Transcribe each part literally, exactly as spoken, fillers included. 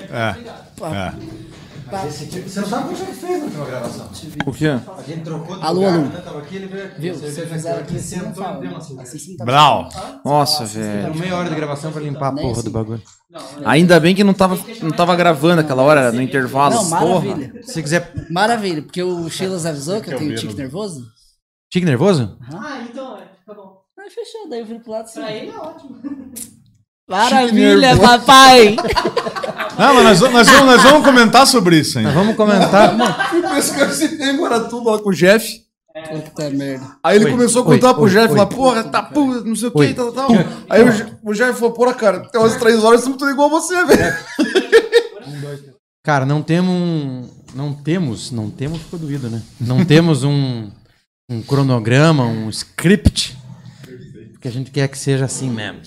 É. é. Você não sabe o que você fez na última gravação? O quê? A gente trocou de Alô, lugar, alô. né? Tava aqui, ele veio aqui. Viu? Você Você veio fizer aqui, aqui, ele você não sentou e fala. deu uma cerveja. Assim sim tá Brau. Nossa, assim, velho. Era meia hora de gravação pra limpar a Nem porra assim. do bagulho. Ainda bem que não tava, não tava gravando aquela hora, no intervalo. Não, maravilha. Porra. Se você quiser... Maravilha, porque o Chilas avisou que eu tenho tique nervoso. Tique nervoso? Ah, então é. Tá bom. Aí fechou, daí eu viro pro lado assim. Pra ele é ótimo. Maravilha, papai! Não, mas nós, nós, vamos, nós vamos comentar sobre isso ainda. Nós vamos comentar. Esse cara se tem agora tudo lá com o Jeff. Puta merda. Aí ele Oi, começou a oi, contar pro oi, Jeff, oi. falar, porra, tá puta, não sei o que, Oi. tal, tal, tal. Aí o, Je- o Jeff falou, porra, cara, tem umas três horas, estamos tudo igual a você, velho. Cara, não temos um... Não temos... Não temos, ficou doído, né? Não temos um, um cronograma, um script. Porque a gente quer que seja assim mesmo.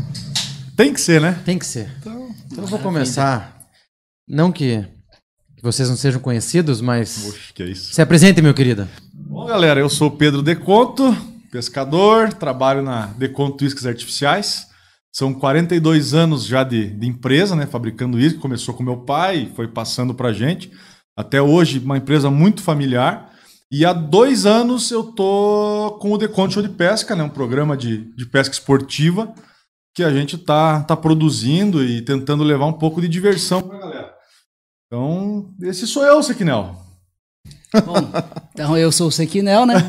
Tem que ser, né? Tem que ser. Então eu vou começar. Não que, que vocês não sejam conhecidos, mas... Poxa, que é isso. Se apresente, meu querido. Bom, galera, eu sou o Pedro Deconto, pescador, trabalho na Deconto Uísques Artificiais. São quarenta e dois anos já de, de empresa, né, fabricando uísque. Começou com meu pai, foi passando pra gente. Até hoje, uma empresa muito familiar. E há dois anos eu tô com o Deconto Show de Pesca, né, um programa de, de pesca esportiva que a gente tá, tá produzindo e tentando levar um pouco de diversão pra galera. Então, esse sou eu, Sequinel. Bom, então eu sou o Sequinel, né?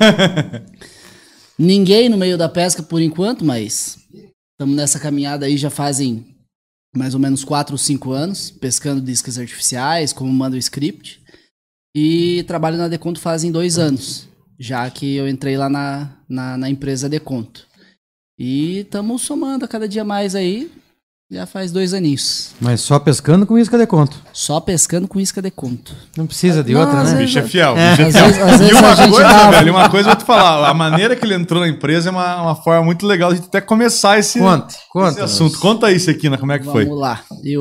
Ninguém no meio da pesca por enquanto, mas estamos nessa caminhada aí já fazem mais ou menos quatro ou cinco anos, pescando de iscas artificiais, como manda o script. E trabalho na Deconto fazem dois anos, já que eu entrei lá na, na, na empresa Deconto. E estamos somando a cada dia mais aí, já faz dois aninhos. Mas só pescando com isca de conto. Só pescando com isca Deconto. Não precisa de Não, outra, às né? O vezes- bicho é fiel. o É, bicho é às fiel. vezes- às vezes e uma a gente coisa, dá- velho, uma coisa eu vou te falar. A maneira que ele entrou na empresa é uma, uma forma muito legal de até começar esse, Conte, esse conta. assunto. Conta aí, Sequina, como é que foi? Vamos lá.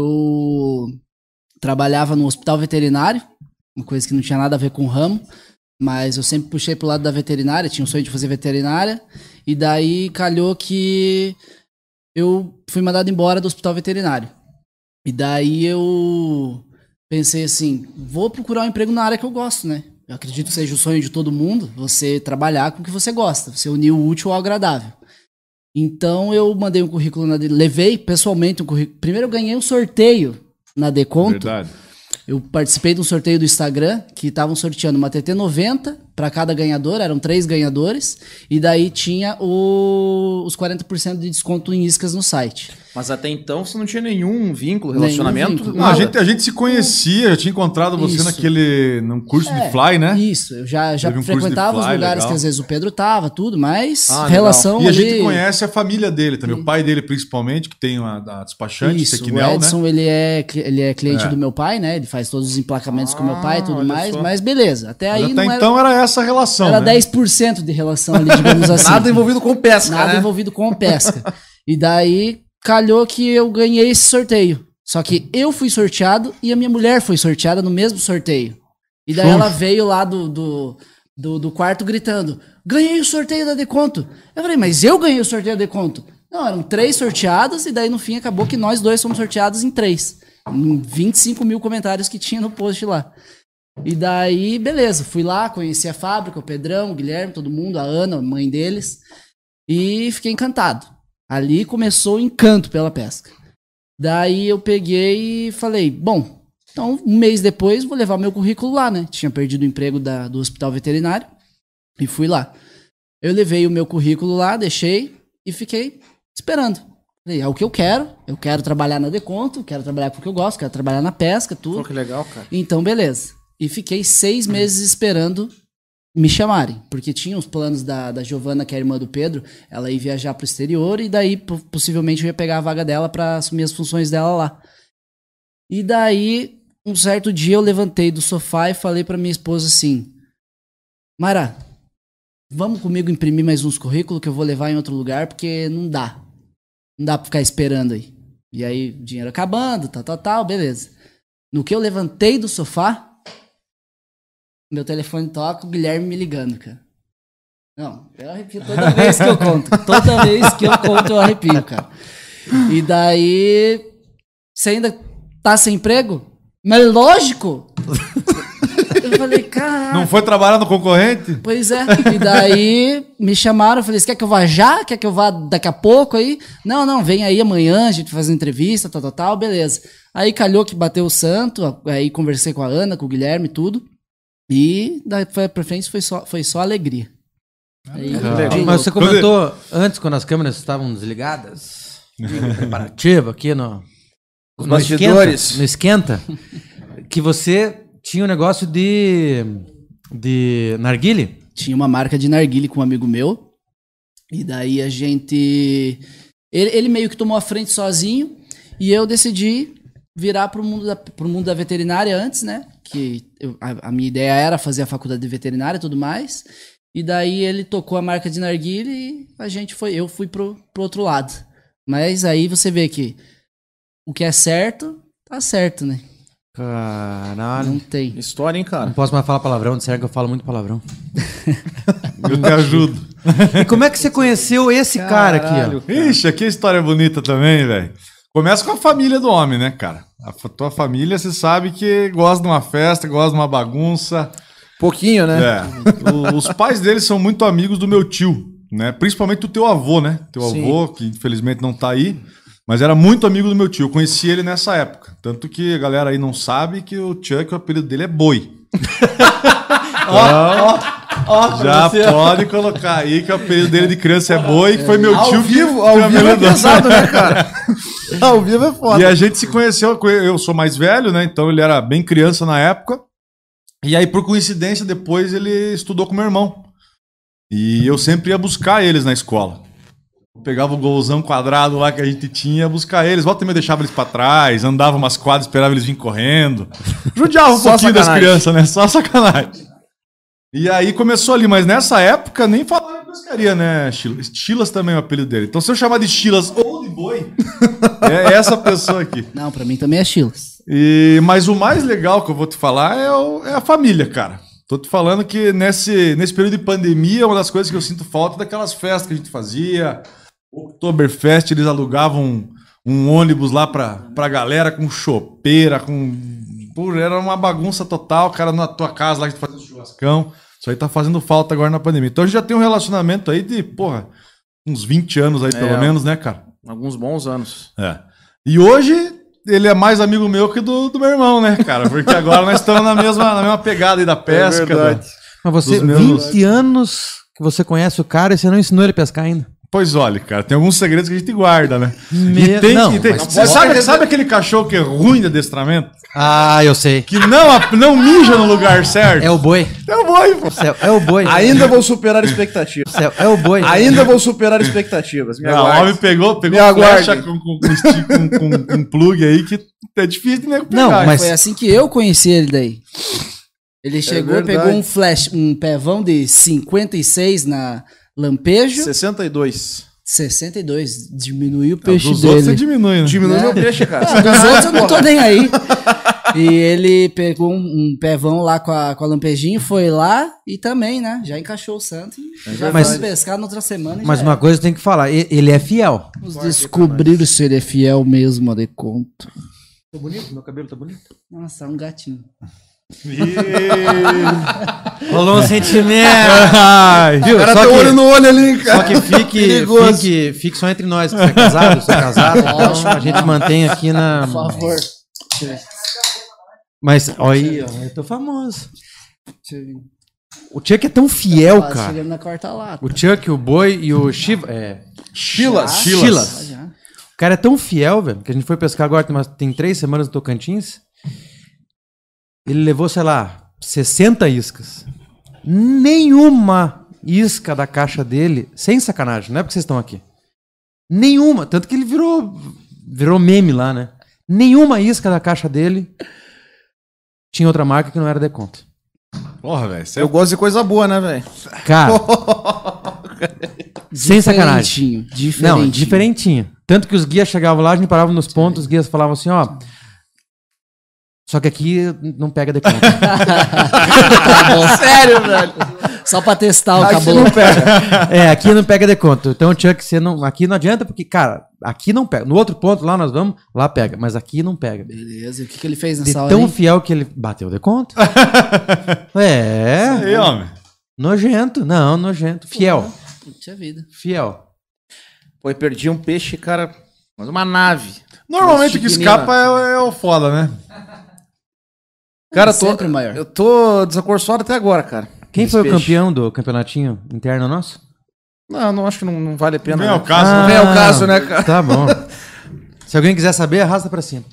Eu trabalhava no hospital veterinário, uma coisa que não tinha nada a ver com o ramo, mas eu sempre puxei pro lado da veterinária, tinha um sonho de fazer veterinária, e daí calhou que eu fui mandado embora do hospital veterinário. E daí eu pensei assim, vou procurar um emprego na área que eu gosto, né? Eu acredito que seja o sonho de todo mundo, você trabalhar com o que você gosta, você unir o útil ao agradável. Então eu mandei um currículo na... Levei pessoalmente um currículo. Primeiro eu ganhei um sorteio na Deconto. Verdade. Eu participei de um sorteio do Instagram, que estavam sorteando uma T T noventa para cada ganhador, eram três ganhadores, e daí tinha o, os quarenta por cento de desconto em iscas no site. Mas até então você não tinha nenhum vínculo, Nenhum relacionamento? vínculo. Não, a, Nada. gente, a gente se conhecia, eu tinha encontrado você Isso. naquele num curso É, de fly, né? Isso, eu já, já Teve um curso de frequentava os fly, lugares legal. que às vezes o Pedro tava, tudo, mas Ah, legal. relação E a ali... gente conhece a família dele também, o pai dele principalmente, que tem a, a despachante, Isso, o Sequinel, né? Edson, ele, é, cli- ele é cliente É. do meu pai, né? Ele faz todos os emplacamentos com o meu pai e tudo olha mais, só. mas beleza. Até Mas aí até não então era essa a relação, era, era né? dez por cento de relação ali, digamos assim. Nada envolvido com pesca, Nada né? envolvido com pesca. E daí calhou que eu ganhei esse sorteio. Só que eu fui sorteado e a minha mulher foi sorteada no mesmo sorteio. E daí ela veio lá do, do, do, do quarto gritando: ganhei o sorteio da Deconto. Eu falei, mas eu ganhei o sorteio da Deconto. Não, eram três sorteados e daí no fim acabou que nós dois fomos sorteados em três. Em vinte e cinco mil comentários que tinha no post lá. E daí, beleza, fui lá, conheci a fábrica, o Pedrão, o Guilherme, todo mundo, a Ana, a mãe deles, e fiquei encantado. Ali começou o encanto pela pesca. Daí eu peguei e falei, bom, então um mês depois vou levar meu currículo lá, né? Tinha perdido o emprego da, do hospital veterinário e fui lá. Eu levei o meu currículo lá, deixei e fiquei esperando. Falei, é o que eu quero, eu quero trabalhar na Deconto, quero trabalhar com o que eu gosto, quero trabalhar na pesca, tudo. Pô, que legal, cara. Então, beleza. E fiquei seis meses esperando me chamarem, porque tinha os planos da, da Giovana, que é a irmã do Pedro, ela ia viajar pro exterior e daí po- possivelmente eu ia pegar a vaga dela pra assumir as funções dela lá. E daí, um certo dia eu levantei do sofá e falei pra minha esposa assim, Mara, vamos comigo imprimir mais uns currículos que eu vou levar em outro lugar, porque não dá. Não dá pra ficar esperando aí. E aí, dinheiro acabando, tal, tal, tal, beleza. No que eu levantei do sofá, meu telefone toca, o Guilherme me ligando, cara. Não, eu arrepio toda vez que eu conto. Toda vez que eu conto, eu arrepio, cara. E daí, você ainda tá sem emprego? Mas lógico! Eu falei, caralho. Não foi trabalhar no concorrente? Pois é. E daí me chamaram, eu falei, você quer que eu vá já? Quer que eu vá daqui a pouco aí? Não, não, vem aí amanhã, a gente faz uma entrevista, tal, tal, tal, beleza. Aí calhou que bateu o santo, aí conversei com a Ana, com o Guilherme, tudo. E daí foi pra frente, foi só, foi só alegria. Aí, de Mas você louco. comentou antes, quando as câmeras estavam desligadas, preparativo aqui no, Os no bastidores. esquenta, no esquenta, que você tinha um negócio de, de narguile. Tinha uma marca de narguile com um amigo meu. E daí a gente... Ele, ele meio que tomou a frente sozinho. E eu decidi virar pro mundo da, pro mundo da veterinária antes, né? Que eu, a, a minha ideia era fazer a faculdade de veterinária e tudo mais. E daí ele tocou a marca de narguile e a gente foi... Eu fui pro, pro outro lado. Mas aí você vê que o que é certo, tá certo, né? Caralho. Não tem. História, hein, cara? Não posso mais falar palavrão, disseram que eu falo muito palavrão. Eu te ajudo. E como é que você conheceu esse cara aqui, ó? Ixi, aqui a história é bonita também, velho. Começa com a família do homem, né, cara? A f- tua família, você sabe que gosta de uma festa, gosta de uma bagunça. Pouquinho, né? É. O- os pais deles são muito amigos do meu tio, né? Principalmente do teu avô, né? Teu Sim. avô, que infelizmente não tá aí, mas era muito amigo do meu tio. Eu conheci ele nessa época. Tanto que a galera aí não sabe que o Chuck, o apelido dele é Boi. Ó, ó, já pode colocar aí que o apelido dele de criança é Boi, que foi meu Ao tio vivo, que ao que vivo é apelidou. pesado, né, cara? Ao vivo é foda. E a gente se conheceu, eu sou mais velho, né? Então ele era bem criança na época. E aí, por coincidência, depois ele estudou com meu irmão. E eu sempre ia buscar eles na escola. Eu pegava o golzão quadrado lá que a gente tinha, ia buscar eles. Volta e meia deixava eles pra trás, andava umas quadras, esperava eles virem correndo. Judiava um Só pouquinho das sacanagem. crianças, né? Só sacanagem. E aí começou ali, mas nessa época nem falava de pescaria, né, Chilas? Chilas também é o apelido dele. Então se eu chamar de Chilas ou de Boi, é essa pessoa aqui. Não, pra mim também é Chilas. E, mas o mais legal que eu vou te falar é, o- é a família, cara. Tô te falando que nesse, nesse período de pandemia, uma das coisas que eu sinto falta é daquelas festas que a gente fazia. Oktoberfest, eles alugavam um, um ônibus lá pra, pra galera com chopeira, com... Pô, era uma bagunça total, cara, na tua casa lá que a gente fazia um churrascão. Isso aí tá fazendo falta agora na pandemia. Então a gente já tem um relacionamento aí de, porra, uns vinte anos aí, pelo É. menos, né, cara? Alguns bons anos. É. E hoje ele é mais amigo meu que do, do meu irmão, né, cara? Porque agora nós estamos na mesma, na mesma pegada aí da pesca. verdade. da- Mas você, Dos meus- vinte anos que você conhece o cara e você não ensinou ele a pescar ainda. Pois olha, cara, tem alguns segredos que a gente guarda, né? Me- E tem, não, e tem- mas Você pode sabe, ser- sabe aquele cachorro que é ruim de adestramento? Ah, eu sei. Que não, a- não mija no lugar certo? É o boi. É o boi, pô. Céu, é o boi. Ainda vou superar expectativas. Céu, é o boi. Ainda vou superar expectativas. Me Não, o aguarde. homem pegou, pegou Me flecha aguarde. com, com, com, esti- com- com- com um plug aí que é difícil de nego pegar. Não, hein? mas- Foi assim que eu conheci ele daí. Ele chegou, verdade. pegou um flash, um pevão de cinquenta e seis na Lampejo, sessenta e dois. sessenta e dois, diminuiu o peixe Dos outros você dele. diminui, né? Diminui Né? meu peixe, cara. Ah, dos outros eu não tô nem aí. E ele pegou um, um pevão lá com a, com a Lampejinho, foi lá e também, né? Já encaixou o santo e já Mas- foi pescar na outra semana. e Mas já uma era. coisa tem que falar, e- ele é fiel. Vamos descobrir se ele é fiel mesmo a de conto. Tá bonito, meu cabelo tá bonito. Nossa, é um gatinho. Rolou um sentimento. Ai, Viu? O cara Só tem que, olho no olho ali, cara. só que fique, Perigoso. fique, fique só entre nós, que você é casado, eu sou casado, então a gente mantém aqui na... Por favor. Mas, olha aí, ó, eu tô famoso. Deixa eu ver. O Chuck é tão fiel, Quase cara. chegando na quarta lata. O Chuck, o Boi e o Shiva... É, Chilas. Já, Chilas. já. o cara é tão fiel, velho, que a gente foi pescar agora, tem, umas- tem três semanas no Tocantins. Ele levou, sei lá, sessenta iscas. Nenhuma isca da caixa dele, sem sacanagem, não é porque vocês estão aqui. Nenhuma. Tanto que ele virou, virou meme lá, né? Nenhuma isca da caixa dele tinha outra marca que não era Deconto. Porra, velho. Você é Eu gosto de coisa boa, né, velho? Cara, sem sacanagem. Diferentinho, diferentinho. Não, diferentinho. Tanto que os guias chegavam lá, a gente parava nos pontos, os guias falavam assim, ó. Só que aqui não pega Deconto. Sério, velho. Só pra testar o Aí você cabelo. não pega. É, aqui não pega deconto. Então, Chuck, você não, aqui não adianta, porque, cara, aqui não pega. No outro ponto, lá nós vamos, lá pega. Mas aqui não pega. Beleza, e o que, que ele fez De nessa hora? tão Hein? fiel que ele bateu deconto. É. Aí, homem. Nojento. Não, nojento. Fiel. Puxa vida. Fiel. Pô, eu perdi um peixe, cara, mas uma nave. Normalmente o que Chiquinina. escapa é, é o foda, né? Cara, eu tô, Sempre maior. eu tô desacorçoado até agora, cara. Quem Esse foi o peixe. campeão do campeonatinho interno nosso? Não, não acho que não, não vale a pena. Vem né? ao caso, Não né? vem ao caso, né, cara? Tá bom. Se alguém quiser saber, arrasta pra cima.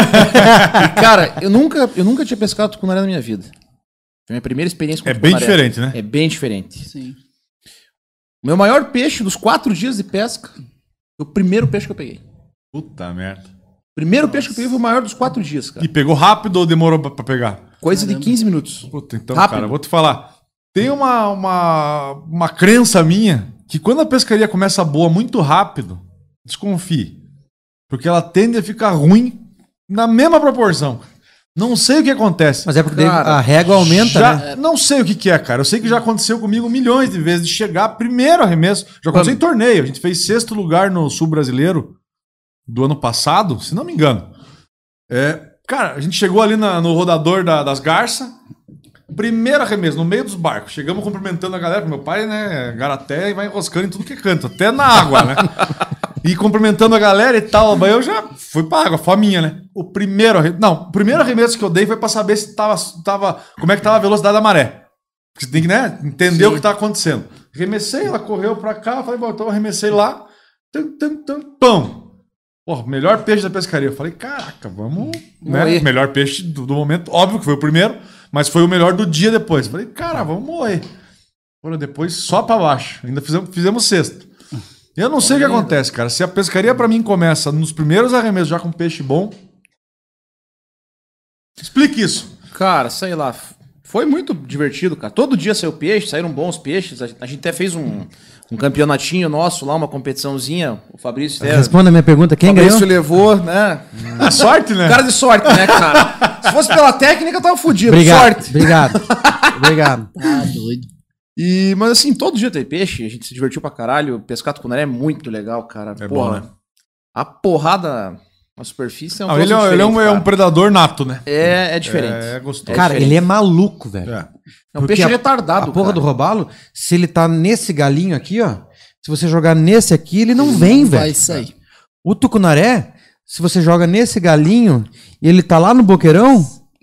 E, cara, eu nunca, eu nunca tinha pescado tucunaré na minha vida. Foi a minha primeira experiência com É bem tucunaré. diferente, né? É bem diferente. Sim. O meu maior peixe dos quatro dias de pesca foi o primeiro peixe que eu peguei. Puta merda. O primeiro peixe que eu peguei foi o maior dos quatro dias, cara. E pegou rápido ou demorou pra, pra pegar? Coisa de quinze minutos. Puta, então, Rápido. cara, eu vou te falar. Tem uma, uma, uma crença minha que quando a pescaria começa boa muito rápido, desconfie. Porque ela tende a ficar ruim na mesma proporção. Não sei o que acontece. Mas é porque Cara, daí a régua aumenta, Já- né? Não sei o que, que é, cara. Eu sei que já aconteceu comigo milhões de vezes de chegar primeiro arremesso. Já aconteceu em torneio. A gente fez sexto lugar no Sul Brasileiro do ano passado, se não me engano. É, cara, a gente chegou ali na- no rodador da- das garças. Primeiro arremesso, no meio dos barcos. Chegamos cumprimentando a galera. Meu pai, né, garaté e vai enroscando em tudo que canta, até na água, né? E cumprimentando a galera e tal. Mas eu já fui pra água, fominha, né? O primeiro arremesso. Não, o primeiro arremesso que eu dei foi pra saber se tava, tava. Como é que tava a velocidade da maré. Porque você tem que, né, entender o que tá acontecendo. Arremessei, ela correu pra cá, falei, bom, então eu arremessei lá. Tum, tum, tum, pão. Pô, melhor peixe da pescaria. Eu falei, caraca, vamos. Né? Morrer. Melhor peixe do, do momento. Óbvio que foi o primeiro, mas foi o melhor do dia depois. Eu falei, cara, vamos morrer. Foram depois só pra baixo. Ainda fizemos, fizemos sexto. Eu não sei o que acontece, cara. Se a pescaria pra mim começa nos primeiros arremessos já com peixe bom. Explique isso. Cara, sei lá. Foi muito divertido, cara. Todo dia saiu peixe, saíram bons peixes. A gente a gente até fez um, um campeonatinho nosso lá, uma competiçãozinha. O Fabrício até. Responda a minha pergunta, quem o Fabrício ganhou? levou, né? A sorte, né? Cara de sorte, né, cara? Se fosse pela técnica, eu tava fudido. Obrigado, Sorte. obrigado, obrigado. Ah, doido. E, mas assim, todo dia tem peixe, a gente se divertiu pra caralho. Pescar tucunaré é muito legal, cara. É Porra, bom, né? A porrada na superfície é um Não, troço ele é, ele é um, diferente, é um cara. predador nato, né? É, é diferente. É gostoso. Cara, diferente. ele é maluco, velho. É. É um Porque peixe a- retardado, A porra cara. do robalo, se ele tá nesse galinho aqui, ó. Se você jogar nesse aqui, ele não vem, Vai velho. sair. O tucunaré, se você joga nesse galinho e ele tá lá no boqueirão,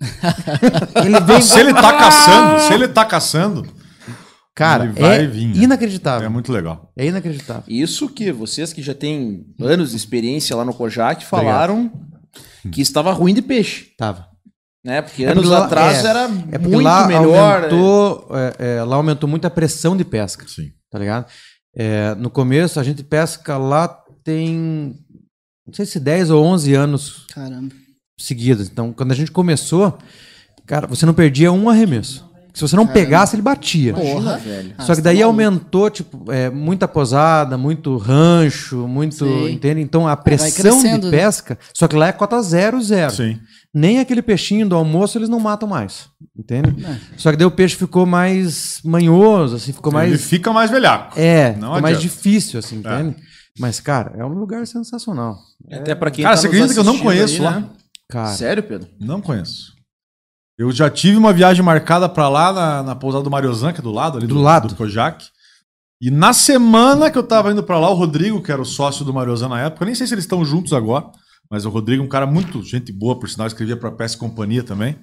ele vem. Se ele tá caçando, se ele tá caçando, Cara, ele vai é vir, né? inacreditável. é muito legal. É inacreditável. Isso que vocês que já têm anos de experiência lá no Kojak falaram que estava ruim de peixe, Tava. né? Porque É anos porque lá- atrás é, era É porque muito lá melhor. aumentou, é, é, lá aumentou muito a pressão de pesca. Sim. Tá ligado? É, no começo, a gente pesca lá tem, não sei se dez ou onze anos Caramba. seguidos. Então, quando a gente começou, cara, você não perdia um arremesso. Se você não pegasse, ele batia. Porra. velho. Ah, Só que você daí tá maluco. aumentou, tipo, é, muita posada, muito rancho, muito. Sim. Entende? Então a pressão crescendo, de né? pesca. Só que lá é cota zero, zero. Sim. Nem aquele peixinho do almoço eles não matam mais. Entende? É. Só que daí o peixe ficou mais manhoso, assim, ficou Ele mais. fica mais velhaco. É, Não ficou mais adianta. difícil, assim, entende? Mas, cara, é um lugar sensacional. Até pra quem Cara, tá você nos acredita que eu não assistindo conheço aí, lá? né? Cara, Sério, Pedro? Não conheço. Eu já tive uma viagem marcada pra lá na, na pousada do Mariozan, que é do lado ali Do lado. do Kojak. E na semana que eu tava indo pra lá, o Rodrigo, que era o sócio do Mariozan na época, eu nem sei se eles estão juntos agora, mas o Rodrigo é um cara muito gente boa, por sinal, escrevia pra Pesca e Companhia também.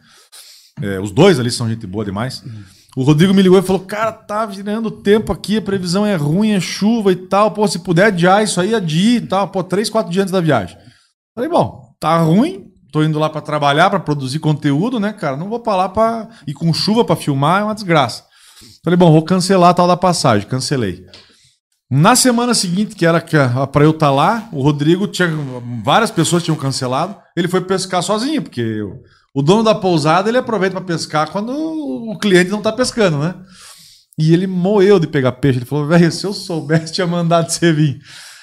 É, os dois ali são gente boa demais. O Rodrigo me ligou e falou: cara, tá virando tempo aqui, a previsão é ruim, é chuva e tal. Pô, se puder adiar isso aí, adia e tal. Pô, três, quatro dias antes da viagem. Falei, bom, tá ruim. Tô indo lá pra trabalhar, pra produzir conteúdo, né, cara? Não vou pra lá pra ir com chuva pra filmar, é uma desgraça. Falei, bom, vou cancelar a tal da passagem. Cancelei. Na semana seguinte, que era que a- pra eu estar lá, o Rodrigo tinha. Várias pessoas tinham cancelado. Ele foi pescar sozinho, porque o, o dono da pousada ele aproveita pra pescar quando o cliente não tá pescando, né? E ele moeu de pegar peixe. Ele falou, velho, se eu soubesse, tinha mandado você vir.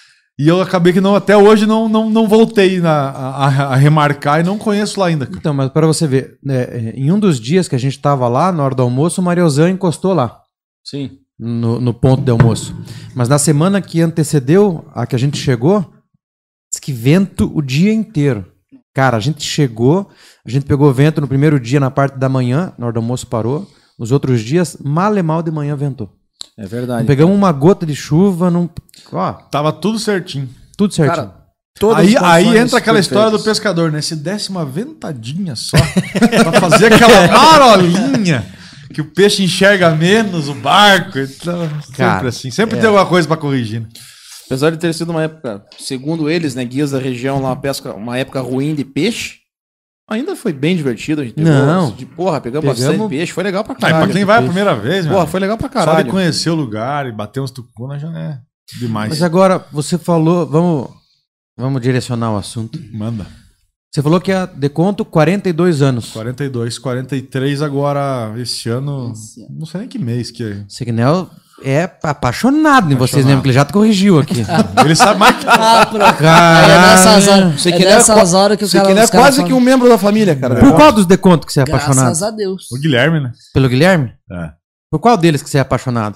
E eu acabei que não, até hoje não, não, não voltei na, a, a remarcar e não conheço lá ainda. então, mas para você ver, né, em um dos dias que a gente tava lá, na hora do almoço, o Mariozan encostou lá. Sim. no, no ponto de almoço. Mas na semana que antecedeu a que a gente chegou, diz que vento o dia inteiro. Cara, a gente chegou, a gente pegou vento no primeiro dia na parte da manhã, na hora do almoço parou. Nos outros dias, mal e mal de manhã ventou. É verdade. Não pegamos uma gota de chuva, não... Ó, Tava tudo certinho. tudo certinho. Cara, todas Aí, as aí condições entra aquela história do perfeitas. pescador, né? Se desse uma ventadinha só pra fazer aquela marolinha que o peixe enxerga menos o barco. Então, Cara, sempre assim. Sempre é. tem alguma coisa pra corrigir. Né? Apesar de ter sido uma época, segundo eles, né, guias da região, lá, uma, pesca, uma época ruim de peixe, ainda foi bem divertido. A gente pegou, Não. De, porra, pegamos, Pegamos- bastante peixe, foi legal pra Ah, e caralho. pra quem vai a primeira vez, meu, Porra, foi legal pra só de caralho. conhecer o lugar e bater uns tucunas já é demais. Mas agora, você falou... Vamos, vamos direcionar o assunto. Manda. Você falou que é de conto quarenta e dois anos. quarenta e dois, quarenta e três agora, esse ano. Esse ano. Não sei nem que mês que é. Signel é apaixonado em vocês Apaixonado. mesmo, que ele já te corrigiu aqui. Ele sabe mais que. Ah, pronto. Cara, Aí é nessas horas, Você é que ele é nessas qua- horas que o Você cara... que ele é os caras quase falam, que um membro da família, cara. Por qual dos decontos que você é apaixonado? Graças a Deus. O Guilherme, né? Pelo Guilherme? É. Por qual deles que você é apaixonado?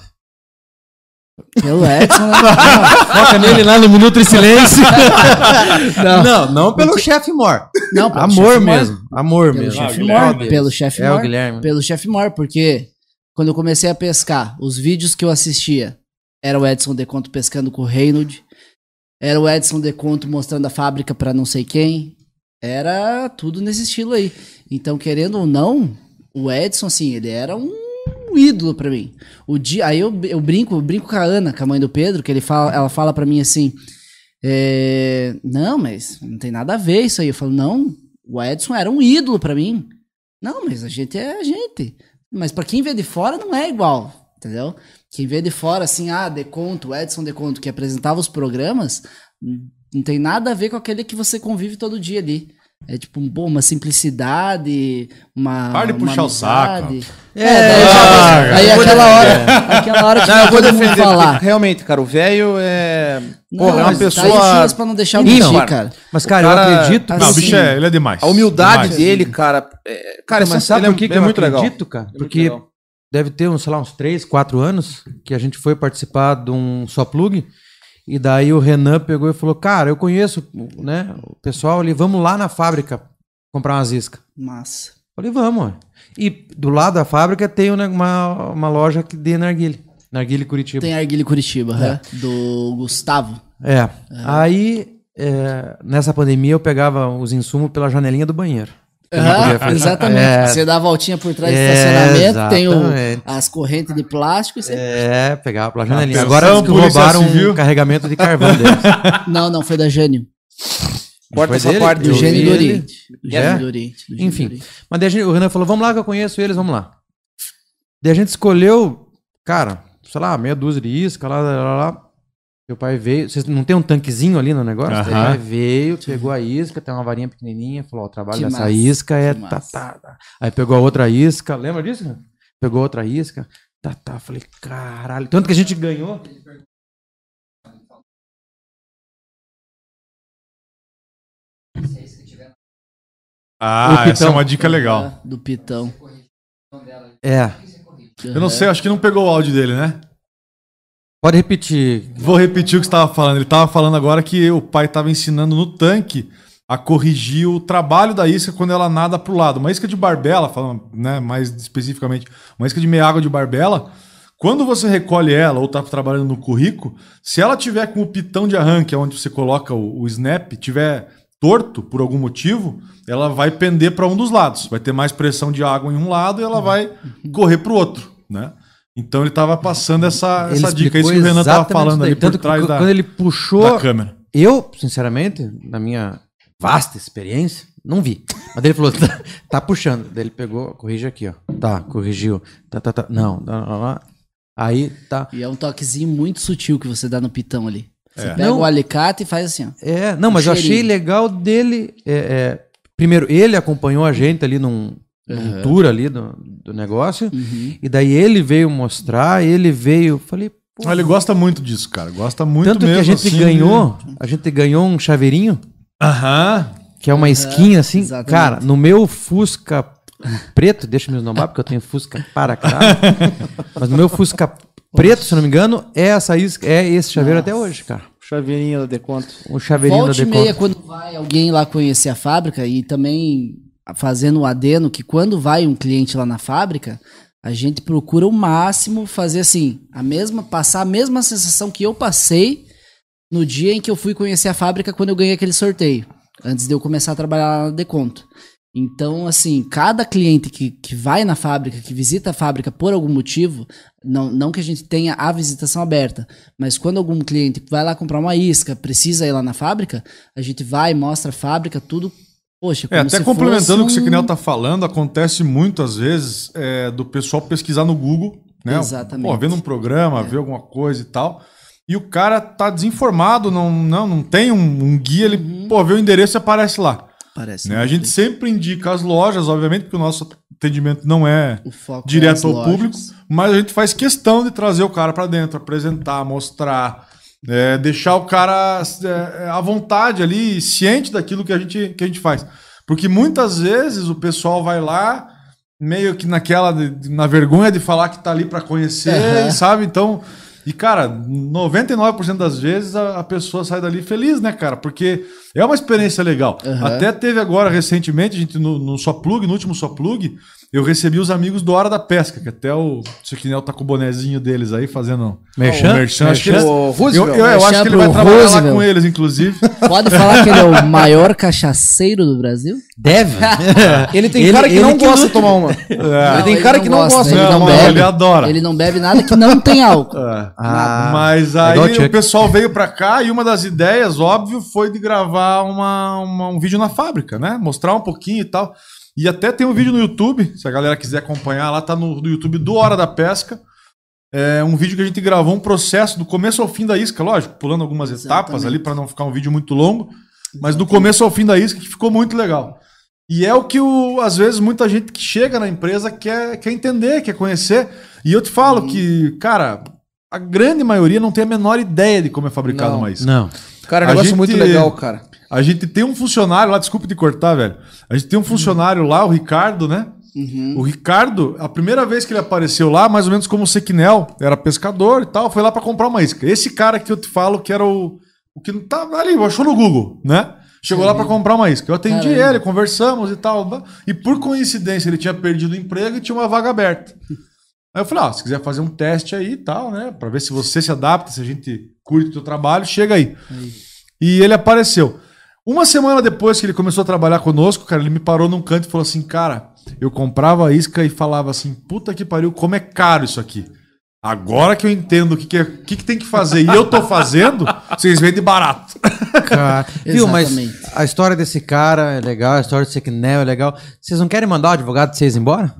Pelo Edson, né? Foca nele lá no Minuto em Silêncio. Não. não, não pelo chefe Mor. Não, pelo Amor chefe Mor. mesmo. Amor Pelo mesmo. Ah, chefe Guilherme. Mor. Pelo chefe É o Mor. Guilherme. Pelo chefe Mor, porque quando eu comecei a pescar, os vídeos que eu assistia era o Edson Deconto pescando com o Reynold, era o Edson Deconto mostrando a fábrica pra não sei quem, era tudo nesse estilo aí. Então, querendo ou não, o Edson, assim, ele era um ídolo pra mim. O dia, aí eu, eu brinco, eu brinco com a Ana, com a mãe do Pedro, que ele fala, ela fala pra mim assim, é, não, mas não tem nada a ver isso aí. Eu falo, não, o Edson era um ídolo pra mim. Não, mas a gente é a gente. Mas pra quem vê de fora não é igual, entendeu? Quem vê de fora, assim, ah, Deconto, Edson Deconto, que apresentava os programas, não tem nada a ver com aquele que você convive todo dia ali. É tipo um, bom, uma simplicidade, uma. Para de uma puxar o saco. amizade. É, É, daí, já- ah, aí eu vou aquela hora, defender. aquela hora que Não, eu vou todo mundo defender, falar. porque realmente, cara, o velho é... Não, Porra, é uma mas tá aí pessoa... dias pra não deixar o Então, mentir, cara. Mas, cara, O cara- eu acredito. Assim, Não, o bicho é, ele é demais. A humildade Demais. dele, cara... É, cara, Mas esse- sabe ele por que, é, que é eu muito legal. acredito, cara? Muito Porque legal. deve ter, uns, sei lá, uns três, quatro anos que a gente foi participar de um só plug. E daí o Renan pegou e falou: cara, eu conheço, né, o pessoal ali, vamos lá na fábrica comprar umas iscas. Massa. Falei, vamos. Ó. E do lado da fábrica tem né, uma, uma loja que de narguile. Narguile Curitiba. Tem Arguilha Curitiba, né? Do Gustavo. É. Aí, é, nessa pandemia, eu pegava os insumos pela janelinha do banheiro. Aham, exatamente. É. Você dá a voltinha por trás do É, estacionamento, tem o, exatamente. as correntes de plástico e você... É, pegava pela janelinha. Atenção, Agora eles que Polícia roubaram Civil. um carregamento de carvão deles. Não, não, foi da Gênio. Corta Foi essa dele? parte. Do Eu Gênio vi do ele. Oriente. Do É? Gênio do Oriente. do Gênio Enfim. do Oriente. Mas daí a gente, o Renan falou, vamos lá que eu conheço eles, vamos lá. Daí a gente escolheu, cara, sei lá, meia dúzia de isca, lá, lá, lá, lá. Meu pai veio, vocês não tem um tanquezinho ali no negócio? Aham. Meu pai veio, pegou a isca, tem uma varinha pequenininha, falou, ó, o trabalho Que dessa massa, isca é que tá, massa. tá, tá. Aí pegou a outra isca, lembra disso? Cara? Pegou outra isca, tá, tá. Falei, caralho. Tanto que a gente ganhou. Ah, O essa é Pitão. uma dica legal. Do Pitão. É. Eu não sei, acho que não pegou o áudio dele, né? Pode repetir. Vou repetir o que você estava falando. Ele estava falando agora que o pai estava ensinando no tanque a corrigir o trabalho da isca quando ela nada para o lado. Uma isca de barbela, falando né, mais especificamente, uma isca de meia água de barbela, quando você recolhe ela ou está trabalhando no currículo, se ela tiver com o pitão de arranque, onde você coloca o, o snap, tiver torto por algum motivo, ela vai pender para um dos lados. Vai ter mais pressão de água em um lado e ela vai correr para o outro, né? Então ele estava passando essa, Ele essa dica. Isso que explicou o Renan estava exatamente falando isso daí. ali por Tanto que trás da, quando ele puxou, da câmera. eu, sinceramente, na minha vasta experiência, não vi. Mas ele falou, tá, tá puxando. Daí ele pegou, corrige aqui, ó. Tá, corrigiu. Tá, tá, tá. Não, não, não, não. Aí, tá. E é um toquezinho muito sutil que você dá no Pitão ali. Você É. pega Não. o alicate e faz assim, ó. É, não, mas eu achei cheirinho. legal dele. é, é, primeiro, ele acompanhou a gente ali num, num Uhum. tour ali do, do negócio. Uhum. E daí ele veio mostrar, ele veio. Falei, pô. Ah, ele gosta muito disso, cara. Gosta muito Tanto mesmo. que a gente assim, ganhou, a gente ganhou um chaveirinho. de- Aham. Que é uma Aham, skin assim, exatamente. cara, no meu Fusca preto, deixa eu me esnobar, porque eu tenho Fusca para caralho. Mas no meu Fusca preto, se eu não me engano, é essa isca, é esse chaveiro até hoje, cara. Chaveirinho da Deconto. O chaveirinho Volte da e meia, Deconto. quando vai alguém lá conhecer a fábrica, e também fazendo o adeno, que quando vai um cliente lá na fábrica, a gente procura o máximo fazer assim, a mesma, passar a mesma sensação que eu passei no dia em que eu fui conhecer a fábrica, quando eu ganhei aquele sorteio, antes de eu começar a trabalhar lá na Deconto. Então, assim, cada cliente que, que vai na fábrica, que visita a fábrica por algum motivo, não, não que a gente tenha a visitação aberta, mas quando algum cliente vai lá comprar uma isca, precisa ir lá na fábrica, a gente vai, mostra a fábrica, tudo, poxa, como É, até se complementando o que o fosse um- Sequinel tá falando, acontece muito às vezes é, do pessoal pesquisar no Google, né? Exatamente. Pô, vendo um programa, ver alguma coisa e tal. E o cara tá desinformado, não, não, não tem um, um guia, ele, Uhum. pô, vê o endereço e aparece lá. Parece. Né? A gente sempre indica as lojas, obviamente, porque o nosso atendimento não é O foco é direto as ao lojas. público, mas a gente faz questão de trazer o cara para dentro, apresentar, mostrar, é, deixar o cara é, à vontade ali, ciente daquilo que a gente, que a gente faz. Porque muitas vezes o pessoal vai lá meio que naquela, de- na vergonha de falar que tá ali para conhecer, Aham. sabe? Então, e cara, noventa e nove por cento das vezes a, a pessoa sai dali feliz, né, cara? Porque é uma experiência legal. Aham. Até teve agora, recentemente, a gente no, no Só Plug, no último Só Plug, eu recebi os amigos do Hora da Pesca, que até o Chiquinel tá com o bonezinho deles aí, fazendo Merchan? o merchan. Acho que eles- O eu, Roosevelt. eu, eu acho que ele vai pro trabalhar lá Roosevelt. com eles, inclusive. Pode falar que ele é o maior cachaceiro do Brasil? Deve. Ele tem Ele- cara que ele não que gosta luta. de tomar uma. É. Ele tem Não, cara ele que não não gosta, gosta. ele Não, não não, bebe. ele adora. Ele não bebe nada que não tem álcool. É. Ah, Mas é aí igual o o Chuck. pessoal veio pra cá e uma das ideias, óbvio, foi de gravar uma, uma- um vídeo na fábrica, né? Mostrar um pouquinho e tal. E até tem um vídeo no YouTube, se a galera quiser acompanhar, lá tá no, no YouTube do Hora da Pesca. É um vídeo que a gente gravou um processo do começo ao fim da isca, lógico, pulando algumas etapas Exatamente. ali pra não ficar um vídeo muito longo, mas do começo ao fim da isca que ficou muito legal. E é o que, o, às vezes, muita gente que chega na empresa quer, quer entender, quer conhecer. E eu te falo Uhum. que, cara, a grande maioria não tem a menor ideia de como é fabricado Não. uma isca. Não. Cara, é um A negócio gente- muito legal, cara. A gente tem um funcionário lá, desculpa te cortar, velho. A gente tem um funcionário lá, o Ricardo, né? Uhum. O Ricardo, a primeira vez que ele apareceu lá, mais ou menos como o Sequinel, era pescador e tal, foi lá pra comprar uma isca. Esse cara que eu te falo que era o, o que não tava ali, achou no Google, né? Chegou lá pra comprar uma isca. Eu atendi Caramba. ele, conversamos e tal. E por coincidência, ele tinha perdido o emprego e tinha uma vaga aberta. Aí eu falei, ó, se quiser fazer um teste aí e tal, né? Pra ver se você se adapta, se a gente curte o teu trabalho, chega aí. E ele apareceu. Uma semana depois que ele começou a trabalhar conosco, cara, ele me parou num canto e falou assim, cara, eu comprava a isca e falava assim, puta que pariu, como é caro isso aqui. Agora que eu entendo o que, que, é, o que, que tem que fazer e eu tô fazendo, vocês vendem barato. Cara, viu, mas Exatamente. a história desse cara é legal, a história do Sequinel é legal. Vocês não querem mandar o advogado de vocês embora?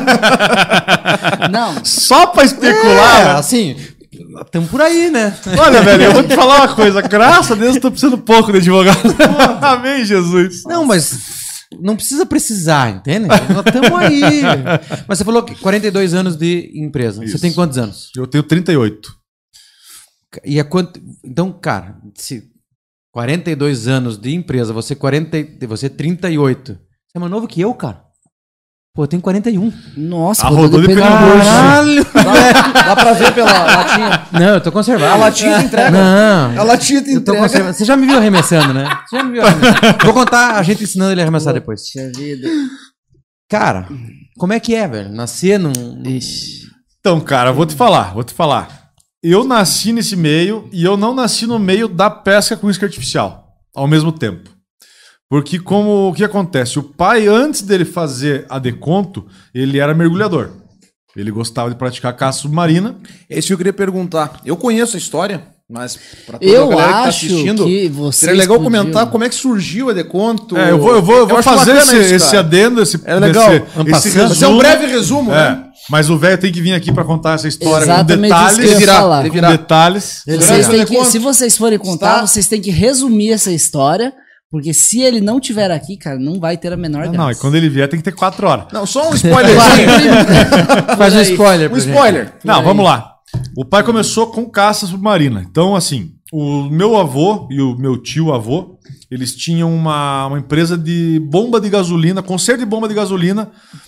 Não, Só pra especular, É, né? assim, estamos por aí, né? Olha, velho, eu vou te falar uma coisa. Graças a Deus eu tô precisando pouco de advogado. Amém, Jesus. Não, mas não precisa precisar, entende? Nós estamos aí. Mas você falou que quarenta e dois anos de empresa. Isso. Você tem quantos anos? Eu tenho trinta e oito. E é quanto... Então, cara, se quarenta e dois anos de empresa, você, quarenta, e- você trinta e oito. Você é mais novo que eu, cara. Pô, eu tenho quarenta e um. nossa, Ah, vou rodou de depender- pneu grosso. Caralho! Dá, dá pra ver pela latinha. Não, eu tô conservado. A latinha te entrega. Não. A latinha te Eu tô entrega. conservado. Você já me viu arremessando, né? Você já me viu arremessando. Vou contar a gente ensinando ele a arremessar depois. Puxa vida. Cara, como é que é, velho? Nascer num... Ixi. Então, cara, vou te falar, vou te falar. Eu nasci nesse meio e eu não nasci no meio da pesca com isca artificial ao mesmo tempo. Porque como o que acontece? O pai, antes dele fazer a Deconto, ele era mergulhador. Ele gostava de praticar caça submarina. Esse eu queria perguntar. Eu conheço a história, mas pra toda Eu a galera que tá acho assistindo, que vocês seria legal podiam- comentar como é que surgiu a Deconto. É, eu vou, eu vou, eu vou acho fazer bacana esse, isso, esse cara. adendo, esse, É legal. esse, esse Mas resumo. Mas é um breve resumo, É, né? mas o velho tem que vir aqui pra contar essa história Exatamente com isso que eu detalhes. ia falar. Com Virar. detalhes. Vocês É. têm que, Deconto. se vocês forem contar, Está- vocês têm que resumir essa história, porque se ele não tiver aqui, cara, não vai ter a menor Não, graça. não, e quando ele vier tem que ter quatro horas. Não, só um spoilerzinho. Faz um spoiler um pra gente. spoiler. Não, aí. vamos lá. O pai começou com caça submarina. Então, assim, o meu avô e o meu tio avô, eles tinham uma, uma empresa de bomba de gasolina, conserto de bomba de gasolina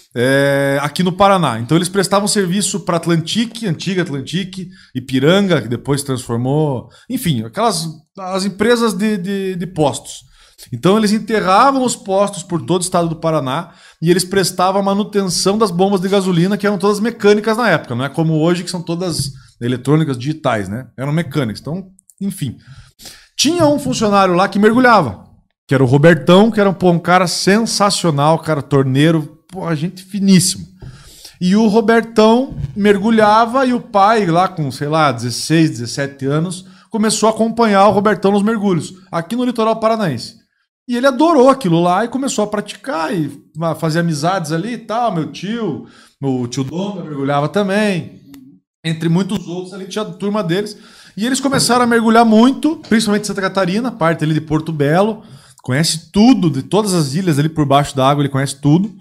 é, aqui no Paraná. Então eles prestavam serviço para Atlantique, antiga Atlantique, Ipiranga, que depois se transformou... Enfim, aquelas as empresas de, de, de postos. Então eles enterravam os postos por todo o estado do Paraná e eles prestavam a manutenção das bombas de gasolina, que eram todas mecânicas na época. Não é como hoje, que são todas eletrônicas, digitais, né? Eram mecânicas. Então, enfim. Tinha um funcionário lá que mergulhava, que era o Robertão, que era pô, um cara sensacional, cara torneiro, pô, gente finíssimo. E o Robertão mergulhava e o pai, lá com, sei lá, dezesseis, dezessete anos, começou a acompanhar o Robertão nos mergulhos, aqui no litoral paranaense. E ele adorou aquilo lá e começou a praticar e a fazer amizades ali e tal. Meu tio, o tio Donga mergulhava também, entre muitos outros ali, tinha a turma deles. E eles começaram a mergulhar muito, principalmente em Santa Catarina, parte ali de Porto Belo. Conhece tudo, de todas as ilhas ali por baixo da água, ele conhece tudo.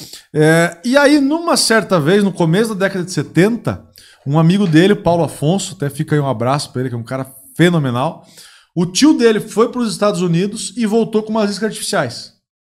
É, e aí, numa certa vez, no começo da década de setenta, um amigo dele, o Paulo Afonso, até fica aí um abraço para ele, que é um cara fenomenal. O tio dele foi para os Estados Unidos e voltou com umas iscas artificiais.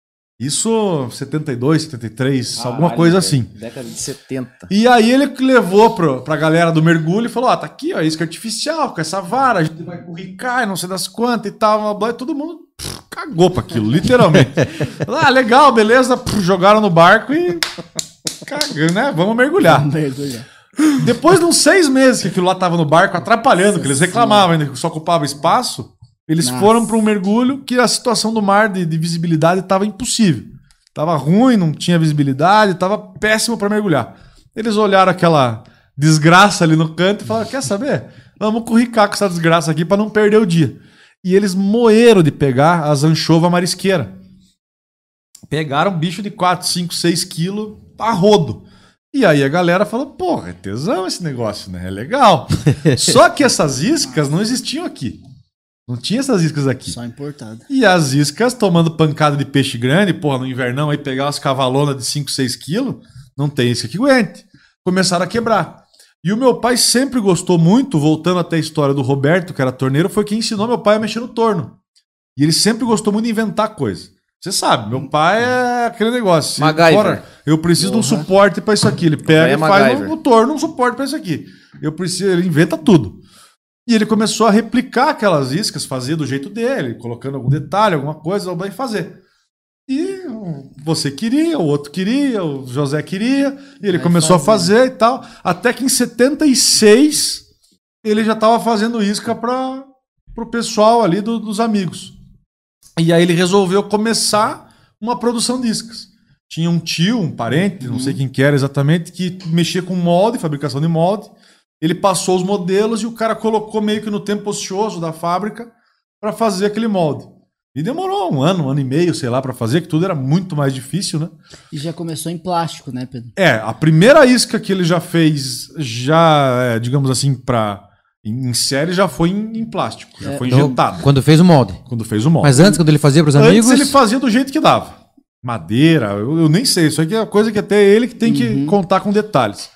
Isso setenta e dois, setenta e três, Caralho, alguma coisa velho. assim. Década de setenta. E aí ele levou pro, pra galera do mergulho e falou, ó, tá aqui, ó, isca artificial, com essa vara, a gente vai curricar, não sei das quantas e tal, blá, blá, e todo mundo pff, cagou pra aquilo, literalmente. Ah, legal, beleza, pff, jogaram no barco e cagando, né, vamos mergulhar. Mergulhar. Depois de uns seis meses que aquilo lá tava no barco atrapalhando, que eles reclamavam ainda que só ocupava espaço, eles Nossa. foram para um mergulho que a situação do mar de, de visibilidade estava impossível. Tava ruim, não tinha visibilidade, tava péssimo para mergulhar. Eles olharam aquela desgraça ali no canto e falaram, quer saber? Vamos curricar com essa desgraça aqui para não perder o dia. E eles moeram de pegar as anchovas marisqueiras. Pegaram um bicho de quatro, cinco, seis quilos a rodo. E aí a galera falou, porra, é tesão esse negócio, né? É legal. Só que essas iscas não existiam aqui. Não tinha essas iscas aqui. Só importado. E as iscas tomando pancada de peixe grande, porra, no invernão aí pegar umas cavalonas de cinco, seis quilos, não tem isca que aguente. Começaram a quebrar. E o meu pai sempre gostou muito, voltando até a história do Roberto, que era torneiro, foi quem ensinou meu pai a mexer no torno. E ele sempre gostou muito de inventar coisa. Você sabe, meu pai é aquele negócio. MacGyver. Porra, eu preciso de um suporte pra isso aqui. Ele pega é e faz MacGyver. no, no torno um suporte pra isso aqui. Eu preciso, ele inventa tudo. E ele começou a replicar aquelas iscas, fazer do jeito dele, colocando algum detalhe, alguma coisa, vai fazer. E você queria, o outro queria, o José queria, e ele Vai começou fazendo. a fazer e tal. Até que em setenta e seis ele já estava fazendo isca para o pessoal ali do- dos amigos. E aí ele resolveu começar uma produção de iscas. Tinha um tio, um parente, não sei quem que era exatamente, que mexia com molde, fabricação de molde. Ele passou os modelos e o cara colocou meio que no tempo ocioso da fábrica para fazer aquele molde. E demorou um ano, um ano e meio, sei lá, para fazer, que tudo era muito mais difícil, né? E já começou em plástico, né, Pedro? É, a primeira isca que ele já fez, já, é, digamos assim, para em série, já foi em, em plástico, já foi Então, injetado, quando fez o molde. quando fez o molde. Mas antes, quando ele fazia pros Antes amigos... ele fazia do jeito que dava. Madeira, eu, eu nem sei, isso aqui é coisa que até ele que tem que contar com detalhes.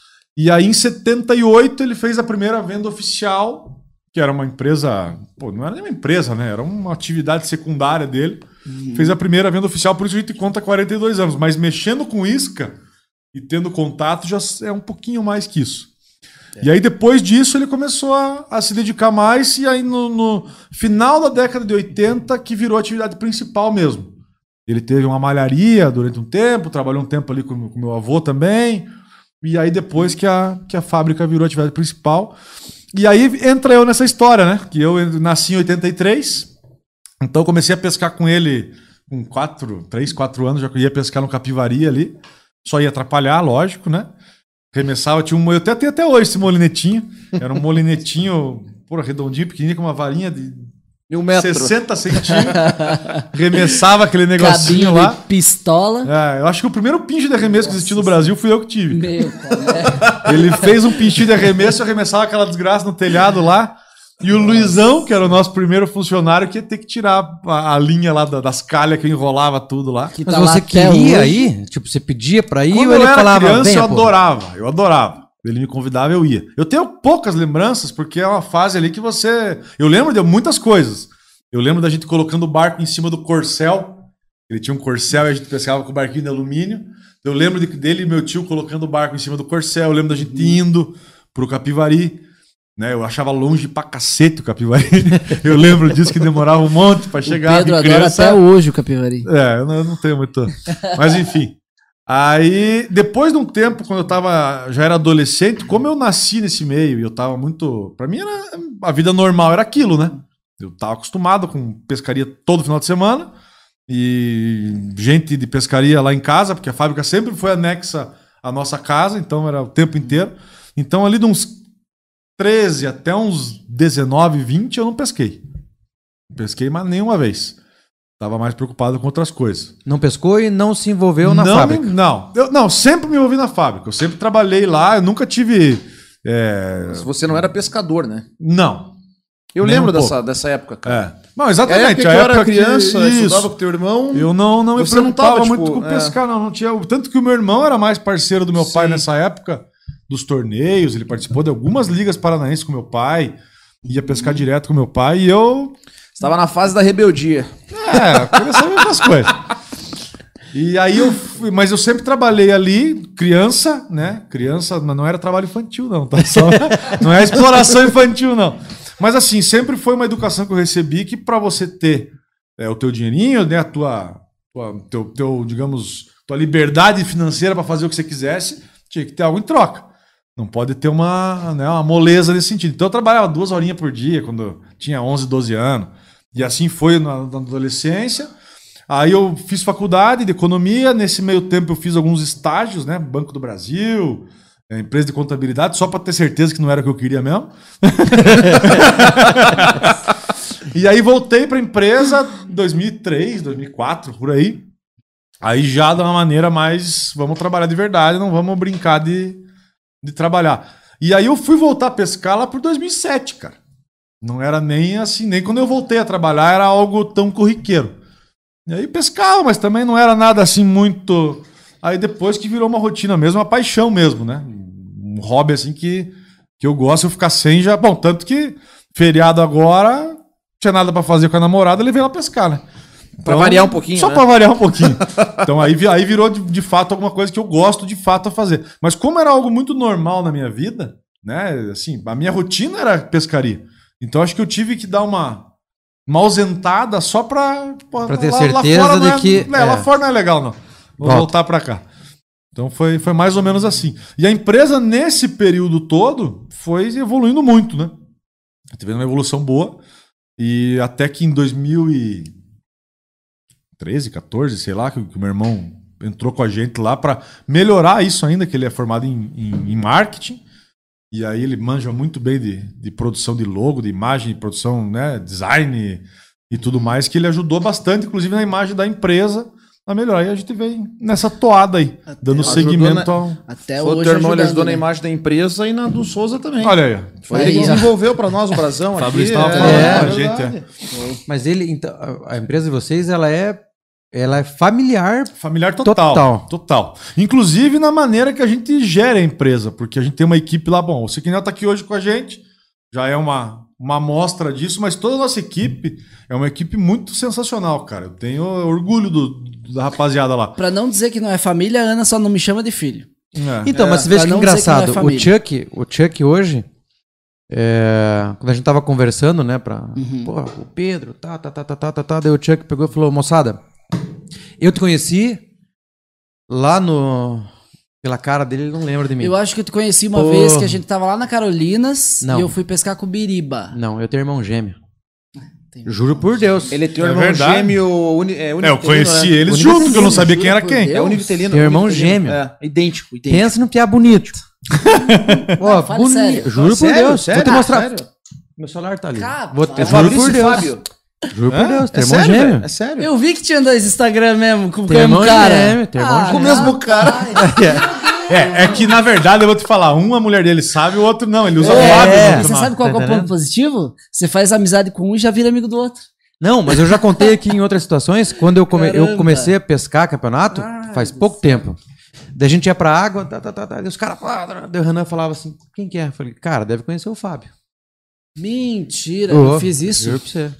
E aí, em setenta e oito, ele fez a primeira venda oficial, que era uma empresa. Pô, não era nem uma empresa, né? Era uma atividade secundária dele. Fez a primeira venda oficial, por isso a gente conta quarenta e dois anos. Mas mexendo com isca e tendo contato já é um pouquinho mais que isso. E aí, depois disso, ele começou a, a se dedicar mais. E aí, no, no final da década de oitenta, que virou a atividade principal mesmo. Ele teve uma malharia durante um tempo, trabalhou um tempo ali com, com meu avô também. E aí depois que a, que a fábrica virou a atividade principal. E aí entra eu nessa história, né? Que eu nasci em oitenta e três. Então eu comecei a pescar com ele com quatro, três, quatro anos. Já ia pescar no Capivari ali. Só ia atrapalhar, lógico, né? Remessava, tinha um... Eu até tenho até hoje esse molinetinho. Era um molinetinho, porra, redondinho, pequenininho, com uma varinha de E um metro. sessenta centímetros. Remessava aquele negocinho Cabinho lá. de pistola. É, eu acho que o primeiro pinche de arremesso que existiu no Brasil fui eu que tive. Meu, cara. Ele fez um pinchinho de arremesso, arremessava aquela desgraça no telhado lá. E o Luizão, que era o nosso primeiro funcionário, que ia ter que tirar a, a linha lá da- das calhas que enrolava tudo lá. Que Mas tá lá você até queria hoje. ir? Tipo, você pedia pra ir Quando ou eu ele era falava, criança, "Venha, eu pô"? adorava, eu adorava. Ele me convidava, eu ia. Eu tenho poucas lembranças, porque é uma fase ali que você... Eu lembro de muitas coisas. Eu lembro da gente colocando o barco em cima do corcel Ele tinha um corcel e a gente pescava com o barquinho de alumínio. Eu lembro de, dele e meu tio colocando o barco em cima do corcel. Eu lembro da gente indo pro Capivari. Né? Eu achava longe pra cacete o Capivari. Eu lembro disso que demorava um monte pra chegar. O Pedro de adora criança. até hoje o Capivari. É, eu não, eu não tenho muito. Mas enfim. Aí, depois de um tempo, quando eu tava, já era adolescente, como eu nasci nesse meio e eu tava muito. Pra mim, era, a vida normal era aquilo, né? Eu tava acostumado com pescaria todo final de semana e gente de pescaria lá em casa, porque a fábrica sempre foi anexa à nossa casa, então era o tempo inteiro. Então, ali de uns treze até uns dezenove, vinte, eu não pesquei. Não pesquei mais nenhuma vez. Tava mais preocupado com outras coisas. Não pescou e não se envolveu na não, fábrica. me- não, eu, não, sempre me envolvi na fábrica. Eu sempre trabalhei lá, eu nunca tive. é, Se você não era pescador, né? Não. Eu Nem lembro um dessa, dessa época, cara. É. Não, É a exatamente. época que a eu era época que- criança, eu isso. estudava com teu irmão. Eu não, não me Você não preocupava tava, muito tipo, com é. pescar, não. não tinha, tanto que o meu irmão era mais parceiro do meu pai Sim. nessa época, dos torneios. Ele participou de algumas ligas paranaenses com meu pai, ia pescar direto com meu pai, e eu. Você tava na fase da rebeldia. É, queria saber outras coisas. E aí eu fui, mas eu sempre trabalhei ali, criança, né? Criança, mas não era trabalho infantil, não, tá? Só, não é exploração infantil, não. Mas assim, sempre foi uma educação que eu recebi que para você ter é, o teu dinheirinho, né? A tua, tua teu, teu, digamos, tua liberdade financeira para fazer o que você quisesse, tinha que ter algo em troca. Não pode ter uma, né, uma moleza nesse sentido. Então eu trabalhava duas horinhas por dia quando eu tinha onze, doze anos. E assim foi na, na adolescência. Aí eu fiz faculdade de economia. Nesse meio tempo eu fiz alguns estágios, né? Banco do Brasil, é, empresa de contabilidade, só para ter certeza que não era o que eu queria mesmo. E aí voltei para a empresa em dois mil e três, dois mil e quatro, por aí. Aí já de uma maneira mais, vamos trabalhar de verdade, não vamos brincar de, de trabalhar. E aí eu fui voltar a pescar lá por dois mil e sete, cara. Não era nem assim, nem quando eu voltei a trabalhar era algo tão corriqueiro. E aí pescava, mas também não era nada assim muito... Aí depois que virou uma rotina mesmo, uma paixão mesmo, né? Um hobby assim que, que eu gosto, eu ficar sem já... Bom, tanto que feriado agora, não tinha nada pra fazer com a namorada, levei ela pescar, né? Pra variar um pouquinho, Só né? pra variar um pouquinho. Então aí, vi- aí virou de, de fato alguma coisa que eu gosto de fato a fazer. Mas como era algo muito normal na minha vida, né? Assim, a minha rotina era pescaria. Então acho que eu tive que dar uma, uma ausentada só pra... pô, Pra ter lá- lá certeza fora não de é- que- é, Lá é. fora não é legal, não. Vou Volta. voltar pra cá. Então foi, foi mais ou menos assim. E a empresa, nesse período todo, foi evoluindo muito, né? Teve uma evolução boa. E até que em dois mil e treze, quatorze, sei lá, que, que o meu irmão entrou com a gente lá para melhorar isso ainda, que ele é formado em, em, em marketing. E aí ele manja muito bem de, de produção de logo, de imagem, de produção, né, design e, e tudo mais, que ele ajudou bastante, inclusive na imagem da empresa, a melhorar. E a gente vem nessa toada aí, dando ajudou seguimento na- ao... Até Foi o hoje teu irmão, ele ajudando, ajudou na né? imagem da empresa e na do Souza também. Olha aí. Foi ele que Aí, ó. desenvolveu pra nós o brasão aqui. Fabrício tava falando pra verdade. gente, Mas ele, então, a- a empresa de vocês, ela é, ela é familiar. Familiar total, Total. total. Inclusive na maneira que a gente gera a empresa, porque a gente tem uma equipe lá, bom, o Siquinel tá aqui hoje com a gente, já é uma, uma amostra disso, mas toda a nossa equipe é uma equipe muito sensacional, cara. Eu tenho orgulho do, da rapaziada lá. Pra não dizer que não é família, a Ana só não me chama de filho. É. Então, mas você veja pra que não dizer que não é engraçado. O família. Chuck, o Chuck hoje, é, quando a gente tava conversando, né, pra. Uhum. Pô, o Pedro, tá, tá, tá, tá, tá, tá, tá. Daí o Chuck pegou e falou: moçada, eu te conheci lá no. Pela cara dele, ele não lembra de mim. Eu acho que eu te conheci uma Porra. vez que a gente tava lá na Carolinas Não. e eu fui pescar com o Biriba. Não, eu tenho irmão gêmeo. Tem- Juro por Deus. Ele tem um É irmão verdade. gêmeo uni, é, É, eu univitelino, conheci né? eles Univitelino, junto, que eu não sabia quem era juro quem. por É univitelino. Tem irmão univitelino. gêmeo. É, idêntico, idêntico. Pensa no que é bonito. Ó, fale bonito. sério. Juro por Sério? Deus. Sério? Vou te mostrar. Sério? Meu celular tá ali. Cara, Vou te, é juro Fabrício por e Deus. Fábio. Juro por Deus. Tem É irmão sério, gêmeo. velho? É sério? Eu vi que tinha dois Instagram mesmo, com o Tem mesmo irmão cara. gêmeo, tem irmão Ah, gêmeo. Com o mesmo cara. É, é que na verdade eu vou te falar, um a mulher dele sabe, o outro não, ele usa É. o Fábio. É. no Você canal. sabe qual Tá que é o ponto entendendo? positivo? Você faz amizade com um e já vira amigo do outro. Não, mas eu já contei aqui em outras situações, quando eu, come- eu Caramba. comecei a pescar campeonato, Ai, faz do pouco tempo. Daí a gente ia pra água, tá, tá, tá, tá, daí os caras, ah, daí o Renan falava assim, quem que é? Eu falei, cara, deve conhecer o Fábio. Mentira, Ô, eu fiz isso. Juro pra você.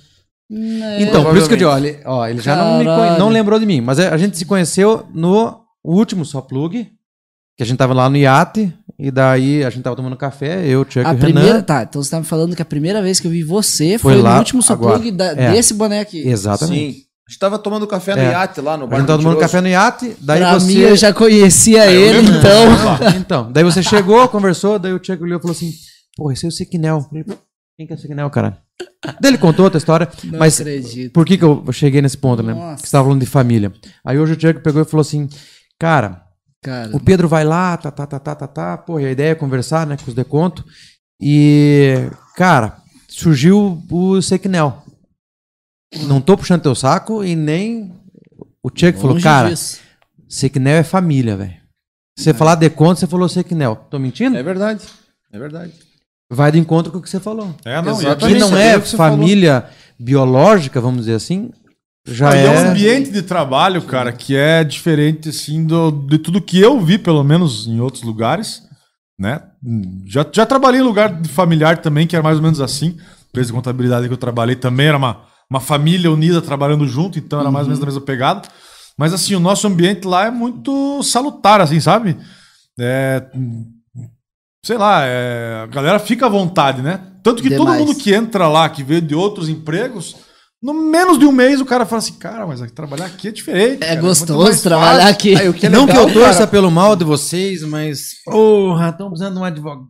Então, por isso que eu digo, ó, ele, ó, ele já não, me conhe- Caralho. não lembrou de mim, mas a a gente se conheceu no último Só Plug, que a gente tava lá no iate, e daí a gente tava tomando café, eu, o Chuck e A o primeira, Renan. tá, então você tá me falando que a primeira vez que eu vi você Foi foi, lá no último Só agora. Plug da- É. desse boné aqui. Exatamente. Sim. A gente tava tomando café no É. iate lá no A bar. gente tava tomando café no iate, daí pra você... mim, eu já conhecia ele, lembro. então... Então, daí você chegou, conversou, daí o Chuck olhou e falou assim, pô, esse é o Sequinel. Eu falei, quem que é o Sequinel, cara? Daí ele contou outra história, Não mas acredito. por que que eu cheguei nesse ponto, né? Nossa. Que você tava falando de família. Aí hoje o Chuck pegou e falou assim, cara, Cara, o Pedro vai lá, tá, tá, tá, tá, tá, tá, pô, e a ideia é conversar, né, com os deconto, e, cara, surgiu o Sequinel. Não tô puxando teu saco e nem o Chuck falou, longe cara, disso. Sequinel é família, velho. Você falar deconto, você falou Sequinel. Tô mentindo? É verdade. É verdade. Vai de encontro com o que você falou. É, não, e Exatamente. Que não é é o que você família biológica, vamos dizer assim, já Não, e é um é... ambiente de trabalho, cara, que é diferente, assim, do, de tudo que eu vi, pelo menos em outros lugares, né? Já, já trabalhei em lugar familiar também, que era mais ou menos assim. A empresa de contabilidade que eu trabalhei também era uma, uma família unida trabalhando junto, então era mais ou menos a mesma pegada. Mas, assim, o nosso ambiente lá é muito salutar, assim, sabe? É... Sei lá, é, a galera fica à vontade, né? Tanto que todo Demais. mundo que entra lá, que veio de outros empregos, no menos de um mês o cara fala assim, cara, mas trabalhar aqui é diferente. É cara, gostoso muito mais trabalhar fácil." aqui. Aí, o que é Não legal, que eu torça cara, pelo mal de vocês, mas... Porra, estão precisando de um advogado.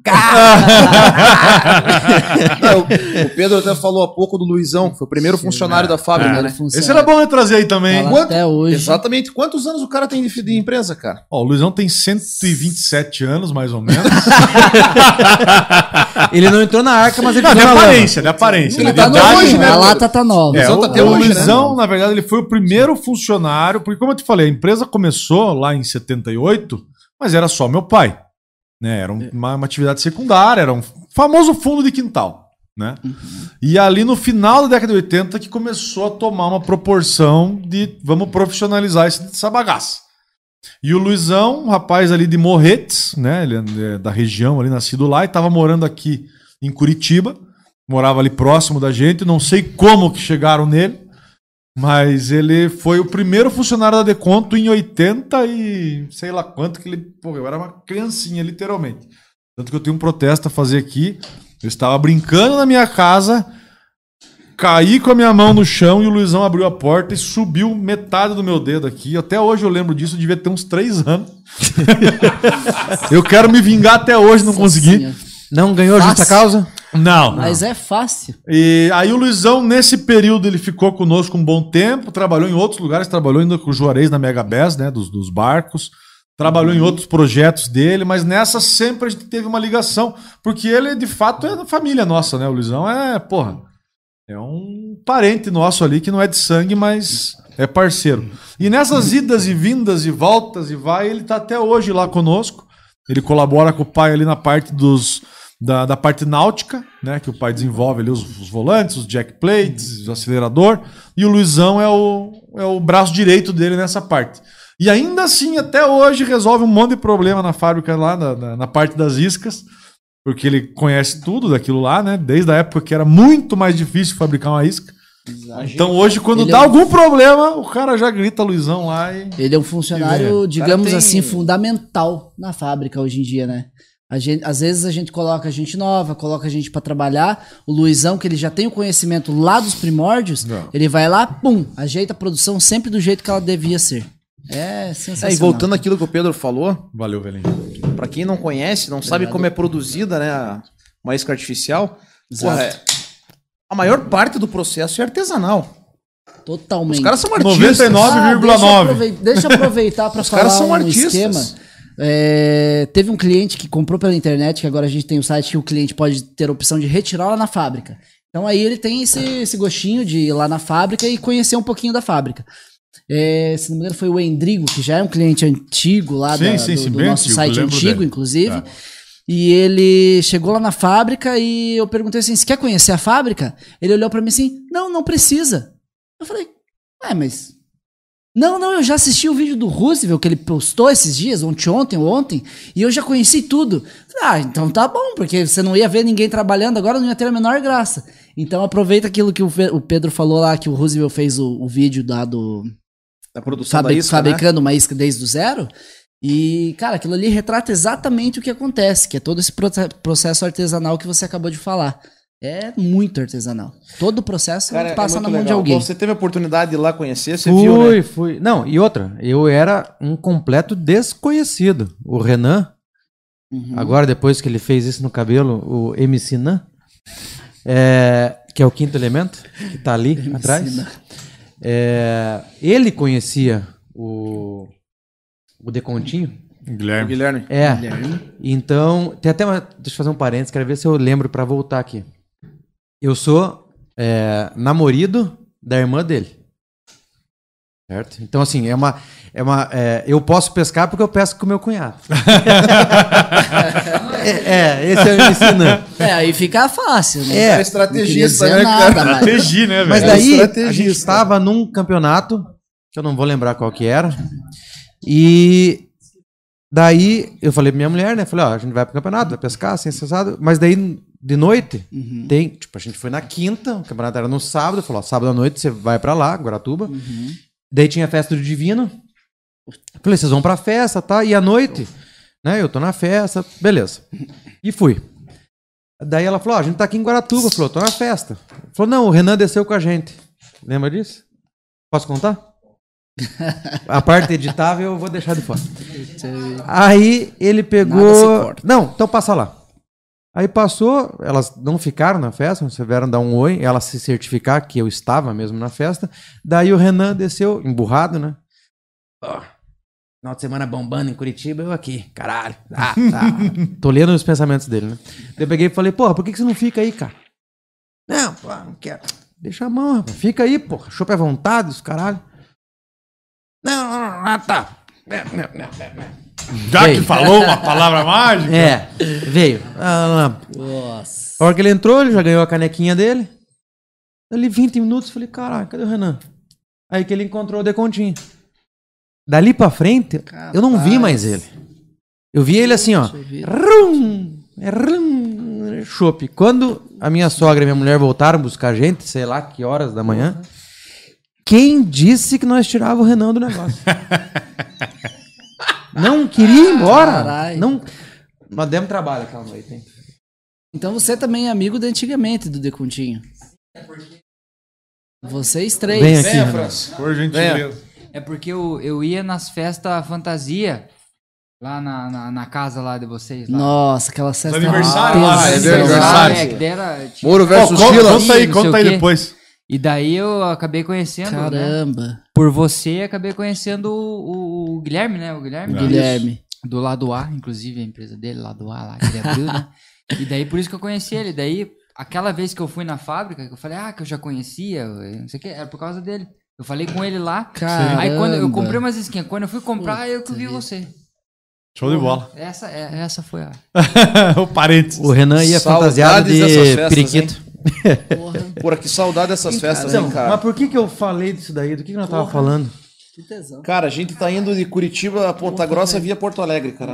Não, o, o Pedro até falou há pouco do Luizão, que foi o primeiro funcionário da fábrica, É. né? Esse era bom eu trazer aí também. Tá hein? lá até hoje. Exatamente. Quantos anos o cara tem de, de empresa, cara? Ó, o Luizão tem cento e vinte e sete anos, mais ou menos. Ele não entrou na arca, mas ele Não, de pisou na lama. aparência, de aparência. Ele de tá idade, novo, né? a lata tá nova. É, Luizão o, tá até o hoje, né? Luizão, na verdade, ele foi o primeiro funcionário, porque como eu te falei, a empresa começou lá em setenta e oito, mas era só meu pai. Né? Era um- uma, uma atividade secundária, era um famoso fundo de quintal. Né? E ali no final da década de oitenta que começou a tomar uma proporção de vamos profissionalizar esse- essa bagaça. E o Luizão, um rapaz ali de Morretes, né? Ele é da região ali, nascido lá, e estava morando aqui em Curitiba, morava ali próximo da gente, não sei como que chegaram nele, mas ele foi o primeiro funcionário da Deconto em oitenta e sei lá quanto que ele... Pô, eu era uma criancinha, literalmente. Tanto que eu tenho um protesto a fazer aqui. Eu estava brincando na minha casa, caí com a minha mão no chão e o Luizão abriu a porta e subiu metade do meu dedo aqui. Até hoje eu lembro disso, devia ter uns três anos. Eu quero me vingar até hoje, não Nossa consegui. Senhora. Não ganhou Fácil. justa causa? Não. Mas é fácil. E aí o Luizão, nesse período, ele ficou conosco um bom tempo, trabalhou em outros lugares, trabalhou ainda com o Juarez na Mega Bass, né, dos, dos barcos, trabalhou em outros projetos dele, mas nessa sempre a gente teve uma ligação, porque ele, de fato, é da família nossa, né, o Luizão é, porra, é um parente nosso ali, que não é de sangue, mas é parceiro. E nessas idas e vindas e voltas e vai, ele tá até hoje lá conosco, ele colabora com o pai ali na parte dos... Da, da parte náutica, né, que o pai desenvolve ali os, os volantes, os jack plates, o acelerador, e o Luizão é o, é o braço direito dele nessa parte. E ainda assim, até hoje, resolve um monte de problema na fábrica lá, na, na, na parte das iscas, porque ele conhece tudo daquilo lá, né, desde a época que era muito mais difícil fabricar uma isca. Então hoje, quando Ele dá é um- algum problema, o cara já grita Luizão lá e... Ele é um funcionário, E, digamos cara, tem- assim, fundamental na fábrica hoje em dia, né? A gente, às vezes a gente coloca gente nova, coloca gente pra trabalhar. O Luizão, que ele já tem o conhecimento lá dos primórdios, Não. ele vai lá, pum, ajeita a produção sempre do jeito que ela devia ser. É sensacional. É, e voltando àquilo que o Pedro falou, Valeu, velhinho. pra quem não conhece, não sabe como é produzida, né, a- uma isca artificial, porra, é- a maior parte do processo é artesanal. Totalmente. Os caras são artistas. noventa e nove vírgula Ah, deixa eu nove. aprovei- Deixa eu aproveitar para Os caras falar são um artistas. esquema. É, teve um cliente que comprou pela internet, que agora a gente tem o site que o cliente pode ter a opção de retirar lá na fábrica. Então aí ele tem esse, esse gostinho de ir lá na fábrica e conhecer um pouquinho da fábrica. É, se não me engano foi o Endrigo, que já é um cliente antigo lá Sim, da- sim, do, sim, do bem nosso antigo, site lembro antigo, dele. inclusive. É. E ele chegou lá na fábrica e eu perguntei assim, você quer conhecer a fábrica? Ele olhou pra mim assim, não, não precisa. Eu falei, é, mas Não, não, eu já assisti o vídeo do Roosevelt que ele postou esses dias, ontem, ontem ou ontem, e eu já conheci tudo. Ah, então tá bom, porque você não ia ver ninguém trabalhando, agora não ia ter a menor graça. Então aproveita aquilo que o Fe- o Pedro falou lá, que o Roosevelt fez o, o vídeo lá do... Da produção fabri- da isca, né? fabricando uma isca desde o zero. E, cara, aquilo ali retrata exatamente o que acontece, que é todo esse proce- processo artesanal que você acabou de falar. É muito artesanal. Todo o processo Cara, é passa muito na mão de legal. alguém. Você teve a oportunidade de ir lá conhecer, você Fui, viu, né? fui. Não, e outra, eu era um completo desconhecido. O Renan, Uhum. agora depois que ele fez isso no cabelo, o M C Nan, é, que é o quinto elemento, que tá ali atrás, Nan. é, ele conhecia o, o Decontinho. O Guilherme. Guilherme. É, Guilherme. então, tem até uma, deixa eu fazer um parênteses, quero ver se eu lembro pra voltar aqui. Eu sou é, namorado da irmã dele. Certo? Então, assim, é uma. É uma é, eu posso pescar porque eu pesco com meu cunhado. é, é, esse é o ensinando. É, aí fica fácil, né? É, É Não estrategista, queria né, dizer nada, cara? mas... Estratégia, né, Mas velho? daí, a estrategista. gente estava num campeonato, que eu não vou lembrar qual que era, e daí eu falei pra minha mulher, né? Falei, ó, a gente vai pro campeonato, vai pescar, assim, acessado. Mas daí, de noite, Uhum. tem, tipo, a gente foi na quinta, o campeonato era no sábado, falou, ó, sábado à noite você vai pra lá, Guaratuba. Uhum. Daí tinha a festa do Divino. Falei, vocês vão pra festa, tá? E à noite, né? Eu tô na festa, beleza. E fui. Daí ela falou, ó, a gente tá aqui em Guaratuba. Falou, tô na festa. Falou, não, o Renan desceu com a gente. Lembra disso? Posso contar? A parte editável eu vou deixar de fora. Aí ele Nada se pegou... corta. Não, então passa lá. Aí passou, elas não ficaram na festa, não vieram dar um oi, ela se certificar que eu estava mesmo na festa. Daí o Renan desceu, emburrado, né? Ó, final de semana bombando em Curitiba, eu aqui, caralho. Ah, tá. Tô lendo os pensamentos dele, né? Daí eu peguei e falei, porra, por que, que você não fica aí, cara? Não, pô, não quero. Deixa a mão, rapaz. Fica aí, porra. Chopp é vontade, os caralho. Não, não, não, ah, tá. Já que Ei. falou uma palavra mágica. É, veio. Ah, Nossa. a hora que ele entrou, ele já ganhou a canequinha dele. Ali vinte minutos, falei, caralho, cadê o Renan? Aí que ele encontrou o Decontinho. Dali pra frente, eu não vi mais ele. Eu vi ele assim, ó. Rum, rum, chopp. Quando a minha sogra e minha mulher voltaram buscar a gente, sei lá que horas da manhã, quem disse que nós tirava o Renan do negócio? Não queria ir embora. Caralho. Não. Nós demos trabalho aquela noite, hein? Então você também é amigo de antigamente do Decontinho. Vocês três. Vem aqui, Venha, Renan. França. Por gentileza. É porque eu, eu ia nas festas fantasia lá na, na, na casa lá de vocês. Lá. Nossa, aquela cesta. aniversários lá, pesada. é verdade. aniversário. É, que daí era, tinha- Moro Pô, versus conta, Chila. conta aí, não sei conta o aí quê. depois. E daí eu acabei conhecendo, né? Caramba. Por você, acabei conhecendo o, o- o Guilherme, né? O Guilherme. Guilherme. Do lado A, inclusive, a empresa dele, lado A lá, que ele abriu, né? E daí por isso que eu conheci ele. Daí, aquela vez que eu fui na fábrica, que eu falei, ah, que eu já conhecia, eu não sei o que, era por causa dele. Eu falei com ele lá. Caramba. Aí quando eu comprei umas skins, quando eu fui comprar, eu que vi você. Show de bola. Essa, é- essa foi a. o parênteses. O Renan ia Saudades fantasiado de dessas festas, periquito. Porra, Porra, que saudade dessas festas, Então, hein, cara? mas por que que eu falei disso daí? Do que que nós tava falando? que tesão. Cara, a gente tá indo de Curitiba a Ponta Grossa via Porto Alegre, cara.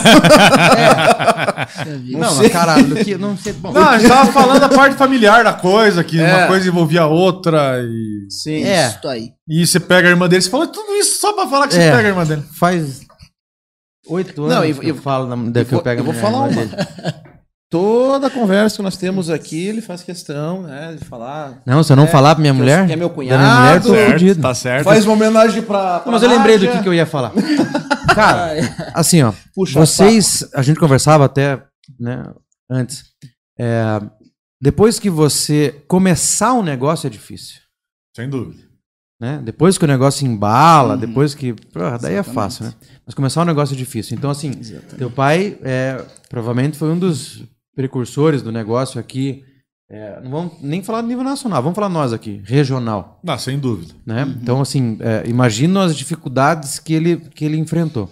Não, mas caralho, do que, não sei. Bom, Não, a gente tava falando da parte familiar da coisa, que É. uma coisa envolvia a outra e... Sim. É. Isso aí. E você pega a irmã dele, você fala tudo isso só pra falar que você É. pega a irmã dele. faz oito anos Não, e- que eu e- falo na, Eu que eu vou, pego a eu vou minha falar irmã uma. dele. Toda a conversa que nós temos aqui, ele faz questão, né, de falar. Não, se eu não É, faar pra minha que eu- mulher, que é meu da minha mulher, eu cunhado. tô Certo, fudido. tá certo. Faz uma homenagem pra. pra Não, mas eu lembrei do Nádia. que, que eu ia falar. Cara, assim, ó, Puxa vocês, a gente conversava até, né, antes. É, depois que você começar um negócio é difícil, Sem dúvida. né? Depois que o negócio embala, Uhum. depois que, porra, daí é fácil, né? Mas começar um negócio é difícil. Então, assim, teu pai é, provavelmente foi um dos precursores do negócio aqui. É, não vamos nem falar de nível nacional, vamos falar nós aqui, regional. Não, sem dúvida. Né? Então, assim, é, imagina as dificuldades que ele, que ele enfrentou.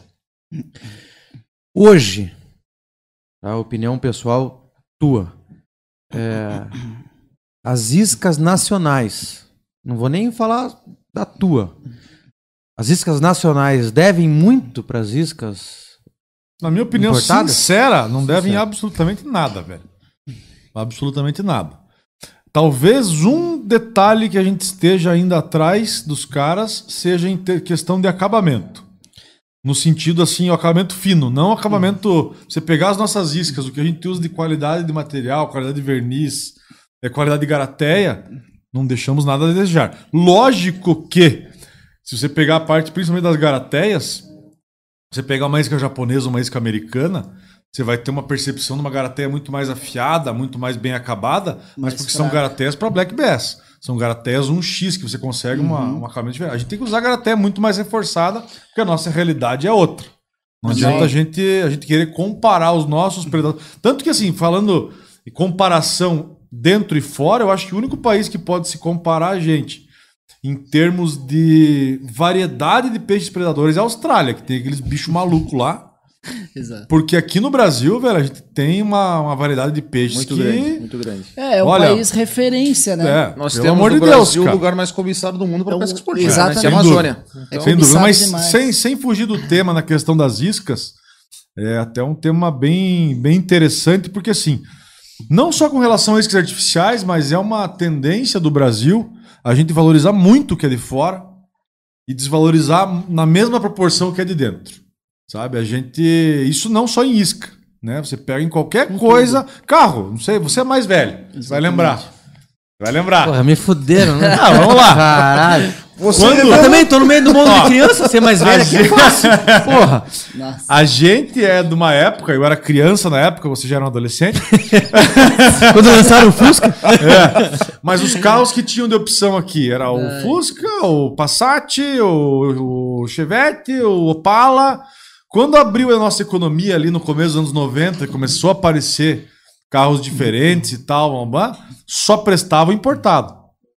Hoje, a opinião pessoal tua, é, as iscas nacionais, não vou nem falar da tua, as iscas nacionais devem muito para as iscas Na minha opinião importadas? sincera, não devem Sincera. absolutamente nada, velho. Absolutamente nada. Talvez um detalhe que a gente esteja ainda atrás dos caras seja em ter questão de acabamento. No sentido assim, o acabamento fino, não o acabamento. Você pegar as nossas iscas, o que a gente usa de qualidade de material, qualidade de verniz, é, qualidade de garateia, não deixamos nada a desejar. Lógico que, se você pegar a parte principalmente das garateias, você pegar uma isca japonesa, uma isca americana, você vai ter uma percepção de uma garateia muito mais afiada, muito mais bem acabada, mas Mais porque são fraca. garateias para Black Bass. São garateias um X, que você consegue uma, um acabamento diferente. A gente tem que usar garateia muito mais reforçada, porque a nossa realidade é outra. Não Mas adianta é. a gente, a gente querer comparar os nossos predadores. Tanto que, assim, falando em comparação dentro e fora, eu acho que o único país que pode se comparar a gente em termos de variedade de peixes predadores é a Austrália, que tem aqueles bichos malucos lá. Exato. Porque aqui no Brasil, velho, a gente tem uma, uma variedade de peixes Muito que... grande, muito grande. É, é um Olha, país referência, né? É, Nós pelo temos amor no de Deus, Brasil cara. o lugar mais cobiçado do mundo para É pesca o- esportiva, exatamente. né? Que é a Sem Amazônia. É Então, Sem dúvida, cobiçado mas demais. sem, sem fugir do tema na questão das iscas, é até um tema bem, bem interessante, porque assim, não só com relação a iscas artificiais, mas é uma tendência do Brasil a gente valorizar muito o que é de fora e desvalorizar na mesma proporção que é de dentro. Sabe? A gente. Isso não só em isca, né? Você pega em qualquer coisa. Carro, não sei, você é mais velho. Você vai lembrar. Vai lembrar. Porra, me fuderam, né? Ah, vamos lá. Caralho. Você Eu também tô no meio do mundo Ó, de criança, ser mais velho aqui é fácil. Porra. Nossa. A gente é de uma época, eu era criança na época, você já era um adolescente. Quando lançaram o Fusca. É. Mas os carros que tinham de opção aqui era o Fusca, o Passat, o, o Chevette, o Opala. Quando abriu a nossa economia ali no começo dos anos noventa, começou a aparecer carros diferentes e tal, blá, blá, só prestava importado,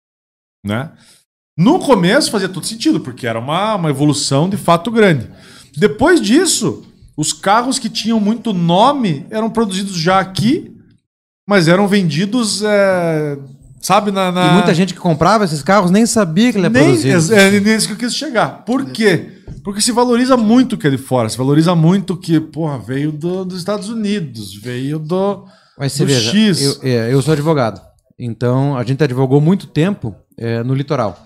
né? No começo fazia todo sentido, porque era uma, uma evolução de fato grande. Depois disso, os carros que tinham muito nome eram produzidos já aqui, mas eram vendidos, é, sabe, na, na... E muita gente que comprava esses carros nem sabia que ele é Nem, produzido. é, é nisso que eu quis chegar. Por quê? Porque se valoriza muito o que é de fora. Se valoriza muito que, porra, veio do- dos Estados Unidos, veio do, Mas você do veja, X. eu, é, eu sou advogado. Então, a gente advogou muito tempo é, no litoral.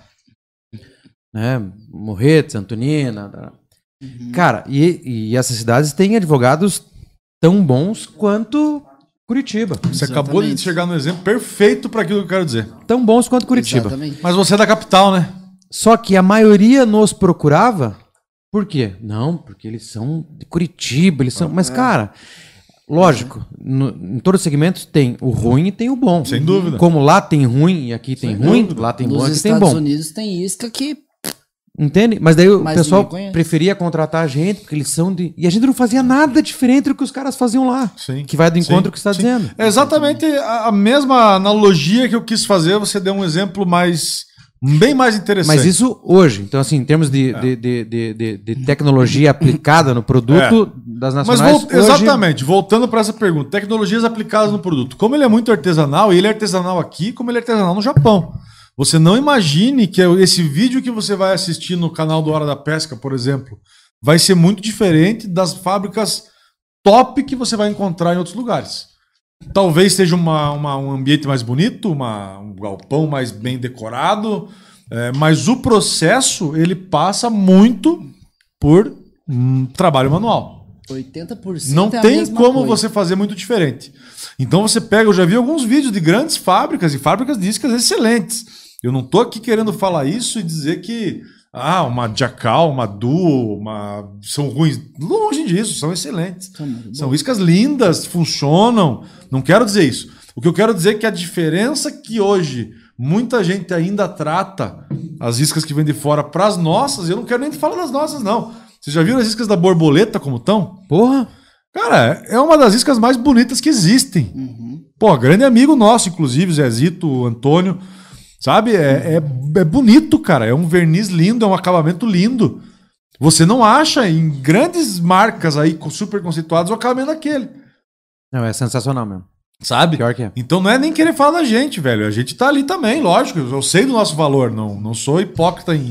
Né? Morretes, Antonina. tá. Cara, e, e essas cidades têm advogados tão bons quanto Curitiba. Você acabou de Exatamente. chegar no exemplo perfeito para aquilo que eu quero dizer. Tão bons quanto Curitiba. Exatamente. Mas você é da capital, né? Só que a maioria nos procurava. Por quê? Não, porque eles são de Curitiba, eles são. Mas, cara, lógico, no- em todos os segmentos tem o ruim e tem o bom. Sem dúvida. Como lá tem ruim e aqui tem Sem ruim, dúvida. lá tem bom Nos e aqui tem Estados bom. Unidos tem isca que Entende? Mas daí o Mas pessoal ninguém conhece. preferia contratar a gente, porque eles são de. E a gente não fazia nada diferente do que os caras faziam lá. Sim. Que vai do encontro Sim, que você está sim. dizendo. É exatamente a, a mesma analogia que eu quis fazer. Você deu um exemplo mais, bem mais interessante. Mas isso hoje. Então, assim, em termos de, de, de, de, de- de tecnologia aplicada no produto das Mas nacionais. vol- hoje- exatamente, voltando para essa pergunta, tecnologias aplicadas no produto. Como ele é muito artesanal, e ele é artesanal aqui, como ele é artesanal no Japão. Você não imagine que esse vídeo que você vai assistir no canal do Hora da Pesca, por exemplo, vai ser muito diferente das fábricas top que você vai encontrar em outros lugares. Talvez seja uma, uma- um ambiente mais bonito, uma- um galpão mais bem decorado, é, mas o processo ele passa muito por hum, trabalho manual. oitenta por cento Não é a tem mesma como coisa. você fazer muito diferente. Então você pega, eu já vi alguns vídeos de grandes fábricas e fábricas de iscas excelentes. Eu não tô aqui querendo falar isso e dizer que ah, uma Jackal, uma Duo, uma são ruins. Longe disso, são excelentes. São muito São iscas lindas, funcionam. Não quero dizer isso. O que eu quero dizer é que a diferença que hoje muita gente ainda trata as iscas que vêm de fora para as nossas, eu não quero nem falar das nossas, não. Vocês já viram as iscas da borboleta como estão? Porra! Cara, é uma das iscas mais bonitas que existem. Pô, grande amigo nosso, inclusive, o Zezito, o Antônio. Sabe? É, é, é bonito, cara. É um verniz lindo, é um acabamento lindo. Você não acha em grandes marcas aí super conceituadas o acabamento daquele. Não, é sensacional mesmo. Sabe? Pior que é. Então não é nem querer falar da gente, velho. A gente tá ali também, lógico. Eu sei do nosso valor. Não, não sou hipócrita em,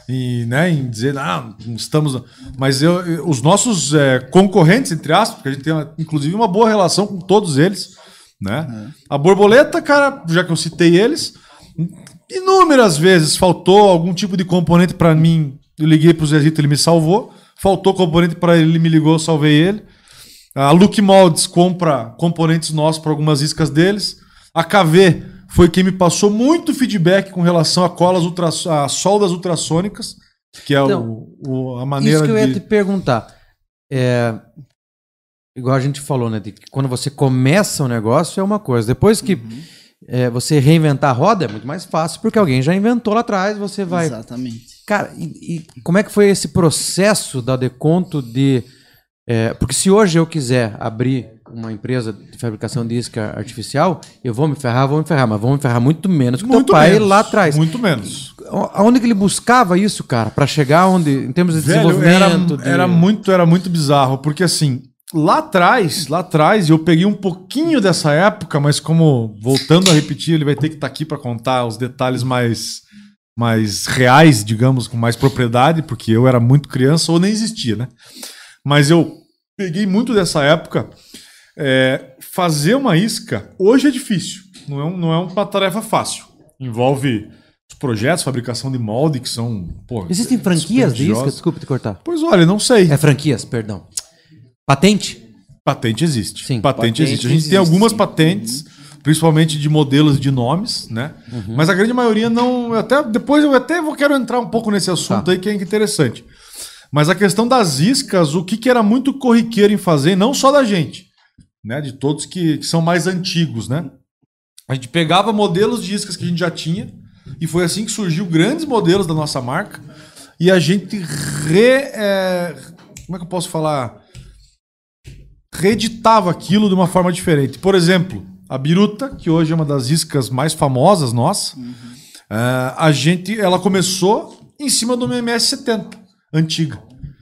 em, né, em dizer, ah, estamos. Mas eu, eu- os nossos é, concorrentes, entre aspas, porque a gente tem, uma- inclusive, uma boa relação com todos eles, né? A Borboleta, cara, já que eu citei eles, inúmeras vezes faltou algum tipo de componente para mim. Eu liguei pro Zezito, ele me salvou. Faltou componente para ele, ele me ligou, eu salvei ele. A Look Molds compra componentes nossos para algumas iscas deles. A K V foi quem me passou muito feedback com relação a colas ultra, a soldas ultrassônicas, que é Então, o, o- a maneira Isso que eu ia de... te perguntar. É, igual a gente falou, né? de que quando você começa o negócio é uma coisa. Depois que é, você reinventar a roda é muito mais fácil, porque alguém já inventou lá atrás, você vai... Exatamente. Cara, e, e como é que foi esse processo da Deconto de... é, porque se hoje eu quiser abrir uma empresa de fabricação de isca artificial, eu vou me ferrar, vou me ferrar, mas vou me ferrar muito menos que o teu Muito pai menos, lá atrás. Muito menos. Aonde que ele buscava isso, cara? Pra chegar onde, em termos de Velho, desenvolvimento? era, de- era muito, era muito bizarro, porque assim, lá atrás, lá atrás, eu peguei um pouquinho dessa época, mas como, voltando a repetir, ele vai ter que estar aqui para contar os detalhes mais, mais reais, digamos, com mais propriedade, porque eu era muito criança ou nem existia, né? Mas eu peguei muito dessa época. É, fazer uma isca, hoje é difícil, não é, um, não é uma tarefa fácil. Envolve os projetos, fabricação de molde, que são, pô, Existem franquias de isca? dispendiosos. Desculpa te cortar. Pois olha, não sei. É franquias, perdão. Patente? Patente existe. Sim. Patente, Patente existe. A gente existe, tem algumas sim. patentes, principalmente de modelos de nomes, né? Mas a grande maioria não. eu Até depois eu até vou quero entrar um pouco nesse assunto Tá. aí que é interessante. Mas a questão das iscas, o que, que era muito corriqueiro em fazer, não só da gente, né? De todos que, que são mais antigos, né? A gente pegava modelos de iscas que a gente já tinha, e foi assim que surgiu grandes modelos da nossa marca, e a gente re. é, como é que eu posso falar? Reeditava aquilo de uma forma diferente. Por exemplo, a Biruta, que hoje é uma das iscas mais famosas nossa, é, a gente, ela começou em cima de uma M S setenta, antiga.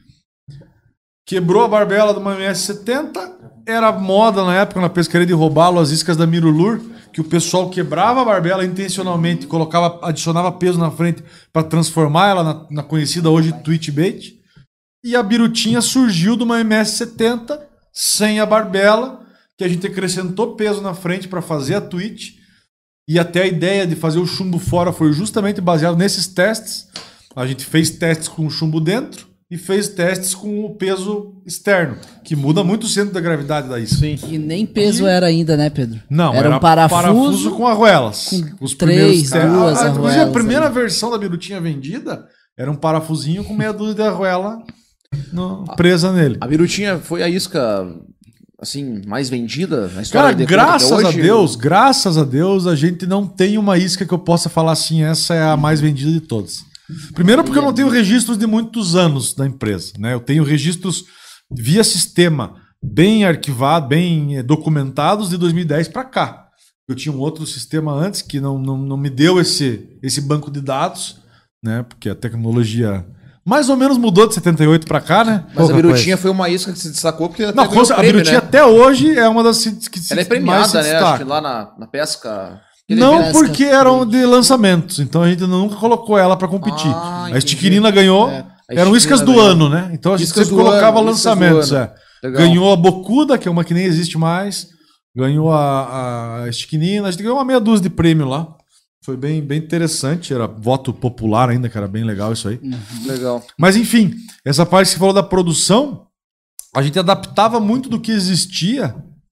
Quebrou a barbela de uma M S setenta, era moda na época na pescaria de roubalo as iscas da Mirulur, que o pessoal quebrava a barbela intencionalmente, colocava, adicionava peso na frente para transformar ela na, na conhecida hoje Twitch Bait. E a birutinha surgiu de uma M S setenta sem a barbela, que a gente acrescentou peso na frente para fazer a Twitch. E até a ideia de fazer o chumbo fora foi justamente baseado nesses testes. A gente fez testes com o chumbo dentro e fez testes com o peso externo, que muda muito o centro da gravidade da isca. Sim. E nem peso era ainda, né, Pedro? Não, era, um parafuso, com arruelas. com Os três, primeiros testes. duas Ah, inclusive, a arruelas primeira ali. versão da birutinha vendida era um parafusinho com meia dúzia de arruela no- presa nele. A birutinha foi a isca, assim, mais vendida na história Cara, da Deconto até graças a hoje? Deus, graças a Deus, a gente não tem uma isca que eu possa falar assim, essa é a mais vendida de todas. Primeiro porque eu não tenho registros de muitos anos da empresa, né? Eu tenho registros via sistema bem arquivados, bem eh, documentados de dois mil e dez para cá. Eu tinha um outro sistema antes que não, não, não me deu esse, esse banco de dados, né? Porque a tecnologia mais ou menos mudou de setenta e oito para cá, né? Mas Pouca a birutinha foi uma isca que se destacou porque até Não, ganhou a prêmio, birutinha né? até hoje é uma das que se Ela é mais premiada, se né? destaca. Acho que lá na, na pesca... Não, Pesca. porque eram de lançamentos, então a gente nunca colocou ela pra competir. Ah, a entendi. Estiquirina ganhou, É, a eram iscas do Estiquirina ano, ganhou. né? Então a gente Iscas sempre do colocava ano, iscas do lançamentos. ano. É. Legal. Ganhou a Bocuda, que é uma que nem existe mais. Ganhou a, a Estiquinina, a gente ganhou uma meia dúzia de prêmio lá. Foi bem, bem interessante, era voto popular ainda, que era bem legal isso aí. Legal. Mas enfim, essa parte que você falou da produção, a gente adaptava muito do que existia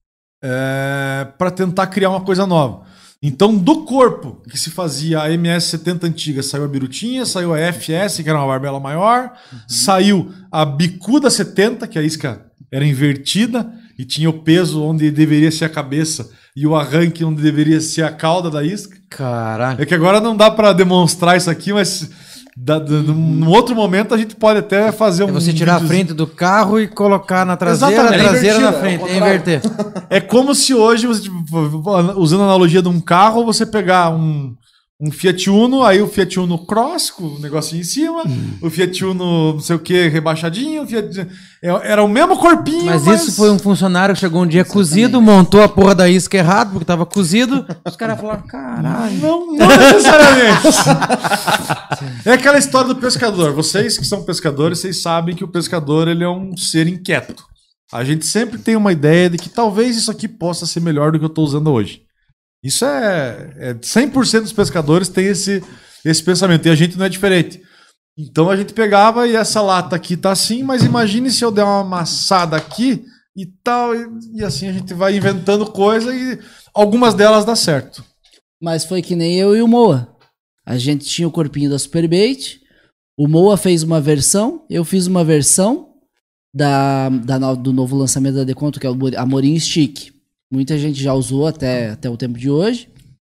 é, para tentar criar uma coisa nova. Então, do corpo que se fazia a M S setenta antiga, saiu a birutinha, saiu a F S, que era uma barbela maior, saiu a bicuda setenta, que a isca era invertida e tinha o peso onde deveria ser a cabeça e o arranque onde deveria ser a cauda da isca. Caralho. É que agora não dá para demonstrar isso aqui, mas da, da, num outro momento a gente pode até fazer um. É você tirar a videozinho. frente do carro e colocar na traseira, a Exatamente. traseira na É frente. invertida, É é o inverter. É como se hoje, você, tipo, usando a analogia de um carro, você pegar um, um Fiat Uno, aí o Fiat Uno Cross, com o negocinho em cima, o Fiat Uno não sei o que, rebaixadinho, o Fiat... era o mesmo corpinho, Mas, mas isso foi um funcionário que chegou um dia cozido, montou a porra da isca errado, porque tava cozido, os caras falaram, caralho. Não, não necessariamente. É aquela história do pescador. Vocês que são pescadores, vocês sabem que o pescador ele é um ser inquieto. A gente sempre tem uma ideia de que talvez isso aqui possa ser melhor do que eu estou usando hoje. Isso é, é cem por cento dos pescadores tem esse, esse pensamento, e a gente não é diferente. Então a gente pegava e essa lata aqui tá assim, mas imagine se eu der uma amassada aqui e tal, e, e assim a gente vai inventando coisa e algumas delas dá certo. Mas foi que nem eu e o Moa. A gente tinha o corpinho da Superbait, o Moa fez uma versão, eu fiz uma versão da, da no, do novo lançamento da Deconto, que é o Amorim Stick. Muita gente já usou até, até o tempo de hoje.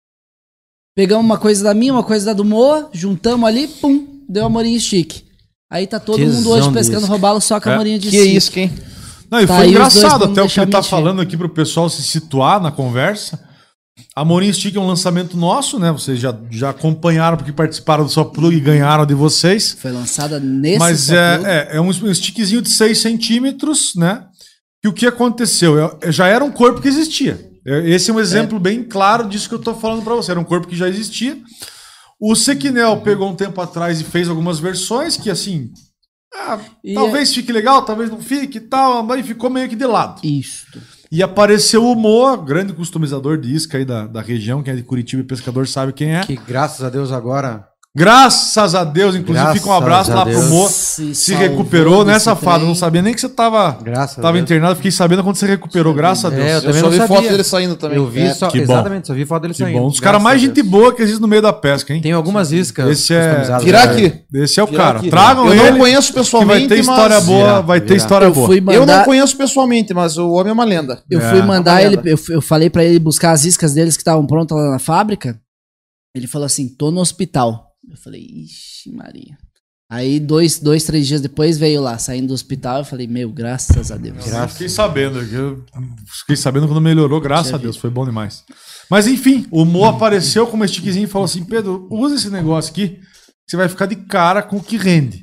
Pegamos uma coisa da minha, uma coisa da do Moa, juntamos ali, pum, deu Amorim Stick. Aí tá todo Tesão mundo hoje pescando disso. robalo só com a É. Amorim de Que stick. isso, quem? Não, e Tá foi aí os dois engraçado pra não até o que deixar ele tá mentir. falando aqui pro pessoal se situar na conversa. A Amorim Stick é um lançamento nosso, né? Vocês já, já acompanharam porque participaram do Só Plug e ganharam de vocês. Foi lançada nesse Mas Só Plug. é, é, é um stickzinho de seis centímetros, né? E o que aconteceu? É- já era um corpo que existia. É, Esse é um exemplo bem claro disso que eu tô falando pra você. Era um corpo que já existia. O Sequinel pegou um tempo atrás e fez algumas versões que, assim... ah, E talvez fique legal, talvez não fique e tal, mas ficou meio que de lado. Isto. E apareceu o Moa, grande customizador de isca aí da, da região, quem é de Curitiba e pescador sabe quem é. Que graças a Deus agora... Graças a Deus, inclusive Graças fica um abraço a lá Deus. pro Moa. Se Se salvou recuperou, né, desse safado? Eu trem. não sabia nem que você tava, Graças a tava Deus. internado. Fiquei sabendo quando você recuperou, graças a Deus. É, eu Eu também só não vi sabia. foto dele saindo também. Eu vi É. só, que bom. exatamente, só vi foto dele Que saindo. bom. Os caras mais Graças a gente Deus. boa que existe no meio da pesca, hein? Tem algumas iscas Esse é- customizadas, Virar né? aqui. Esse é o Virar cara. aqui. Tragam Eu ele, não conheço que vai pessoalmente, ter história mas... boa, Virar, vai ter virar. história Eu boa. fui Eu mandar, não conheço pessoalmente, mas o homem é uma lenda. eu É, fui é mandar uma ele, lenda. eu, eu falei pra ele buscar as iscas deles que estavam prontas lá na fábrica. Ele falou assim, tô no hospital. Eu falei, ixi Maria. Aí dois, dois, três dias depois veio lá, saindo do hospital, eu falei, meu, graças a Deus. Eu fiquei sabendo. Eu fiquei sabendo quando melhorou, graças a Deus. Foi bom demais. Mas enfim, o Mo apareceu com uma stickzinha e falou assim: Pedro, usa esse negócio aqui, que você vai ficar de cara com o que rende.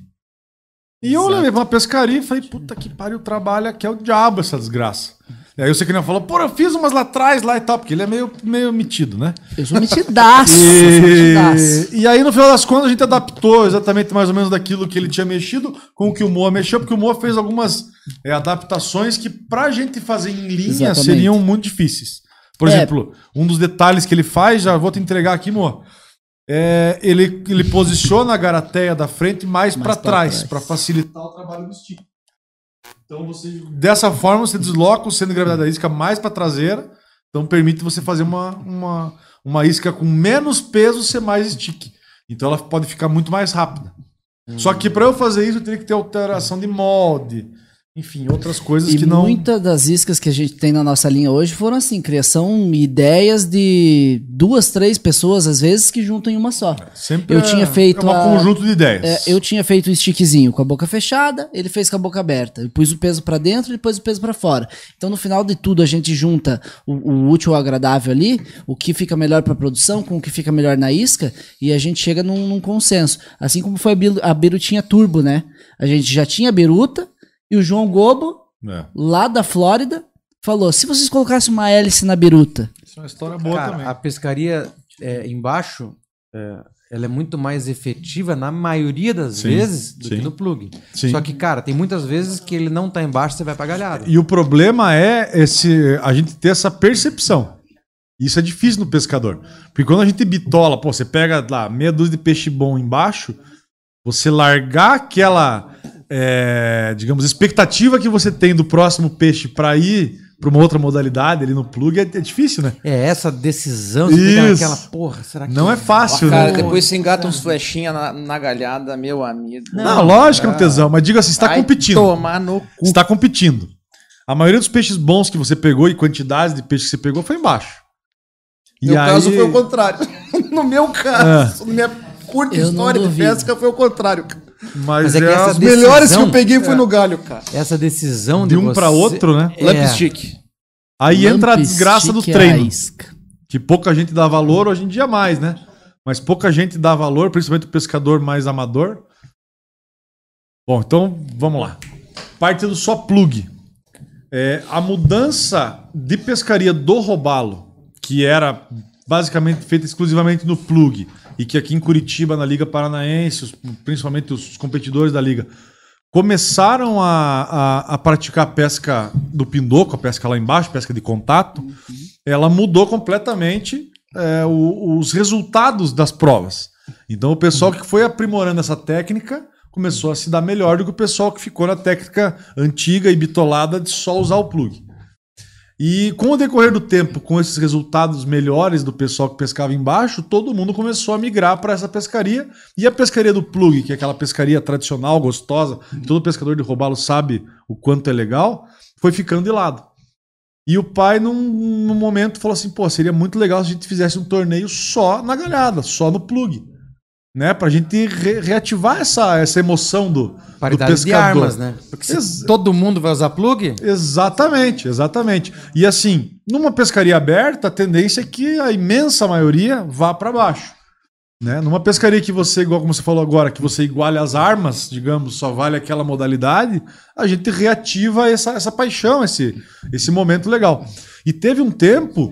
E eu levei pra uma pescaria e falei, puta que pariu, trabalha que é o diabo essa desgraça. E aí o Sequinel falou, pô, eu fiz umas lá atrás, lá e tal, porque ele é meio, meio metido, né? Eu sou metidaço, eu sou metidaço. E, e aí, no final das contas, a gente adaptou exatamente mais ou menos daquilo que ele tinha mexido com o que o Moa mexeu, porque o Moa fez algumas é, adaptações que, pra gente fazer em linha, Exatamente. seriam muito difíceis. Por É. exemplo, um dos detalhes que ele faz, já vou te entregar aqui, Moa. É, ele, ele posiciona a garateia da frente mais, Mais pra pra trás, trás. para facilitar o trabalho do stick. Então, você, dessa forma, você desloca o centro de gravidade da isca mais para traseira. Então, permite você fazer uma, uma, uma isca com menos peso ser mais stick. Então, ela pode ficar muito mais rápida. Só que para eu fazer isso, eu teria que ter alteração de molde. Enfim, outras coisas E que não... muitas das iscas que a gente tem na nossa linha hoje foram assim, criação e ideias de duas, três pessoas, às vezes, que juntam em uma só. Sempre eu é- tinha feito é um a- conjunto de ideias. É, eu tinha feito o stickzinho com a boca fechada, ele fez com a boca aberta. Eu pus o peso pra dentro e pôs o peso pra fora. Então, no final de tudo, a gente junta o, o útil ao agradável ali, o que fica melhor pra produção com o que fica melhor na isca, e a gente chega num, num consenso. Assim como foi a, biru, a birutinha turbo, né? A gente já tinha a biruta, e o João Gobo, É. lá da Flórida, falou, se vocês colocassem uma hélice na biruta, Isso é uma história boa Cara, também. a pescaria é, embaixo, é, ela é muito mais efetiva na maioria das Sim, vezes do sim. que no plug. Sim. Só que, cara, tem muitas vezes que ele não tá embaixo, você vai pra galhada. E o problema é esse, a gente ter essa percepção. Isso é difícil no pescador. Porque quando a gente bitola, pô, você pega lá meia dúzia de peixe bom embaixo, você largar aquela, é, digamos, expectativa que você tem do próximo peixe para ir para uma outra modalidade ali no plug é, é difícil, né? É essa decisão, você fica Isso. naquela porra, será que... Não é fácil, Cara, né? depois você engata uns flechinhas na, na galhada, meu amigo. Não, lógico que é um tesão, mas diga assim, você está Vai competindo. tomar no cu. Você está competindo. A maioria dos peixes bons que você pegou e quantidades de peixe que você pegou foi embaixo. No meu caso foi o contrário. No meu caso, na minha curta Eu não história de duvido. pesca foi o contrário. Mas, Mas é que é essa as Os melhores que eu decisão- peguei foi no galho, cara. Essa decisão de de um você- para outro, né? É. Lamp stick. Aí entra a lamp desgraça do stick é a treino. isca. Que pouca gente dá valor, hoje em dia mais, né? mas pouca gente dá valor, principalmente o pescador mais amador. Bom, então vamos lá. Parte do só plug. É, a mudança de pescaria do robalo, que era basicamente feita exclusivamente no plug, e que aqui em Curitiba, na Liga Paranaense, os, principalmente os competidores da Liga, começaram a, a, a praticar a pesca do pindoco, a pesca lá embaixo, pesca de contato, uhum. ela mudou completamente é, o, os resultados das provas. Então o pessoal que foi aprimorando essa técnica começou a se dar melhor do que o pessoal que ficou na técnica antiga e bitolada de só usar o plug. E com o decorrer do tempo, com esses resultados melhores do pessoal que pescava embaixo, todo mundo começou a migrar para essa pescaria. E a pescaria do plug, que é aquela pescaria tradicional, gostosa, que todo pescador de robalo sabe o quanto é legal, foi ficando de lado. E o pai, num, num momento, falou assim, pô, seria muito legal se a gente fizesse um torneio só na galhada, só no plug. Né, pra gente re reativar essa, essa emoção do, paridade do pescador. De armas, né? Porque se Ex todo mundo vai usar plug... Exatamente, exatamente. E assim, numa pescaria aberta, a tendência é que a imensa maioria vá para baixo. Né? Numa pescaria que você, igual como você falou agora, que você iguale as armas, digamos, só vale aquela modalidade, a gente reativa essa, essa paixão, esse, esse momento legal. E teve um tempo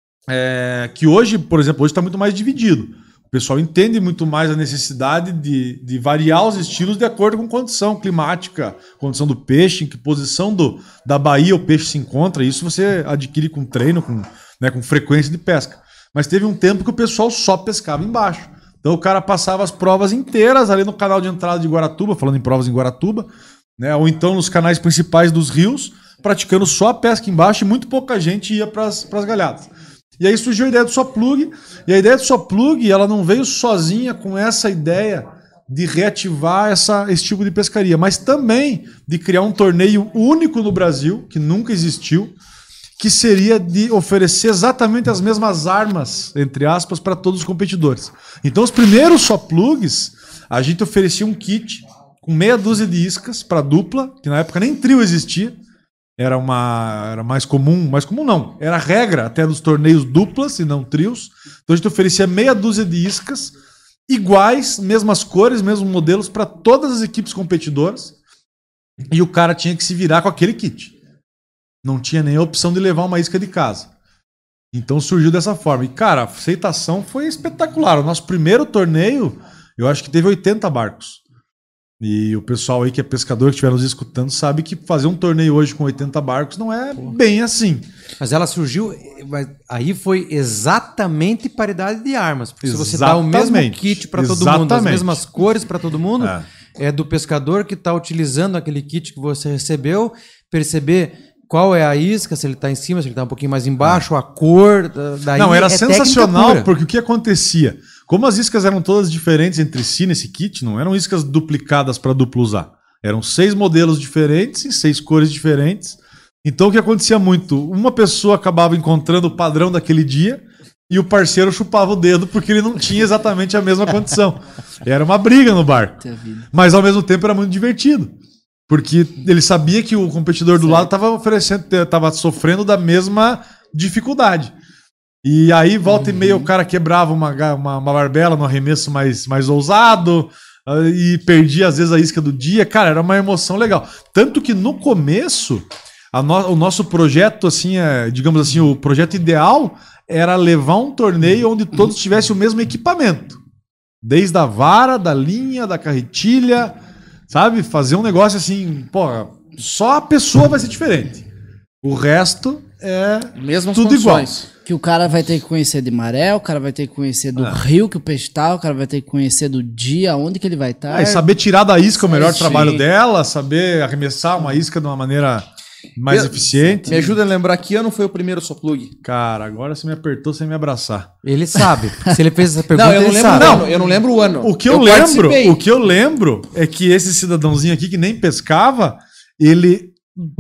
é, que hoje, por exemplo, hoje está muito mais dividido. O pessoal entende muito mais a necessidade de, de variar os estilos de acordo com condição climática, condição do peixe, em que posição do, da baía o peixe se encontra. Isso você adquire com treino, com, né, com frequência de pesca. Mas teve um tempo que o pessoal só pescava embaixo. Então o cara passava as provas inteiras ali no canal de entrada de Guaratuba, falando em provas em Guaratuba, né, ou então nos canais principais dos rios, praticando só a pesca embaixo e muito pouca gente ia para as galhadas. E aí surgiu a ideia do só plug, e a ideia do só plug, ela não veio sozinha com essa ideia de reativar essa, esse tipo de pescaria, mas também de criar um torneio único no Brasil, que nunca existiu, que seria de oferecer exatamente as mesmas armas, entre aspas, para todos os competidores. Então os primeiros só plugs, a gente oferecia um kit com meia dúzia de iscas para dupla, que na época nem trio existia. Era, uma, era mais comum, mais comum não, era regra até dos torneios duplas e não trios. Então a gente oferecia meia dúzia de iscas, iguais, mesmas cores, mesmos modelos para todas as equipes competidoras. E o cara tinha que se virar com aquele kit. Não tinha nem a opção de levar uma isca de casa. Então surgiu dessa forma. E cara, a aceitação foi espetacular. O nosso primeiro torneio, eu acho que teve oitenta barcos. E o pessoal aí que é pescador, que estiver nos escutando, sabe que fazer um torneio hoje com oitenta barcos não é Pô. bem assim. Mas ela surgiu, mas aí foi exatamente paridade de armas. Porque exatamente. Se você dá o mesmo kit para todo mundo, as mesmas cores para todo mundo, é. é do pescador que está utilizando aquele kit que você recebeu, perceber qual é a isca, se ele está em cima, se ele está um pouquinho mais embaixo, é. a cor. Daí não, era é sensacional, porque o que acontecia? Como as iscas eram todas diferentes entre si nesse kit, não eram iscas duplicadas para duplo usar. Eram seis modelos diferentes e seis cores diferentes. Então o que acontecia muito? Uma pessoa acabava encontrando o padrão daquele dia e o parceiro chupava o dedo porque ele não tinha exatamente a mesma condição. Era uma briga no bar. Mas ao mesmo tempo era muito divertido. Porque ele sabia que o competidor do certo. lado estava oferecendo, estava sofrendo da mesma dificuldade. E aí, volta uhum. e meia, o cara quebrava uma, uma, uma barbela no arremesso mais, mais ousado uh, e perdia, às vezes, a isca do dia. Cara, era uma emoção legal. Tanto que, no começo, a no, o nosso projeto, assim, é, digamos assim, o projeto ideal era levar um torneio onde todos tivessem o mesmo equipamento. Desde a vara, da linha, da carretilha, sabe? Fazer um negócio assim, pô, só a pessoa vai ser diferente. O resto é Mesmas tudo condições. igual. Que o cara vai ter que conhecer de maré, o cara vai ter que conhecer do ah. rio que o peixe tá, o cara vai ter que conhecer do dia, onde que ele vai estar. Tá. É, e saber tirar da isca o melhor Sim. trabalho dela, saber arremessar uma isca de uma maneira mais eu, eficiente. Me ajuda a lembrar que ano foi o primeiro só plug? Cara, agora você me apertou sem me abraçar. Ele sabe. Se ele fez essa pergunta, não, eu não ele lembro sabe. Não, eu não lembro o ano. O que eu, eu lembro, o que eu lembro é que esse cidadãozinho aqui que nem pescava, ele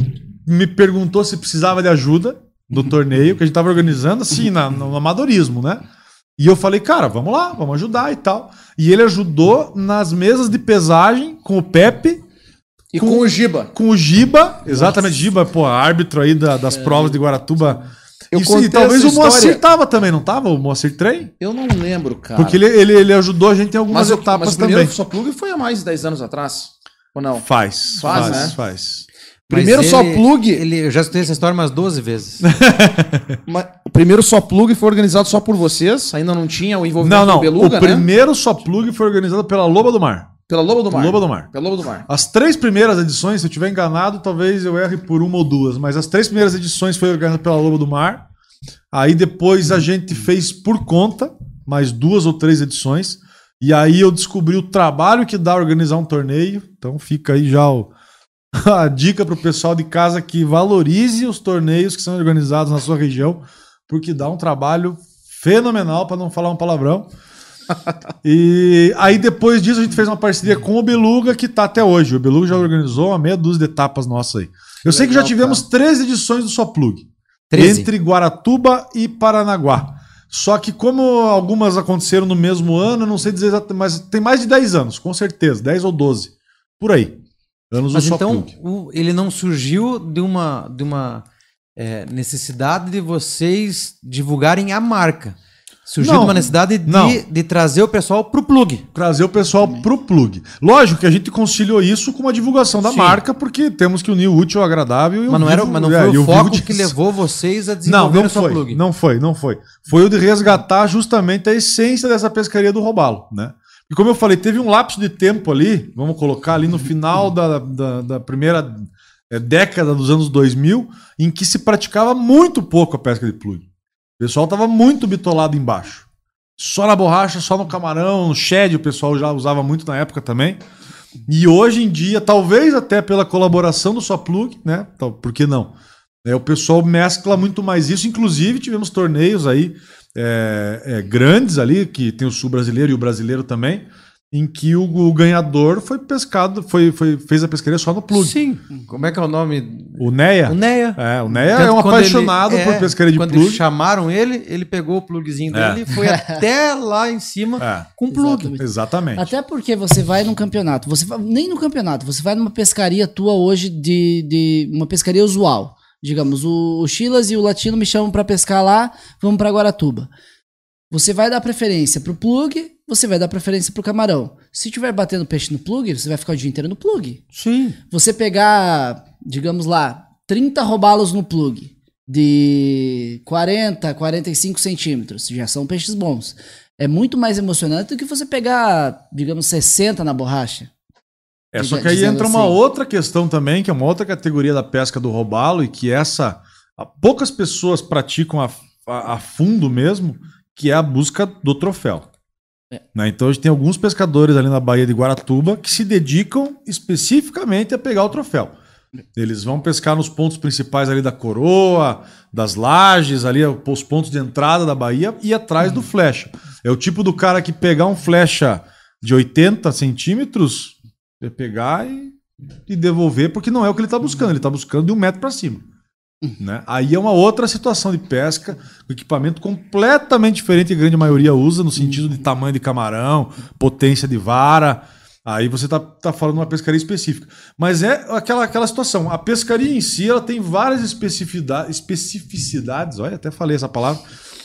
me perguntou se precisava de ajuda do torneio que a gente tava organizando, assim, na, no amadorismo, né? E eu falei, cara, vamos lá, vamos ajudar e tal. E ele ajudou nas mesas de pesagem com o Pepe. E com, com o Giba. Com o Giba, exatamente, Nossa. Giba, pô, árbitro aí da, das é. provas de Guaratuba Eu Isso, e contei talvez essa o Moacir história- tava também, não tava? O Moacir Trem? Eu não lembro, cara. Porque ele, ele, ele ajudou a gente em algumas mas, o- etapas mas o primeiro também. só plug foi há mais de dez anos atrás. Ou não? Faz, Faz, faz, né? faz. Primeiro Mas só ele- plug. Ele, eu já escutei essa história umas doze vezes. Mas o primeiro só plug foi organizado só por vocês. Ainda não tinha o envolvimento Não, não. do Beluga, o né? primeiro Só Plug foi organizado pela Loba do Mar. Pela Lobo do Mar. Lobo do Mar. Pela Lobo do Mar. As três primeiras edições, se eu estiver enganado, talvez eu erre por uma ou duas, mas as três primeiras edições foi organizada pela Lobo do Mar. Aí depois a gente fez por conta, mais duas ou três edições. E aí eu descobri o trabalho que dá organizar um torneio. Então fica aí já o, a dica pro pessoal de casa que valorize os torneios que são organizados na sua região, porque dá um trabalho fenomenal, para não falar um palavrão. E aí depois disso a gente fez uma parceria com o Beluga, que tá até hoje. O Beluga já organizou uma meia dúzia de etapas nossas aí. Eu sei que já legal, tivemos três edições do Só Plug. treze. Entre Guaratuba e Paranaguá. Só que como algumas aconteceram no mesmo ano, eu não sei dizer exatamente, mas tem mais de dez anos, com certeza. dez ou doze. Por aí. Anos Mas do Só então, Plug. o- ele não surgiu de uma, de uma é, necessidade de vocês divulgarem a marca. Surgiu Não, de uma necessidade não. de, de trazer o pessoal pro plug. Trazer o pessoal pro plug. Lógico que a gente conciliou isso com a divulgação da Sim. marca, porque temos que unir o útil ao agradável e o Mas não, era, vivo- mas não é, foi e o vivo foco disso. que levou vocês a Não, desenvolver não o seu foi, plug. não foi, não foi. Foi o de resgatar justamente a essência dessa pescaria do robalo, né? E como eu falei, teve um lapso de tempo ali, vamos colocar ali no final da, da, da primeira é, década dos anos dois mil, em que se praticava muito pouco a pesca de plug. O pessoal estava muito bitolado embaixo. Só na borracha, só no camarão, no shed, o pessoal já usava muito na época também. E hoje em dia, talvez até pela colaboração do Só Plug, né? Tal- Por que não? É, o pessoal mescla muito mais isso. Inclusive, tivemos torneios aí é, é, grandes ali, que tem o sul brasileiro e o brasileiro também, em que o, o ganhador foi pescado, foi, foi, fez a pescaria só no plug. Sim. Como é que é o nome? O Neia. O Neia. É, o Neia Tanto é um quando apaixonado ele- por é, pescaria de quando plug. chamaram ele, ele pegou o plugzinho É. dele e foi até lá em cima É, com plug. Exatamente. exatamente. Até porque você vai num campeonato, você vai- nem no campeonato, você vai numa pescaria tua hoje de, de uma pescaria usual. Digamos, o, o Chilas e o Latino me chamam pra pescar lá, vamos pra Guaratuba. Você vai dar preferência pro plug, você vai dar preferência pro camarão. Se tiver batendo peixe no plug, você vai ficar o dia inteiro no plug. Sim. Você pegar, digamos lá, trinta robalos no plug de quarenta, quarenta e cinco centímetros, já são peixes bons. É muito mais emocionante do que você pegar, digamos, sessenta na borracha. É, só Diga- que aí dizendo entra uma assim. outra questão também, que é uma outra categoria da pesca do robalo, e que essa a- poucas pessoas praticam a, a- a fundo mesmo, que é a busca do troféu. É. Né? Então a gente tem alguns pescadores ali na Baía de Guaratuba que se dedicam especificamente a pegar o troféu. Eles vão pescar nos pontos principais ali da coroa, das lajes, ali os pontos de entrada da Baía e atrás do flecha. É o tipo do cara que pegar um flecha de oitenta centímetros, é pegar e, e devolver, porque não é o que ele está buscando. Ele está buscando de um metro para cima. Né? Aí é uma outra situação de pesca, com equipamento completamente diferente que a grande maioria usa, no sentido de tamanho de camarão, potência de vara. Aí você tá, tá falando de uma pescaria específica. Mas é aquela, aquela situação. A pescaria em si ela tem várias especificidades, especificidades, olha, até falei essa palavra,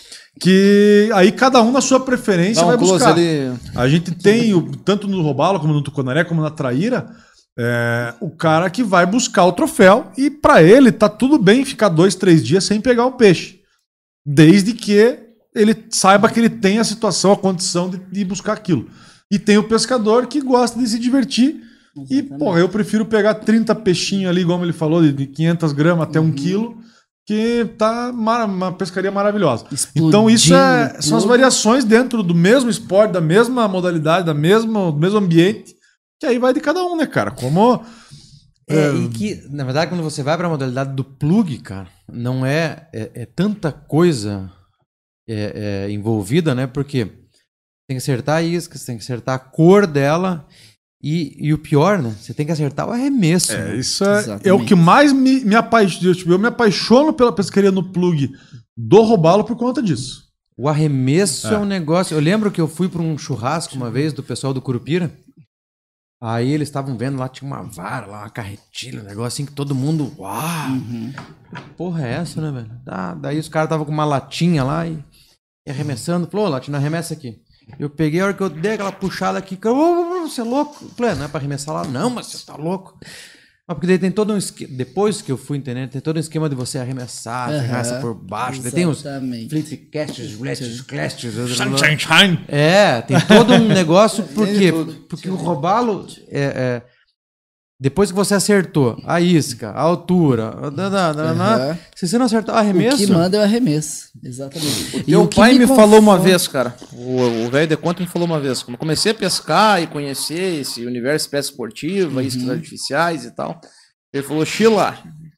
que aí cada um na sua preferência Dá um vai close buscar. ali. A gente tem, o, tanto no robalo, como no tucunaré, como na traíra, é, o cara que vai buscar o troféu e para ele tá tudo bem ficar dois, três dias sem pegar o peixe. Desde que ele saiba que ele tem a situação, a condição de, de buscar aquilo. E tem o pescador que gosta de se divertir. E, Exatamente. porra, eu prefiro pegar trinta peixinhos ali, como ele falou, de- de quinhentas gramas até um quilo, que tá mara- uma pescaria maravilhosa. Explodindo Então isso é, no são as plug. variações dentro do mesmo esporte, da mesma modalidade, da mesma, do mesmo ambiente, que aí vai de cada um, né, cara? Como... É, e que, na verdade, quando você vai para a modalidade do plug, cara, não é, é, é tanta coisa é, é, envolvida, né? Porque tem que acertar a isca, você tem que acertar a cor dela e, e o pior, né? Você tem que acertar o arremesso. É, né? isso é, Exatamente. é o que mais me, me apaixona. Eu me apaixono pela pescaria no plug do robalo por conta disso. O arremesso é. É. um negócio. Eu lembro que eu fui para um churrasco uma vez do pessoal do Curupira. Aí eles estavam vendo lá, tinha uma vara lá, uma carretilha, um negócio assim que todo mundo. Uau! Uhum. Porra, é essa, né, velho? Ah, daí os caras estavam com uma latinha lá e, e arremessando. Falou, latinha, arremessa aqui. Eu peguei, a hora que eu dei aquela puxada aqui, cara, oh, você é louco? Eu falei, não é pra arremessar lá? Não, mas você tá louco. Mas porque daí tem todo um esquema, depois que eu fui entendendo, tem todo um esquema de você arremessar, Uhum. arremessa por baixo. Daí tem os Exatamente. flipcasts, flashes, clashes. Shine, shine. É, tem todo um negócio, por quê? Porque o robalo, é, é, depois que você acertou a isca, a altura, da, da, da, da, Uhum. se você não acertar o O arremesso... que manda é o arremesso. Exatamente. E Meu o que pai me, falou uma conforta- vez, cara. O o velho de conta me falou uma vez. Quando eu comecei a pescar e conhecer esse universo de pesca esportiva, Uhum. iscas artificiais e tal, ele falou: Sheila,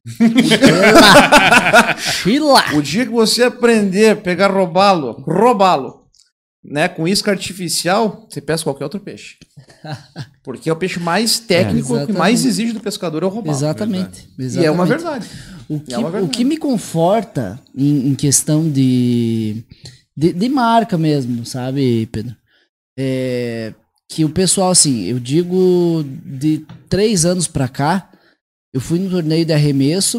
Chila! o dia que você aprender a pegar robalo, robalo, né, com isca artificial, você pesca qualquer outro peixe. Porque é o peixe mais técnico, É, que mais exige do pescador é o robalo. Exatamente. E é uma verdade. O que, É uma verdade. o que me conforta em, em questão de, de, de marca mesmo, sabe, Pedro? É que o pessoal, assim, eu digo de três anos pra cá, eu fui no torneio de arremesso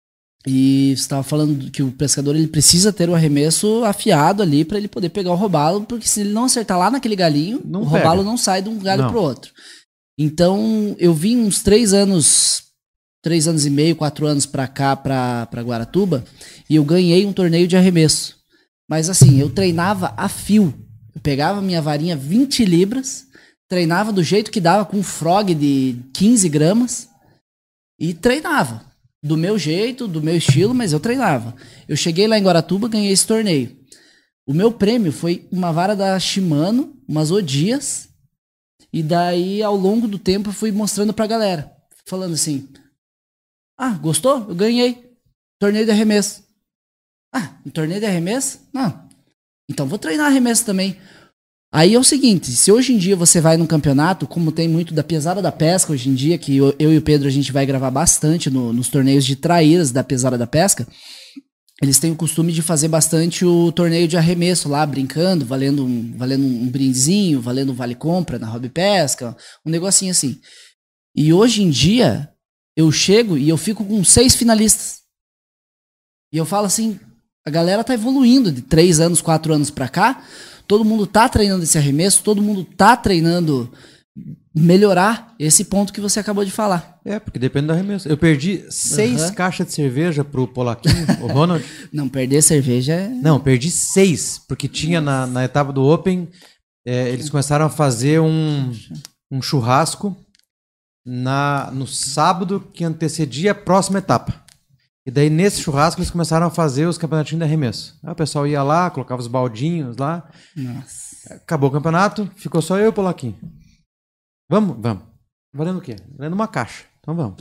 e você estava falando que o pescador ele precisa ter o arremesso afiado ali pra ele poder pegar o robalo, porque se ele não acertar lá naquele galinho, Não o pega. robalo não sai de um galho Não. pro outro. Então, eu vim uns três anos, três anos e meio, quatro anos pra cá, pra, pra Guaratuba, e eu ganhei um torneio de arremesso. Mas assim, eu treinava a fio. Eu pegava minha varinha vinte libras, treinava do jeito que dava com um frog de quinze gramas e treinava. Do meu jeito, do meu estilo, mas eu treinava. Eu cheguei lá em Guaratuba, ganhei esse torneio. O meu prêmio foi uma vara da Shimano, umas Odias, e daí ao longo do tempo eu fui mostrando pra galera, falando assim: ah, gostou? Eu ganhei torneio de arremesso. Ah, um torneio de arremesso? Não. Então vou treinar arremesso também. Aí é o seguinte, se hoje em dia você vai num campeonato, como tem muito da pesada da pesca hoje em dia, que eu, eu e o Pedro a gente vai gravar bastante no- nos torneios de traíras da pesada da pesca, eles têm o costume de fazer bastante o torneio de arremesso lá, brincando, valendo um, valendo um brindezinho, valendo um vale-compra na Hobby Pesca, um negocinho assim. E hoje em dia, eu chego e eu fico com seis finalistas. E eu falo assim, a galera tá evoluindo de três anos, quatro anos pra cá, todo mundo tá treinando esse arremesso, todo mundo tá treinando melhorar esse ponto que você acabou de falar. É, porque depende do arremesso. Eu perdi seis Aham. caixas de cerveja pro Polaquinho, o Ronald. Não, perder cerveja é... Não, perdi seis, porque tinha na, na etapa do Open, é, eles começaram a fazer um, um churrasco na, no sábado que antecedia a próxima etapa. E daí nesse churrasco eles começaram a fazer os campeonatinhos de arremesso. Aí o pessoal ia lá, colocava os baldinhos lá, Nossa. acabou o campeonato, ficou só eu e o Polaquinho. Vamos? Vamos. Valendo o quê? Valendo uma caixa. Então vamos.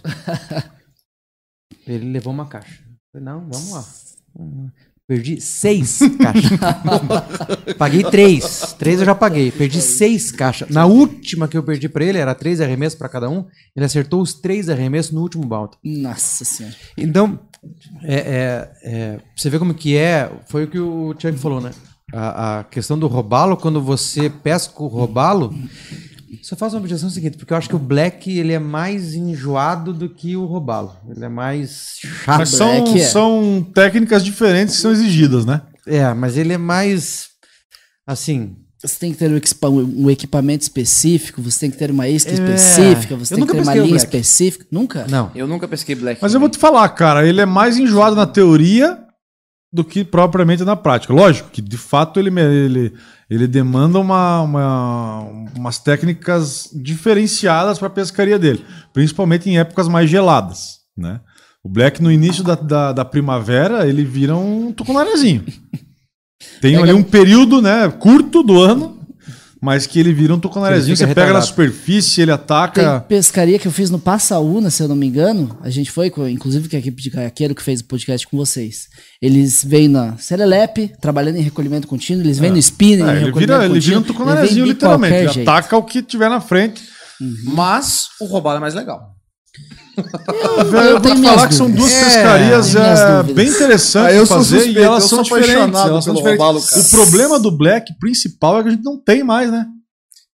Ele levou uma caixa. Eu falei, não, vamos lá. Perdi seis caixas. Paguei três. Três eu já paguei. Perdi seis caixas. Na última que eu perdi pra ele, era três arremessos pra cada um. Ele acertou os três arremessos no último balde. Nossa senhora. Então, é, é, é, você vê como que é. Foi o que o Thiago falou, né? A, a questão do robalo, quando você pesca o robalo. Só faço uma objeção seguinte, porque eu acho que o black ele é mais enjoado do que o robalo. Ele é mais chato. Mas são, Black é. são técnicas diferentes que são exigidas, né? É, mas ele é mais assim. Você tem que ter um equipa- um equipamento específico, você tem que ter uma isca É. específica, você Eu tem que nunca ter uma pesquei o linha black. específica. Nunca? Não. Eu nunca pesquei black. Mas eu vou te falar, cara, ele é mais enjoado na teoria do que propriamente na prática. Lógico que, de fato, ele, ele, ele demanda uma, uma- umas técnicas diferenciadas para a pescaria dele, principalmente em épocas mais geladas, né? O black, no início da, da, da primavera, ele vira um tucunarezinho. Tem Pega- ali um período, né, curto do ano, mas que ele vira um tucunarezinho. Ele fica Você pega na retardado. superfície, ele Tem ataca... pescaria que eu fiz no Passaúna, se eu não me engano. A gente foi, com, inclusive, com a equipe de caiaqueiro que fez o podcast com vocês. Eles vêm na Serelepe, trabalhando em recolhimento contínuo. Eles vêm no spinning, É, em ele, recolhimento vira, ele vira um contínuo. tucunarezinho, vem de literalmente. qualquer Ele jeito. ataca o que tiver na frente. Mas o robalo é mais legal. Eu, eu vou tenho te minhas falar que são duas dúvidas. pescarias tenho minhas é, dúvidas. bem interessantes Ah, eu de sou fazer suspeito, e elas eu são sou diferentes. apaixonado Elas são pelo diferentes. robalo, cara. O problema do Black principal é que a gente não tem mais, né?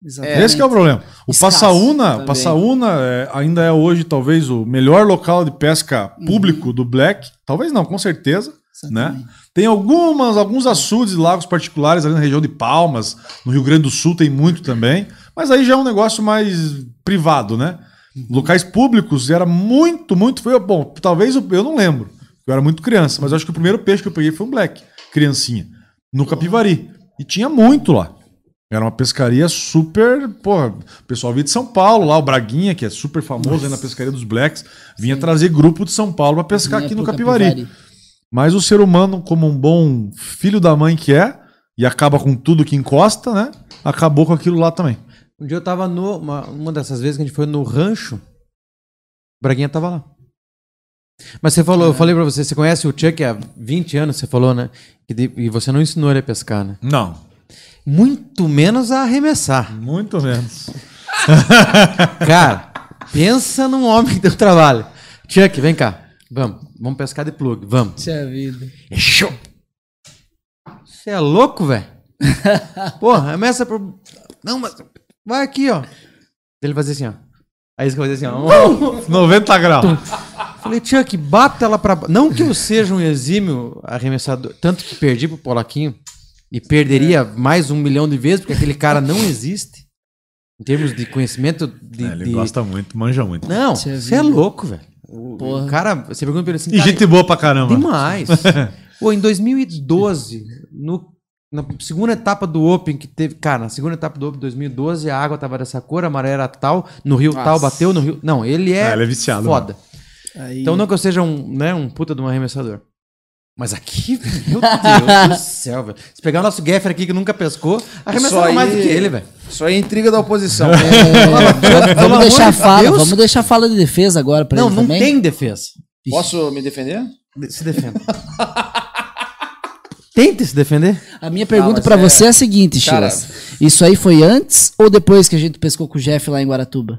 Exatamente. Esse que é o problema. O Escasso Passaúna, também. Passaúna é, ainda é hoje talvez o melhor local de pesca público Uhum. do Black. Talvez não, com certeza. Né? Exatamente. Tem algumas, alguns açudes e lagos particulares ali na região de Palmas, no Rio Grande do Sul tem muito também, mas aí já é um negócio mais privado, né? Locais públicos era muito, muito. Foi, bom, talvez eu, eu não lembro, eu era muito criança, mas eu acho que o primeiro peixe que eu peguei foi um Black, criancinha, no Capivari. E tinha muito lá. Era uma pescaria super. Porra, o pessoal vinha de São Paulo lá, o Braguinha, que é super famoso aí na pescaria dos Blacks, vinha trazer grupo de São Paulo para pescar Vinha aqui no pro Capivari. Mas o ser humano, como um bom filho da mãe que é, e acaba com tudo que encosta, né? Acabou com aquilo lá também. Um dia eu tava no. Uma, uma dessas vezes que a gente foi no rancho, o Braguinha tava lá. Mas você falou, eu falei pra você, você conhece o Chuck há vinte anos, você falou, né? E, de- e você não ensinou ele a pescar, né? Não. Muito menos a arremessar. Muito menos. Cara, pensa num homem que deu trabalho. Chuck, vem cá. Vamos, vamos pescar de plug, vamos. Tinha vida. É show! Você é louco, velho? Porra, arremessa pro. Não, mas. Vai aqui, ó. Ele fazia assim, ó. Aí você fazia assim, ó. noventa graus. Falei, Chuck, bata ela pra. Não que eu seja um exímio arremessador. Tanto que perdi pro Polaquinho. E perderia mais um milhão de vezes, porque aquele cara não existe. Em termos de conhecimento de. É, ele de- gosta muito, manja muito. Não, Tinha você é vida. louco, velho. O, Porra. o cara, você pergunta pra ele assim, E cara, gente boa pra caramba. demais. Pô, em dois mil e doze, no, na segunda etapa do Open que teve, cara, na segunda etapa do Open de dois mil e doze, a água tava dessa cor, a maré era tal, no rio tal, Nossa. bateu no rio. Não, ele é, Ah, ele é viciado, foda. Aí, Então não que eu seja um, né, um puta de um arremessador. Mas aqui, meu Deus do céu, velho. Se pegar o nosso Gaffer aqui que nunca pescou, arremessava Isso mais do aí- que ele, velho. Isso aí é intriga da oposição. É, Pelo vamos amor deixar a de fala, Deus. vamos deixar a fala de defesa agora pra Não, ele não também. tem defesa. Posso me defender? De- Se defenda. Tente se defender. A minha pergunta mas pra é- você é a seguinte, Cara- Chilas. Isso aí foi antes ou depois que a gente pescou com o Jeff lá em Guaratuba?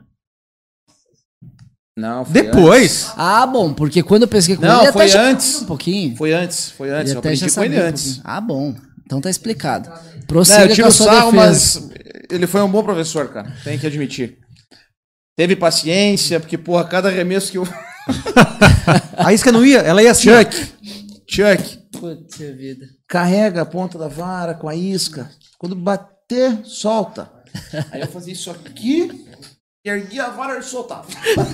Não, foi Depois. Ah, bom, porque quando eu pesquei com Não, ele, foi até já antes. sabia um pouquinho. Foi antes, foi antes. Ele Eu até aprendi já com ele sabia um antes. pouquinho. Ah, bom. Então tá explicado. Não, Prossiga eu com tiro a sua sarro, defesa. mas ele foi um bom professor, cara. Tem que admitir. Teve paciência, porque, porra, cada arremesso que eu... A isca não ia, ela ia assim. Chuck, Chuck, Putz, vida. carrega a ponta da vara com a isca. Quando bater, solta. Aí eu fazia isso aqui, erguia a vara e soltava.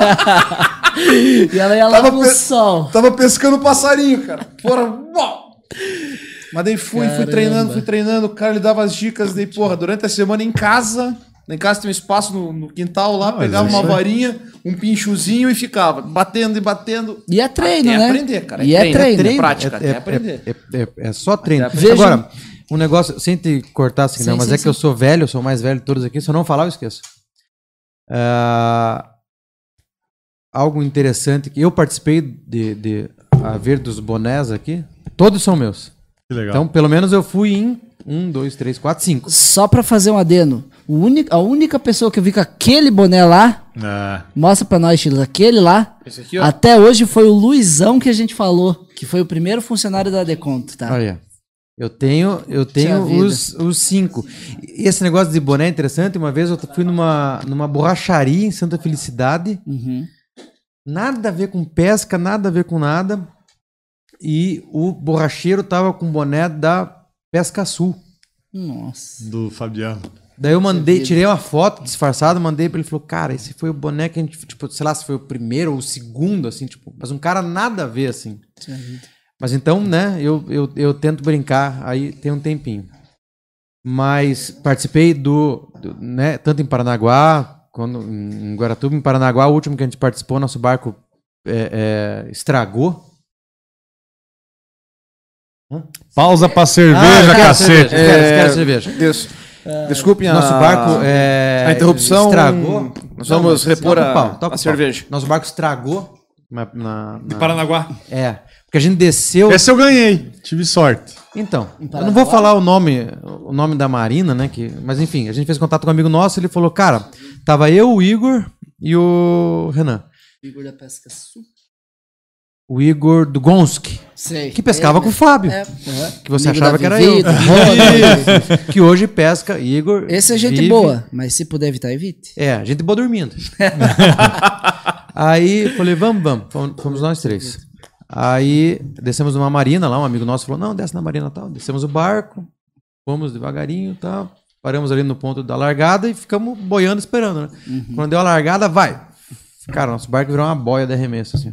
E ela ia lá Tava pro pe- sol. Tava pescando passarinho, cara. Porra, uau! Mas daí fui, fui Caramba. treinando, fui treinando. O cara ele dava as dicas, daí, porra, durante a semana em casa. Em casa tem um espaço no, no quintal lá, mas pegava isso uma é- varinha, um pinchozinho e ficava batendo e batendo. E é treino, Até né? aprender, cara. E é treino. É prática, até aprender. É, é- é- é só treino. Até aprender. Agora, um negócio, sem te cortar assim, Sim, não, mas sim, é que sim. eu sou velho, eu sou o mais velho de todos aqui, se eu não falar, eu esqueço. Ah, algo interessante que eu participei de, de haver dos bonés aqui, todos são meus. Que legal. Então, pelo menos eu fui em um, dois, três, quatro, cinco. Só pra fazer um adeno. O único, a única pessoa que eu vi com aquele boné lá, Ah, mostra pra nós, Chilas, aquele lá, Esse aqui, ó. até hoje foi o Luizão que a gente falou, que foi o primeiro funcionário da Deconto, tá? Olha, eu tenho, eu tenho vida. os, os cinco. E esse negócio de boné é interessante. Uma vez eu fui numa, numa borracharia em Santa Felicidade. Uhum. Nada a ver com pesca, nada a ver com nada. E o borracheiro tava com boné da Pesca Sul. Nossa. do Fabiano. Daí eu mandei, tirei uma foto disfarçada, mandei pra ele, falou, cara, esse foi o boné que a gente, tipo, sei lá se foi o primeiro ou o segundo, assim, tipo, mas um cara nada a ver, assim. Mas então, né, eu, eu, eu tento brincar, aí tem um tempinho. Mas participei do, do, né, tanto em Paranaguá, quando, em Guaratuba, em Paranaguá, o último que a gente participou, nosso barco é, é, estragou. Pausa pra Ah, cerveja, eu quero cacete. cerveja, eu quero, eu É, quero cerveja. Deus. Desculpem a... Nosso barco é, a interrupção. estragou. Nós vamos Não, repor toca o a, pau, toca a o pau. cerveja. Nosso barco estragou na, na- na- Paranaguá. É, porque a gente desceu. Esse eu ganhei. Tive sorte. Então, eu não vou falar o nome, o nome da Marina, né? Que, mas enfim, a gente fez contato com um amigo nosso, ele falou, cara, tava eu, o Igor e o Renan. Igor da Pesca Sul. o Igor Dugonski, Sei. que pescava Ele, com o Fábio. É, uhum. Que você Amigo achava da que era Vivi, eu. do Rony. Que hoje pesca, Igor. Esse é gente vive- boa, mas se puder evitar, evite. É, gente boa dormindo. Aí falei, vamos, vamos. Fomos, fomos nós três. Aí descemos numa marina lá, um amigo nosso falou, não, desce na marina e tal. Descemos o barco, fomos devagarinho e tal. Paramos ali no ponto da largada e ficamos boiando esperando, né? Uhum. Quando deu a largada, vai. Cara, nosso barco virou uma boia de arremesso, assim.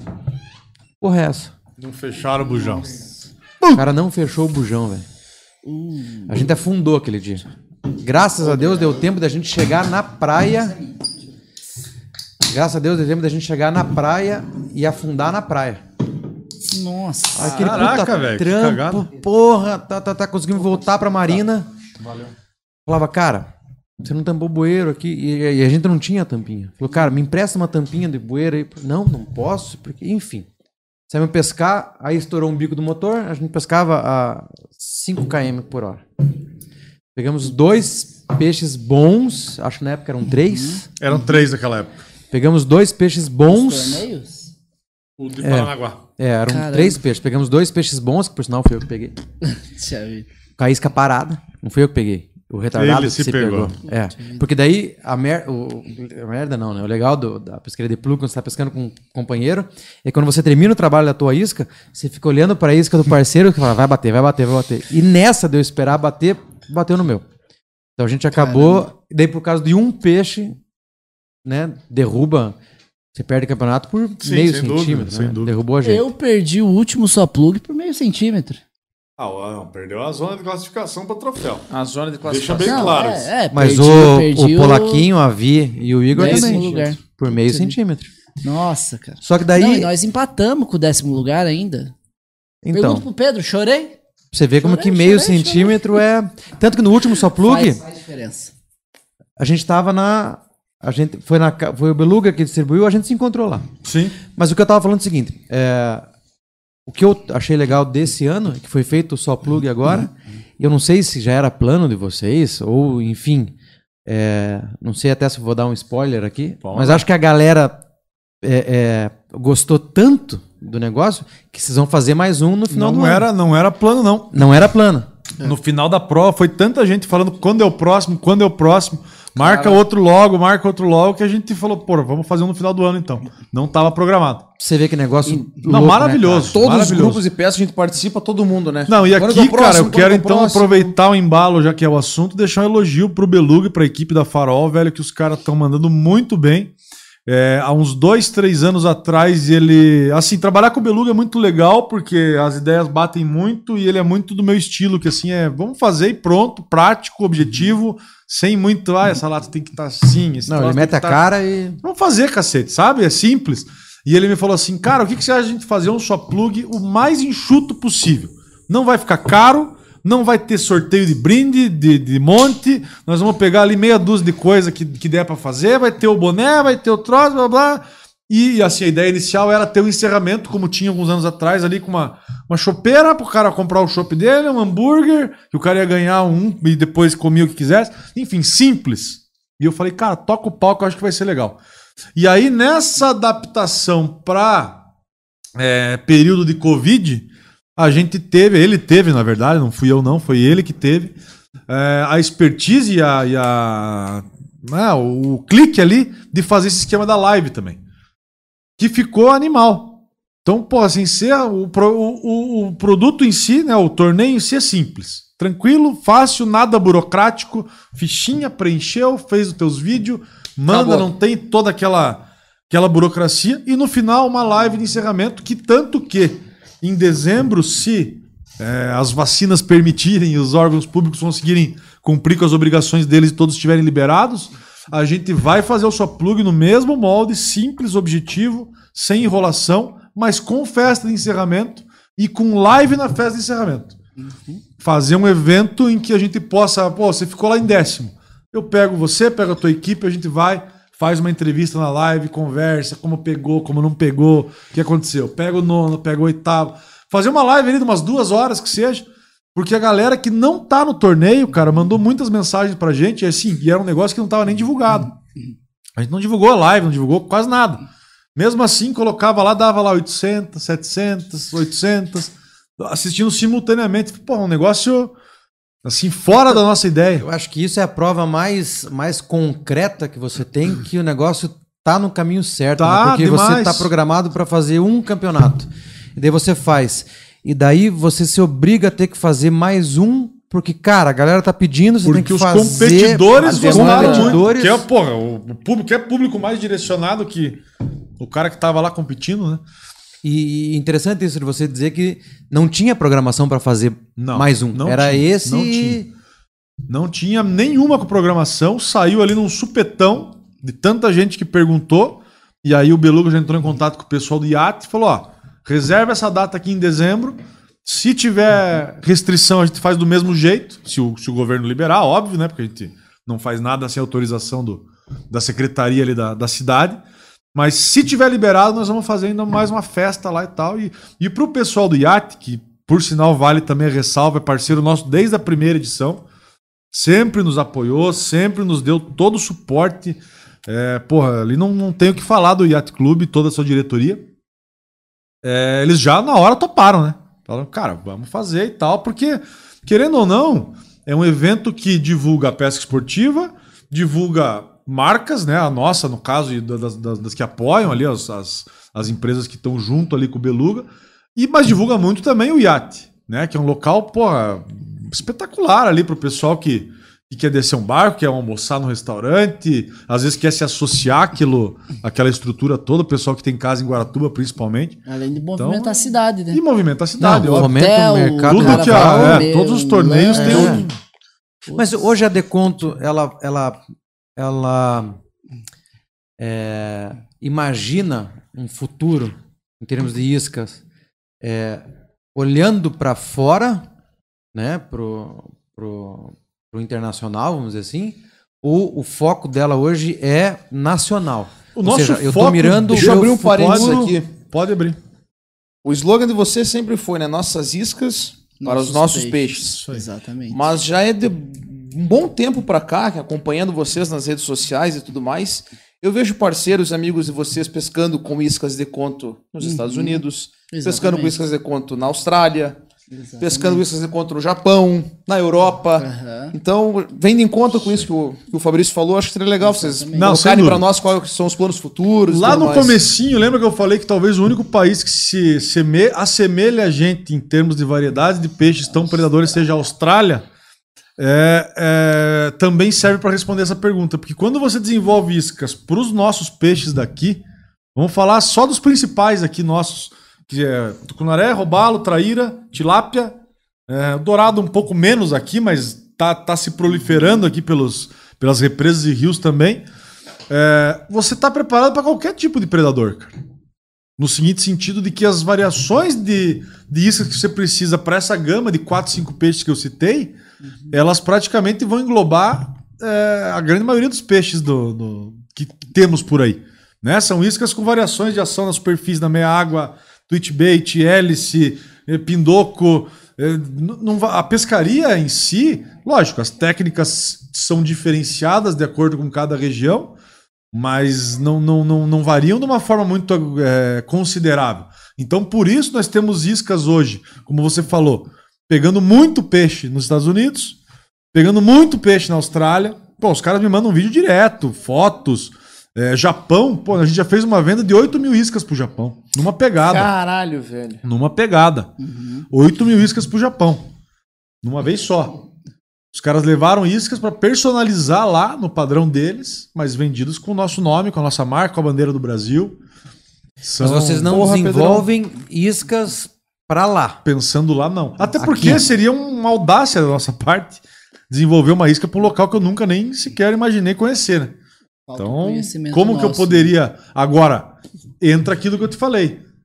Porra é essa? Não fecharam o bujão. O cara não fechou o bujão, velho. Uh. A gente afundou aquele dia. Graças a Deus deu tempo da gente chegar na praia. Graças a Deus deu tempo da gente chegar na praia e afundar na praia. Nossa. Aquele Caraca, puta velho, que trampo, cagada. porra, tá, tá, tá, conseguimos voltar pra marina. Valeu. Falava, cara, você não tampou bueiro aqui. E, e a gente não tinha tampinha. Falou, cara, me empresta uma tampinha de bueiro aí. Não, não posso, porque, enfim. Saímos pescar, aí estourou um bico do motor, a gente pescava a cinco quilômetros por hora. Pegamos dois peixes bons, acho que na época eram três. Eram três naquela época. Pegamos dois peixes bons. Torneios? O de Paranaguá. É, eram Caramba. três peixes. Pegamos dois peixes bons, que por sinal foi eu que peguei. Deixa eu ver. Com a isca parada. Não fui eu que peguei. O retardado Ele que se se pegou. pegou. É. Porque daí, a, mer o, a merda não, né? O legal do, da pescaria de plug, quando você tá pescando com um companheiro, é quando você termina o trabalho da tua isca, você fica olhando pra isca do parceiro e fala, vai bater, vai bater, vai bater. E nessa de eu esperar bater, bateu no meu. Então a gente acabou, Caramba. daí por causa de um peixe, né? Derruba, você perde o campeonato por Sim, meio sem centímetro. dúvida, sem né? dúvida. Derrubou a gente. Eu perdi o último só plug por meio centímetro. Ah, não, perdeu a zona de classificação para troféu. A zona de Deixa classificação. bem Não, claro. é, é, Mas perdi- o, perdi o Polaquinho, a Vi e o Igor décimo também. lugar. Por meio centímetro. Nossa, cara. Só que daí. Não, e nós empatamos com o décimo lugar ainda. Então, Pergunta pro Pedro, chorei? você vê como Chorei, que meio chorei, centímetro é. Tanto que no último só plug, Faz, faz diferença. a gente tava na. A gente foi, na, ca- foi o Beluga que distribuiu, a gente se encontrou lá. Sim. Mas o que eu tava falando é o seguinte: é, o que eu achei legal desse ano, que foi feito só plug agora, eu não sei se já era plano de vocês, ou enfim, é, não sei até se eu vou dar um spoiler aqui, Bom, mas né? acho que a galera é, é, gostou tanto do negócio que vocês vão fazer mais um no final do Não ano. era, não era plano, não. Não era plano. No final da prova, foi tanta gente falando quando é o próximo, quando é o próximo. Marca outro logo, marca outro logo, que a gente falou, pô, vamos fazer um no final do ano então. Não estava programado. Você vê que negócio. Não, louco, maravilhoso. né, Todos os Maravilhoso. grupos de peças a gente participa, todo mundo, né? Não, e Quando aqui, que é o próximo? cara, eu Quando quero que é o então próximo? aproveitar o embalo, já que é o assunto, deixar um elogio pro Beluga e pra equipe da Farol, velho, que os caras estão mandando muito bem. É, há uns dois, três anos atrás, ele... Assim, trabalhar com o Beluga é muito legal, porque as ideias batem muito e ele é muito do meu estilo, que assim, é vamos fazer e pronto, prático, objetivo, sem muito, ah, essa lata tem que estar assim, esse Não, troço ele tem mete que a tá- cara e. Vamos fazer, cacete, sabe? É simples. E ele me falou assim, cara, o que, que você acha de a gente fazer um só plug o mais enxuto possível? Não vai ficar caro, não vai ter sorteio de brinde, de, de monte, nós vamos pegar ali meia dúzia de coisa que, que der pra fazer, vai ter o boné, vai ter o troço, blá, blá. E, assim, a ideia inicial era ter um encerramento, como tinha alguns anos atrás, ali com uma, uma chopeira pro cara comprar o chopp dele, um hambúrguer, que o cara ia ganhar um e depois comia o que quisesse. Enfim, simples. E eu falei, cara, toca o pau que eu acho que vai ser legal. E aí, nessa adaptação para é, período de Covid, a gente teve, ele teve, na verdade, não fui eu não, foi ele que teve, é, a expertise e, a, e a, né, o, o clique ali de fazer esse esquema da live também. Que ficou animal. Então, pô, assim, ser, o, pro- o, o, o produto em si, né, o torneio em si é simples. Tranquilo, fácil, nada burocrático, fichinha, preencheu, fez os teus vídeos, manda, Acabou. não tem toda aquela, aquela burocracia. E no final, uma live de encerramento que tanto que em dezembro, se é, as vacinas permitirem e os órgãos públicos conseguirem cumprir com as obrigações deles e todos estiverem liberados, a gente vai fazer o só plug no mesmo molde, simples, objetivo, sem enrolação, mas com festa de encerramento e com live na festa de encerramento. Fazer um evento em que a gente possa... Pô, você ficou lá em décimo. Eu pego você, pego a tua equipe, a gente vai, faz uma entrevista na live, conversa, como pegou, como não pegou, o que aconteceu. Pega o nono, pega o oitavo. Fazer uma live ali de umas duas horas que seja, porque a galera que não tá no torneio, cara, mandou muitas mensagens pra gente, e assim, e era um negócio que não tava nem divulgado. A gente não divulgou a live, não divulgou quase nada. Mesmo assim, colocava lá, dava lá oitocentos, setecentos, oitocentos, assistindo simultaneamente. Pô, um negócio assim, fora da nossa ideia. Eu acho que isso é a prova mais, mais concreta que você tem que o negócio tá no caminho certo. Tá, né? Porque demais. você tá programado para fazer um campeonato. E daí você faz. E daí você se obriga a ter que fazer mais um, porque, cara, a galera tá pedindo, você tem Porque que os fazer... competidores os gostaram competidores- muito. Que é, porra, o público, que é público mais direcionado que o cara que tava lá competindo, né? E interessante isso de você dizer que não tinha programação para fazer Não, mais um. não Era tinha, esse... não tinha. Não tinha nenhuma com programação, saiu ali num supetão de tanta gente que perguntou, e aí o Beluga já entrou em contato com o pessoal do iate e falou, ó, reserva essa data aqui em dezembro, se tiver restrição a gente faz do mesmo jeito, se o, se o governo liberar, óbvio, né, porque a gente não faz nada sem autorização do, da secretaria ali da, da cidade, mas se tiver liberado nós vamos fazer ainda mais uma festa lá e tal, e, e pro pessoal do iate, que por sinal vale também a ressalva, é parceiro nosso desde a primeira edição, sempre nos apoiou, sempre nos deu todo o suporte. É, porra, ali não, não tenho o que falar do Yacht Clube, toda a sua diretoria. É, eles já na hora toparam, né? Falaram, cara, vamos fazer e tal, porque, querendo ou não, é um evento que divulga a pesca esportiva, divulga marcas, né? A nossa, no caso, e das, das, das que apoiam ali, as, as, as empresas que estão junto ali com o Beluga, e, mas divulga muito também o iate, né? Que é um local, porra, espetacular ali pro pessoal que, que quer descer um barco, quer almoçar no restaurante, às vezes quer se associar àquilo, àquela estrutura toda, o pessoal que tem casa em Guaratuba, principalmente. Além de movimentar Então, a cidade, né? E movimenta a cidade, Não, óbvio. fomenta o mercado. Tudo que a, carnaval, é, todos os meu, torneios né? têm É. um... Mas hoje a Deconto, ela, ela, ela é, imagina um futuro, em termos de iscas, é, olhando para fora, né, pro, pro, pro internacional, vamos dizer assim, ou o foco dela hoje é nacional? O Ou nosso seja, eu tô foco- mirando Deixa eu o abrir meu um parênteses futuro- aqui. Pode abrir. O slogan de você sempre foi, né? Nossas iscas para os nossos peixes. Exatamente. Mas já é de um bom tempo para cá, que acompanhando vocês nas redes sociais e tudo mais, eu vejo parceiros, amigos de vocês pescando com iscas de conto nos Estados Unidos, pescando Exatamente. com iscas de conto na Austrália, Exatamente. pescando com iscas de conto no Japão, na Europa. Aham. Então, vem de encontro com isso que o, que o Fabrício falou, acho que seria legal vocês Exatamente. Não, sem colocarem para dúvida. nós quais são os planos futuros. e Lá tudo no mais. comecinho, lembra que eu falei que talvez o único país que se seme- assemelha a gente em termos de variedade de peixes tão predadores seja a Austrália? É, é, também serve para responder essa pergunta, porque quando você desenvolve iscas para os nossos peixes daqui, vamos falar só dos principais aqui nossos, que é tucunaré, robalo, traíra, tilápia, é, dourado um pouco menos aqui, mas tá, tá se proliferando aqui pelos, pelas represas e rios também. É, você está preparado para qualquer tipo de predador, cara. No seguinte sentido de que as variações de, de iscas que você precisa para essa gama de quatro, cinco peixes que eu citei, elas praticamente vão englobar é, a grande maioria dos peixes do, do- que temos por aí. Né? São iscas com variações de ação na superfície, na meia água, twitchbait, hélice, eh, pindoco. eh, n- não va- a pescaria em si, lógico, as técnicas são diferenciadas de acordo com cada região, mas não, não, não, não variam de uma forma muito eh, considerável. Então, por isso, nós temos iscas hoje, como você falou, pegando muito peixe nos Estados Unidos, pegando muito peixe na Austrália. Pô, os caras me mandam vídeo direto, fotos. É, Japão, pô, a gente já fez uma venda de oito mil iscas pro Japão. Numa pegada. Caralho, velho. Numa pegada. oito mil iscas pro Japão. Numa vez só. Os caras levaram iscas para personalizar lá no padrão deles, mas vendidos com o nosso nome, com a nossa marca, com a bandeira do Brasil. São... Mas vocês não Porra, desenvolvem iscas para lá. Pensando lá, não. Até Aqui. porque seria uma audácia da nossa parte desenvolver uma isca para um local que eu nunca nem sequer imaginei conhecer, né? Falta um Então, conhecimento como que eu nosso. poderia... Agora, entra aquilo que eu te falei.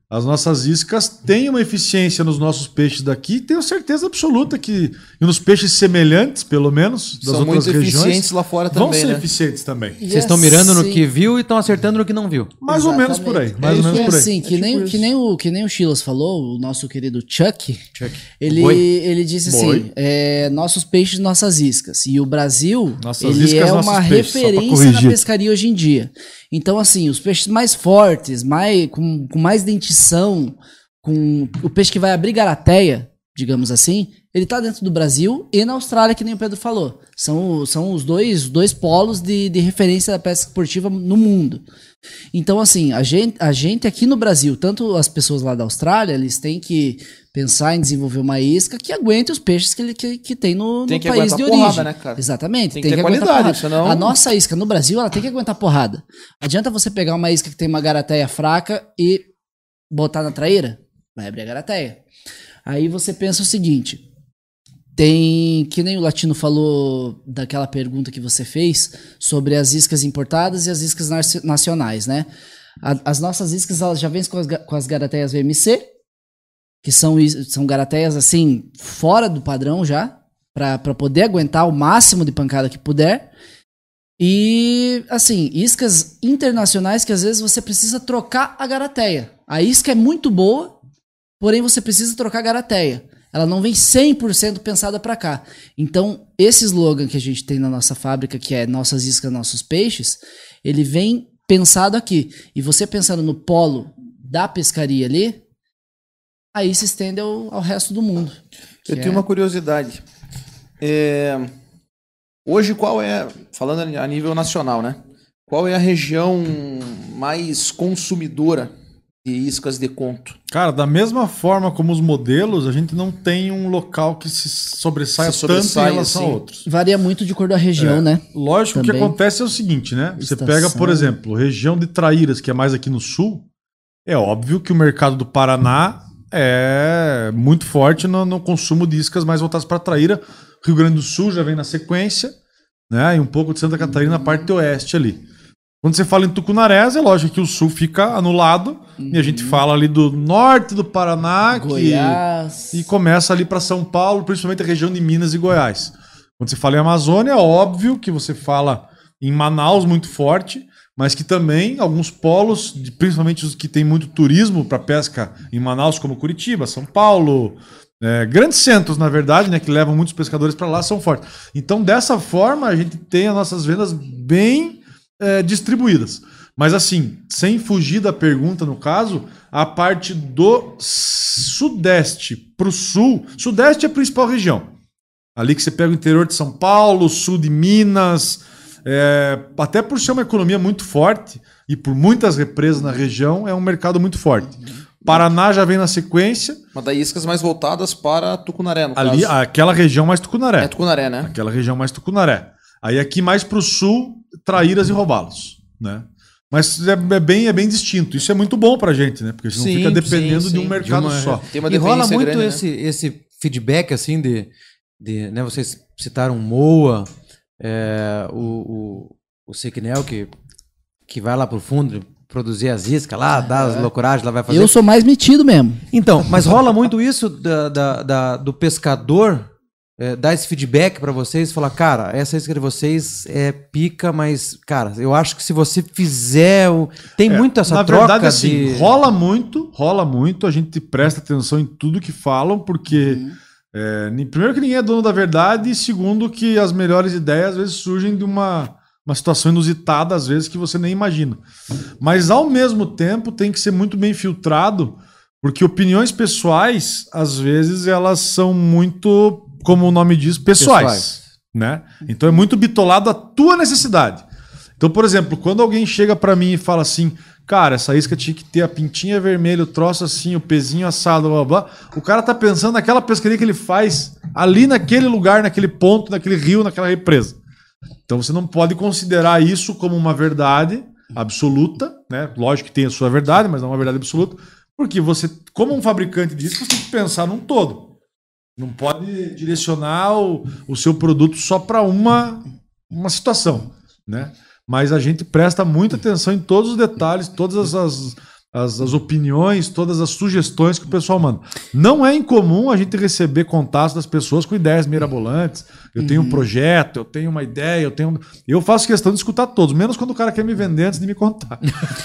As nossas iscas têm uma eficiência nos nossos peixes daqui, tenho certeza absoluta que e nos peixes semelhantes, pelo menos, das São outras muito regiões, eficientes lá fora vão também, ser né? eficientes também. E Vocês estão mirando no assim- que viu e estão acertando no que não viu. Mais ou menos por aí. Mais É ou menos E por aí. assim, que, É nem, tipo que, isso. nem o, que nem o Chilas falou, o nosso querido Chuck, Chuck. ele, Boi. ele disse Boi. assim, é, nossos peixes, nossas iscas. E o Brasil, Nossas ele iscas, é nossos uma peixes, só pra referência na corrigir. pescaria hoje em dia. Então, assim, os peixes mais fortes, mais, com, com mais dentição, com o peixe que vai abrir garateia, digamos assim, ele tá dentro do Brasil e na Austrália, que nem o Pedro falou. São, são os dois, dois polos de, de referência da pesca esportiva no mundo. Então, assim, a gente, a gente aqui no Brasil, tanto as pessoas lá da Austrália, eles têm que pensar em desenvolver uma isca que aguente os peixes que, ele- que, que tem no, Tem no que país aguentar de porrada, origem. né, cara? Exatamente. Tem que ter aguentar qualidade, porrada. senão- A nossa isca no Brasil, ela tem que aguentar porrada. Adianta você pegar uma isca que tem uma garateia fraca e botar na traíra? Vai abrir a garateia. Aí você pensa o seguinte... Tem, que nem o Latino falou daquela pergunta que você fez sobre as iscas importadas e as iscas naci- nacionais, né? A- as nossas iscas, elas já vêm com as, ga- com as garateias V M C, que são, is- são garateias, assim, fora do padrão já, para poder aguentar o máximo de pancada que puder. E, assim, iscas internacionais que às vezes você precisa trocar a garateia. A isca é muito boa, porém você precisa trocar a garateia. Ela não vem cem por cento pensada para cá. Então, esse slogan que a gente tem na nossa fábrica, que é Nossas Iscas, Nossos Peixes, ele vem pensado aqui. E você pensando no polo da pescaria ali, aí se estende ao, ao resto do mundo. Eu que tenho é- uma curiosidade. É, Hoje, qual é, falando a nível nacional, né? Qual é a região mais consumidora de iscas de conto? Cara, da mesma forma como os modelos, a gente não tem um local que se sobressaia Se tanto sobressai, em relação assim. a outros. Varia muito de acordo da região, É. né? Lógico que Também. acontece é o seguinte, né? Você Estação. pega, por exemplo, região de Traíras, que é mais aqui no sul, é óbvio que o mercado do Paraná é muito forte no, no consumo de iscas mais voltadas para Traíra. Rio Grande do Sul já vem na sequência, né? E um pouco de Santa Catarina na parte oeste ali. Quando você fala em Tucunarés, é lógico que o sul fica anulado e a gente fala ali do norte do Paraná que, Goiás. e começa ali para São Paulo, principalmente a região de Minas e Goiás. Quando você fala em Amazônia, é óbvio que você fala em Manaus muito forte, mas que também alguns polos, de- principalmente os que tem muito turismo para pesca em Manaus, como Curitiba, São Paulo, é, grandes centros, na verdade, né, que levam muitos pescadores para lá, são fortes. Então, dessa forma, a gente tem as nossas vendas bem é, distribuídas. Mas assim, sem fugir da pergunta, no caso, a parte do sudeste para o sul, sudeste é a principal região. Ali que você pega o interior de São Paulo, sul de Minas, é, até por ser uma economia muito forte e por muitas represas na região, é um mercado muito forte. Paraná já vem na sequência, Uma das iscas mais voltadas para Tucunaré, no ali caso. aquela região mais Tucunaré. É Tucunaré, né? Aquela região mais Tucunaré. Aí aqui mais para o sul, Traíras e Robalos, né? Mas é, é bem, é bem distinto. Isso é muito bom pra gente, né? Porque a gente Sim, não fica dependendo sim, de um sim. mercado De uma- só. Tem uma E rola dependência muito grande, né? esse, esse feedback, assim, de, de né, vocês citaram o Moa, é, o, o, o Sequinel, que, que vai lá pro fundo produzir as iscas lá, dar as loucuragens, lá vai fazer. Eu sou mais metido mesmo. Então, mas rola muito isso da, da- da- do pescador é, dar esse feedback pra vocês, falar, cara, essa isca de vocês é pica, mas, cara, eu acho que se você fizer, o... tem É, muito essa na troca verdade, assim, de... rola muito, rola muito, a gente presta atenção em tudo que falam, porque Uhum. é, ni- primeiro que ninguém é dono da verdade, e segundo que as melhores ideias às vezes surgem de uma, uma situação inusitada, às vezes, que você nem imagina. Mas ao mesmo tempo tem que ser muito bem filtrado, porque opiniões pessoais, às vezes, elas são muito, como o nome diz, pessoais. Pessoais. Né? Então é muito bitolado a tua necessidade. Então, por exemplo, quando alguém chega pra mim e fala assim, cara, essa isca tinha que ter a pintinha vermelha, o troço assim, o pezinho assado, blá, blá, blá. O cara tá pensando naquela pescaria que ele faz ali naquele lugar, naquele ponto, naquele rio, naquela represa. Então você não pode considerar isso como uma verdade absoluta, né? Lógico que tem a sua verdade, mas não é uma verdade absoluta, porque você, como um fabricante de iscas, você tem que pensar num todo. Não pode direcionar o, o seu produto só para uma, uma situação, né? Mas a gente presta muita atenção em todos os detalhes, todas as, as, as, as opiniões, todas as sugestões que o pessoal manda. Não é incomum a gente receber contatos das pessoas com ideias mirabolantes. Eu tenho um projeto, eu tenho uma ideia, eu tenho. Eu faço questão de escutar todos, menos quando o cara quer me vender antes de me contar.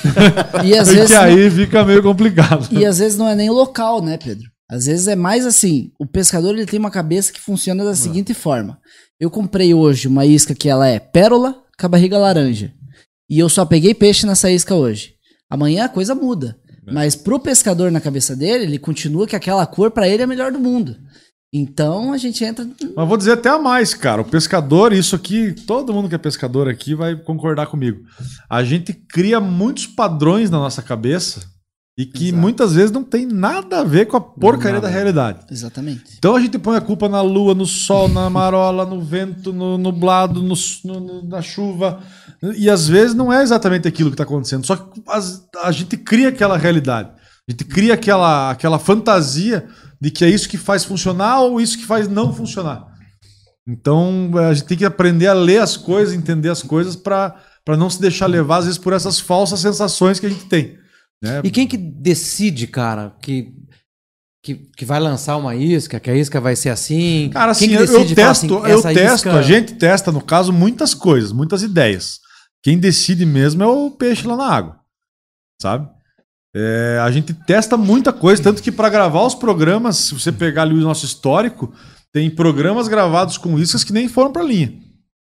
E às Porque vezes aí fica meio complicado. E às vezes não é nem local, né, Pedro? Às vezes é mais assim, o pescador ele tem uma cabeça que funciona da seguinte forma. Eu comprei hoje uma isca que ela é pérola com a barriga laranja. E eu só peguei peixe nessa isca hoje. Amanhã a coisa muda. Mas pro pescador na cabeça dele, ele continua que aquela cor pra ele é a melhor do mundo. Então a gente entra... Mas vou dizer até a mais, cara. O pescador, isso aqui, todo mundo que é pescador aqui vai concordar comigo. A gente cria muitos padrões na nossa cabeça e que Exato. muitas vezes não tem nada a ver com a porcaria Nada. da realidade. Exatamente. Então a gente põe a culpa na lua, no sol, na marola, no vento, no nublado, no, no, na chuva. E às vezes não é exatamente aquilo que está acontecendo. Só que as, a gente cria aquela realidade. A gente cria aquela, aquela fantasia de que é isso que faz funcionar ou isso que faz não funcionar. Então a gente tem que aprender a ler as coisas, entender as coisas para não se deixar levar, às vezes, por essas falsas sensações que a gente tem. Né? E quem que decide, cara, que, que, que vai lançar uma isca, que a isca vai ser assim? Cara, assim, quem que eu, eu decide e fala testo, assim, eu essa testo, isca- a gente testa, no caso, muitas coisas, muitas ideias. Quem decide mesmo é o peixe lá na água, sabe? É, a gente testa muita coisa, tanto que para gravar os programas, se você pegar ali o nosso histórico, tem programas gravados com iscas que nem foram para linha.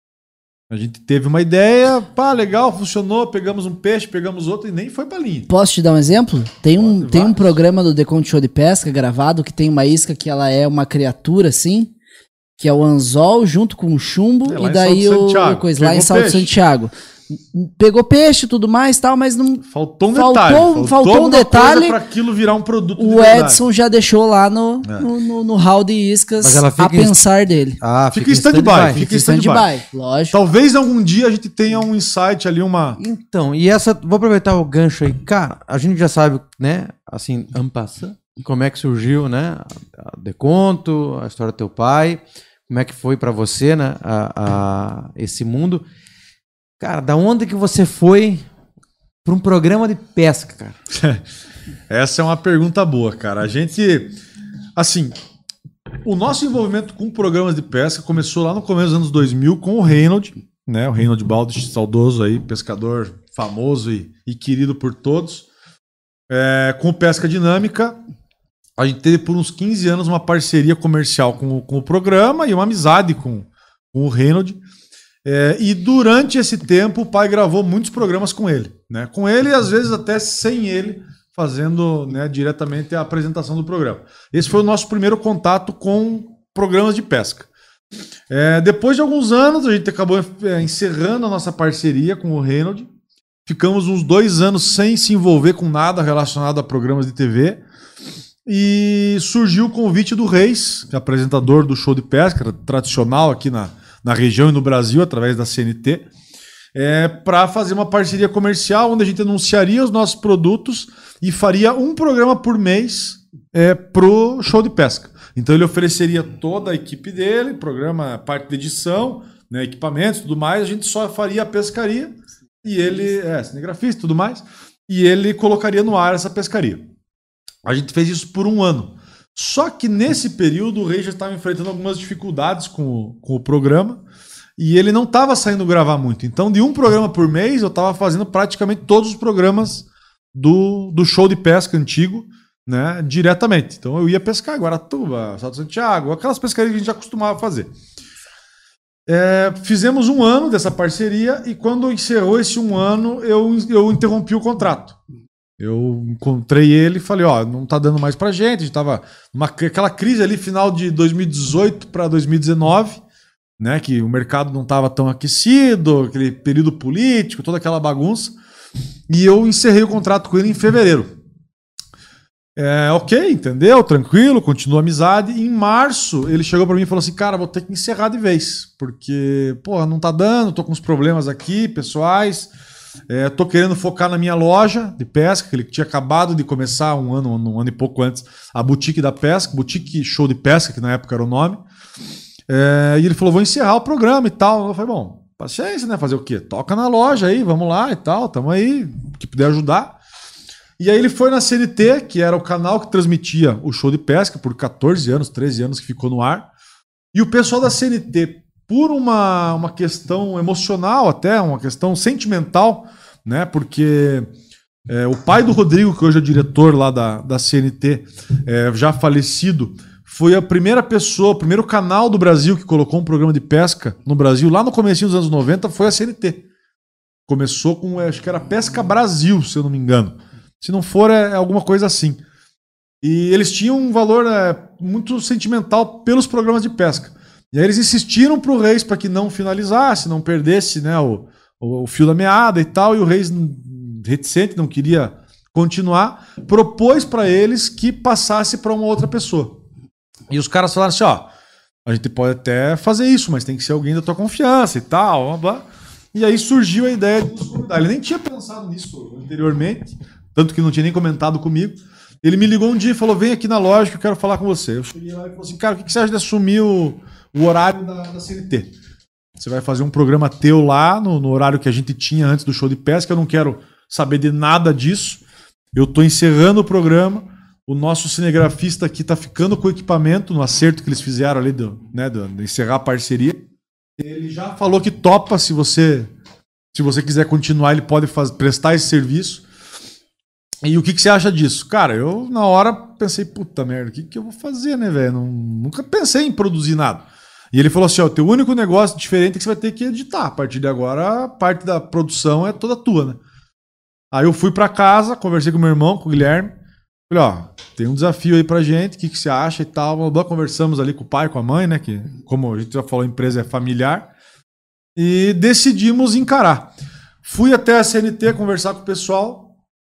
A gente teve uma ideia, pá, legal, funcionou, pegamos um peixe, pegamos outro e nem foi para linha. Posso te dar um exemplo? Tem um, Pode, tem um vários. programa do The Conto Show de Pesca gravado que tem uma isca que ela é uma criatura assim, que é o anzol junto com o chumbo É, lá e em daí Salto o Santiago. coisa lá em Pegou Salto peixe. Santiago. Pegou peixe e tudo mais tal, mas não. Faltou um Faltou- detalhe. faltou um alguma detalhe. para aquilo virar um produto de O verdade. Edson já deixou lá no, É. no, no, no hall de iscas Mas ela fica a em- pensar dele. Ah, Fica em stand-by. Fica em stand-by. Stand-by, lógico. Talvez algum dia a gente tenha um insight ali, uma. Então, e essa, vou aproveitar o gancho aí. Cara, a gente já sabe, né, assim, en passant, como é que surgiu, né, a Deconto, a história do teu pai, como é que foi pra você, né, a, a- esse mundo. Cara, da onde que você foi pra um programa de pesca, cara? Essa é uma pergunta boa, cara. A gente. Assim, o nosso envolvimento com programas de pesca começou lá no começo dos anos dois mil com o Reynold, né? O Reynold Baldes, saudoso aí, pescador famoso e, e querido por todos. É, com o Pesca Dinâmica, a gente teve por uns quinze anos uma parceria comercial com, o- com o programa e uma amizade com, com o Reynold. É, e durante esse tempo o pai gravou muitos programas com ele, né? Com ele e às vezes até sem ele, fazendo, né, diretamente a apresentação do programa. Esse foi o nosso primeiro contato com programas de pesca. É, depois de alguns anos a gente acabou é, encerrando a nossa parceria com o Reynold. Ficamos uns dois anos sem se envolver com nada relacionado a programas de T V. E surgiu o convite do Reis, que é apresentador do show de pesca, tradicional aqui na, na região e no Brasil, através da C N T, é, para fazer uma parceria comercial onde a gente anunciaria os nossos produtos e faria um programa por mês é, pro show de pesca. Então ele ofereceria toda a equipe dele, programa, parte de edição, né, equipamentos, tudo mais. A gente só faria a pescaria e ele, é, cinegrafista e tudo mais, e ele colocaria no ar essa pescaria. A gente fez isso por um ano. Só que nesse período o Rei já estava enfrentando algumas dificuldades com o, com o programa e ele não estava saindo gravar muito. Então, de um programa por mês, eu estava fazendo praticamente todos os programas do, do show de pesca antigo, né, diretamente. Então, eu ia pescar em Guaratuba, Salto Santiago, aquelas pescarias que a gente já costumava fazer. É, fizemos um ano dessa parceria e quando encerrou esse um ano, eu, eu interrompi o contrato. Eu encontrei ele e falei, ó, não tá dando mais pra gente, a gente tava numa aquela crise ali final de dois mil e dezoito para dois mil e dezenove, né, que o mercado não tava tão aquecido, aquele período político, toda aquela bagunça, e eu encerrei o contrato com ele em fevereiro. É, ok, entendeu? Tranquilo, continua a amizade. Em março, ele chegou pra mim e falou assim, cara, vou ter que encerrar de vez, porque, porra, não tá dando, tô com uns problemas aqui, pessoais. É, tô querendo focar na minha loja de pesca, que ele tinha acabado de começar um ano, um ano e pouco antes, a Boutique da Pesca, Boutique Show de Pesca, que na época era o nome. É, e ele falou, vou encerrar o programa e tal. Eu falei, bom, paciência, né? Fazer o quê? Toca na loja aí, vamos lá e tal, tamo aí, que puder ajudar. E aí ele foi na C N T, que era o canal que transmitia o show de pesca por quatorze anos, treze anos que ficou no ar. E o pessoal da C N T, por uma, uma questão emocional até, uma questão sentimental, né? Porque é, o pai do Rodrigo, que hoje é o diretor lá da, da C N T, é, já falecido, foi a primeira pessoa, o primeiro canal do Brasil que colocou um programa de pesca no Brasil, lá no comecinho dos anos noventa, foi a C N T. Começou com, acho que era Pesca Brasil, se eu não me engano. Se não for, é alguma coisa assim. E eles tinham um valor é, muito sentimental pelos programas de pesca. E aí eles insistiram pro Reis para que não finalizasse, não perdesse, né, o, o, o fio da meada e tal. E o Reis, reticente, não queria continuar, propôs para eles que passasse para uma outra pessoa. E os caras falaram assim, ó, a gente pode até fazer isso, mas tem que ser alguém da tua confiança e tal. Blá, blá. E aí surgiu a ideia de nos convidar. Ele nem tinha pensado nisso anteriormente, tanto que não tinha nem comentado comigo. Ele me ligou um dia e falou, vem aqui na loja que eu quero falar com você. Eu cheguei lá e falei assim, cara, o que você acha de assumir o, o horário da, da C N T? Você vai fazer um programa teu lá, no, no horário que a gente tinha antes do show de pesca, eu não quero saber de nada disso. Eu tô encerrando o programa, o nosso cinegrafista aqui tá ficando com o equipamento, no acerto que eles fizeram ali, do, né, do, de encerrar a parceria. Ele já falou que topa, se você, se você quiser continuar, ele pode faz, prestar esse serviço. E o que, que você acha disso? Cara, eu na hora pensei, puta merda, o que, que eu vou fazer, né, velho? Nunca pensei em produzir nada. E ele falou assim, ó, o teu único negócio diferente é que você vai ter que editar. A partir de agora, a parte da produção é toda tua, né? Aí eu fui pra casa, conversei com meu irmão, com o Guilherme. Falei, ó, tem um desafio aí pra gente, o que, que você acha e tal. Blá, blá. Conversamos ali com o pai, com a mãe, né? Que, como a gente já falou, a empresa é familiar. E decidimos encarar. Fui até a C N T conversar com o pessoal.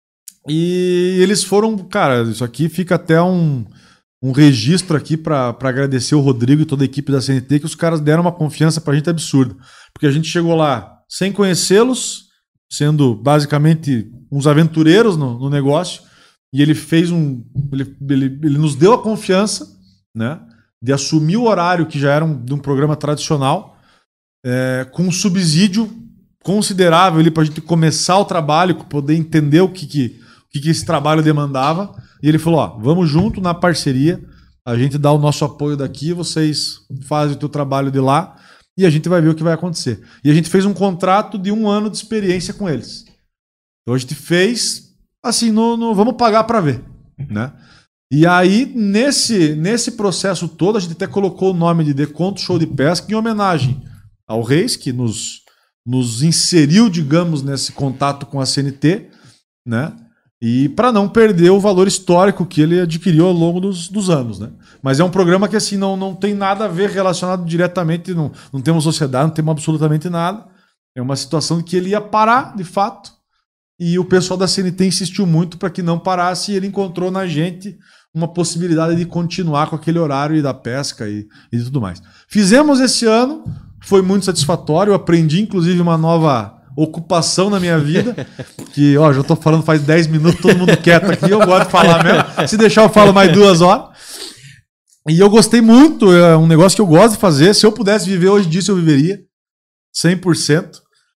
E eles foram, cara, isso aqui fica até um, um registro aqui para agradecer o Rodrigo e toda a equipe da C N T, que os caras deram uma confiança pra gente absurda. Porque a gente chegou lá sem conhecê-los, sendo basicamente uns aventureiros no, no negócio, e ele fez um. Ele, ele, ele nos deu a confiança, né, de assumir o horário que já era um, de um programa tradicional, é, com um subsídio considerável ali para a gente começar o trabalho, poder entender o que, que, o que, que esse trabalho demandava. E ele falou, ó, vamos junto na parceria, a gente dá o nosso apoio daqui, vocês fazem o teu trabalho de lá e a gente vai ver o que vai acontecer. E a gente fez um contrato de um ano de experiência com eles. Então a gente fez assim, no, no vamos pagar para ver, né? E aí, nesse, nesse processo todo, a gente até colocou o nome de Deconto Show de Pesca em homenagem ao Reis, que nos nos inseriu, digamos, nesse contato com a C N T, né? E para não perder o valor histórico que ele adquiriu ao longo dos, dos anos, né? Mas é um programa que assim não, não tem nada a ver relacionado diretamente, não, não temos sociedade, não temos absolutamente nada. É uma situação que ele ia parar, de fato, e o pessoal da C N T insistiu muito para que não parasse e ele encontrou na gente uma possibilidade de continuar com aquele horário e da pesca e, e tudo mais. Fizemos esse ano. Foi muito satisfatório, eu aprendi inclusive uma nova ocupação na minha vida, que ó, já tô falando faz dez minutos, todo mundo quieto aqui, eu gosto de falar mesmo, se deixar eu falo mais duas horas. E eu gostei muito, é um negócio que eu gosto de fazer, se eu pudesse viver hoje disso eu viveria, cem por cento.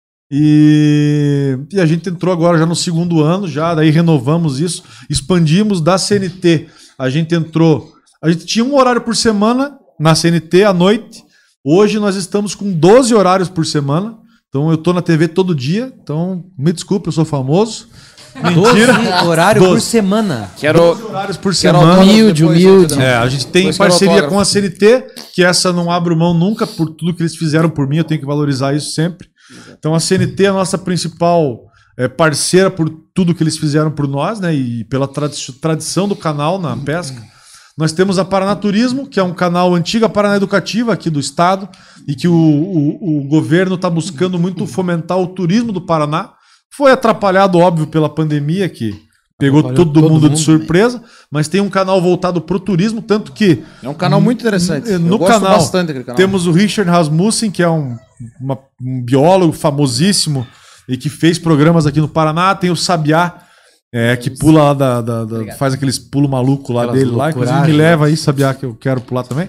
E, e a gente entrou agora já no segundo ano, já daí renovamos isso, expandimos da C N T, a gente entrou, a gente tinha um horário por semana na C N T à noite. Hoje nós estamos com doze horários por semana. Então eu tô na T V todo dia. Então me desculpe, eu sou famoso. Mentira. doze horários por semana. Quero doze horários por semana. Humilde, humilde. É, a gente tem Depois parceria quero com a C N T, que essa não abro mão nunca por tudo que eles fizeram por mim. Eu tenho que valorizar isso sempre. Então a C N T é a nossa principal é, parceira por tudo que eles fizeram por nós, né? E pela tradi- tradição do canal na pesca. Nós temos a Paranaturismo, que é um canal antiga Paraná Educativa aqui do estado e que o, o, o governo está buscando muito fomentar o turismo do Paraná. Foi atrapalhado, óbvio, pela pandemia, que pegou todo, todo mundo, mundo de surpresa, mas tem um canal voltado para o turismo, tanto que É um canal muito interessante. no Eu gosto canal bastante daquele canal. temos o Richard Rasmussen, que é um, uma- um biólogo famosíssimo e que fez programas aqui no Paraná. Tem o Sabiá, é, que pula lá da, da- da- faz aqueles pulo maluco lá Aquelas dele lá. Inclusive me loucuragens. leva aí, Sabiá, que eu quero pular também.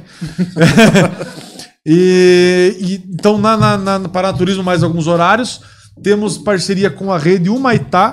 e, e, então na, na, na, no Paranaturismo mais alguns horários. Temos parceria com a rede Humaitá,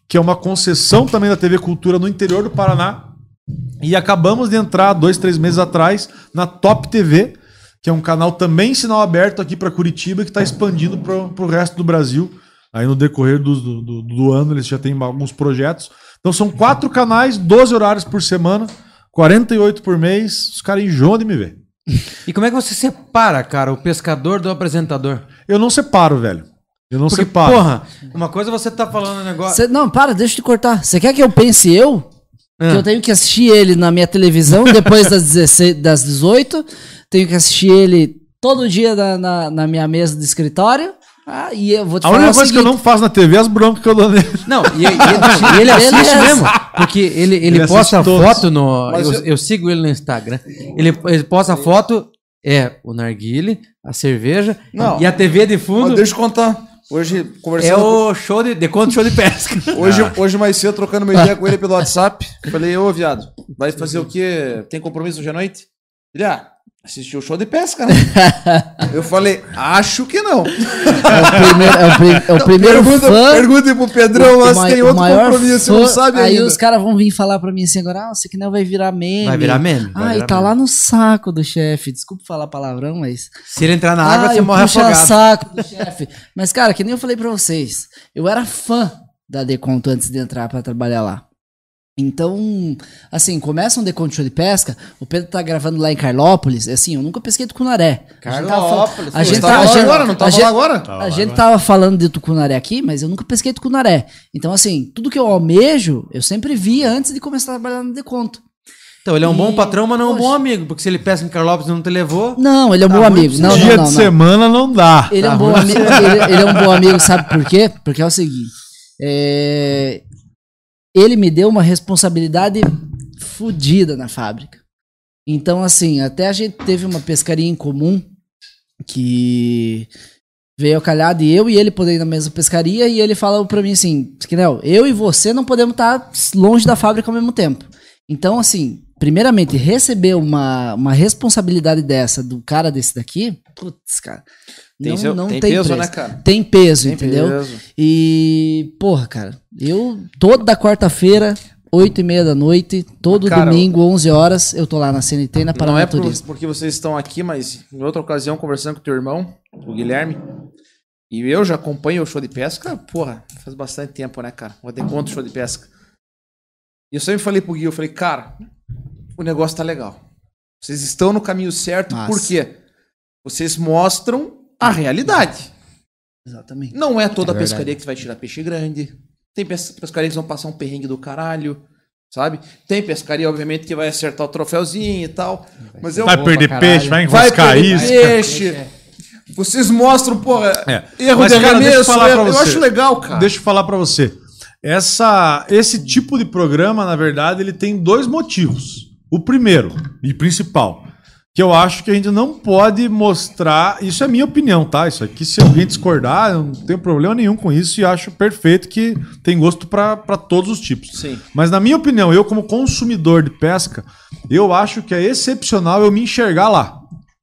que é uma concessão também da T V Cultura no interior do Paraná. E acabamos de entrar, dois, três meses atrás, na Top T V, que é um canal também em sinal aberto aqui para Curitiba, que está expandindo para o resto do Brasil. Aí no decorrer do, do, do ano eles já têm alguns projetos. Então são quatro canais, doze horários por semana, quarenta e oito por mês. Os caras enjoam de me ver. E como é que você separa, cara, o pescador do apresentador? Eu não separo, velho. Eu não Porque, separo. porra, uma coisa você tá falando um negócio... Cê- não, para, deixa eu te cortar. Você quer que eu pense eu? Ah. Que eu tenho que assistir ele na minha televisão depois das, dezesseis, das dezoito. Tenho que assistir ele todo dia na, na, na minha mesa de escritório. Ah, e eu vou te A falar única o coisa que eu seguinte, não faço na T V é as broncas que eu dou nele. Não, e, e ele, e ele assiste Beleza. mesmo. Porque ele, ele, Ele posta assiste todos. foto no... Mas Eu, eu- eu sigo ele no Instagram. Ele, ele posta foto, é o narguile, a cerveja Não. e a T V de Mas fundo deixa eu contar. Hoje, é conversando com- o show de, de conto show de pesca. Hoje, hoje mais cedo, trocando uma ideia com ele pelo WhatsApp, falei, ô viado, vai fazer o quê? Tem compromisso hoje à noite? Ele, ah, assistiu o show de pesca, né? Eu falei, acho que não. é o primeiro, é o pri- é o primeiro Pergunta, fã. pergunta pro Pedrão lá o se ma- tem o outro maior compromisso, você fã, não sabe aí ainda. os caras vão vir falar pra mim assim agora, ah, você que não vai virar meme. Vai virar meme, vai Ah, virar e tá meme. lá no saco do chefe. Desculpa falar palavrão, mas... Se ele entrar na água, ah, você eu morre puxo afogado. saco do chefe. Mas, cara, que nem eu falei pra vocês, eu era fã da Deconto antes de entrar pra trabalhar lá. Então, assim, começa um Deconto Show de Pesca, o Pedro tá gravando lá em Carlópolis, assim, eu nunca pesquei tucunaré. A gente tava falando- Carlópolis, A pô, gente Você tá- tava a lá gente- agora, não a tava gente- lá agora? A gente tava falando de tucunaré aqui, mas eu nunca pesquei tucunaré. Então, assim, tudo que eu almejo, eu sempre via antes de começar a trabalhar no Deconto. Então, ele é um bom E- patrão, mas não é um bom Poxa. amigo. Porque se ele pesca em Carlópolis e não te levou... Não, ele é um Tá bom muito amigo. Não, Dia não, não, de não. semana não dá. Ele é, Tá um bom ruim. amigo, ele, ele é um bom amigo, sabe por quê? Porque é o seguinte, é, ele me deu uma responsabilidade fodida na fábrica. Então, assim, até a gente teve uma pescaria em comum que veio a calhar de eu e ele poder ir na mesma pescaria e ele falou pra mim assim, Skinel, eu e você não podemos estar longe da fábrica ao mesmo tempo. Então, assim, primeiramente, receber uma, uma responsabilidade dessa do cara desse daqui, putz, cara, Tem, não, seu- não tem tem, peso, preço. né, cara? Tem peso, Tem entendeu? peso. E, porra, cara, eu toda quarta-feira, oito e meia da noite, todo Cara, domingo, onze horas, eu tô lá na C N T, na Não Paraná é por- Turismo. porque vocês estão aqui, mas em outra ocasião, conversando com o teu irmão, o Guilherme, e eu já acompanho o show de pesca, porra, faz bastante tempo, né, cara? O Deconto show de pesca. E eu sempre falei pro Gui, eu falei, cara, o negócio tá legal. Vocês estão no caminho certo, Massa. por quê? Vocês mostram a realidade. Exatamente. Não é toda É verdade. pescaria que vai tirar peixe grande. Tem pes- pescaria que vão passar um perrengue do caralho, sabe? Tem pescaria, obviamente, que vai acertar o troféuzinho e tal. Mas eu Vai Boa perder pra peixe, caralho. vai vai enroscar perder isca. peixe. Vocês mostram, porra, É. erro Mas, de cara, deixa eu arremesso. falar pra Eu, eu você. acho legal, cara. Deixa eu falar pra você. Essa, esse tipo de programa, na verdade, ele tem dois motivos. O primeiro e principal, que eu acho que a gente não pode mostrar. Isso é minha opinião, tá? Isso aqui, se alguém discordar, eu não tenho problema nenhum com isso e acho perfeito que tem gosto pra pra todos os tipos. Sim. Mas na minha opinião, eu como consumidor de pesca, eu acho que é excepcional eu me enxergar lá.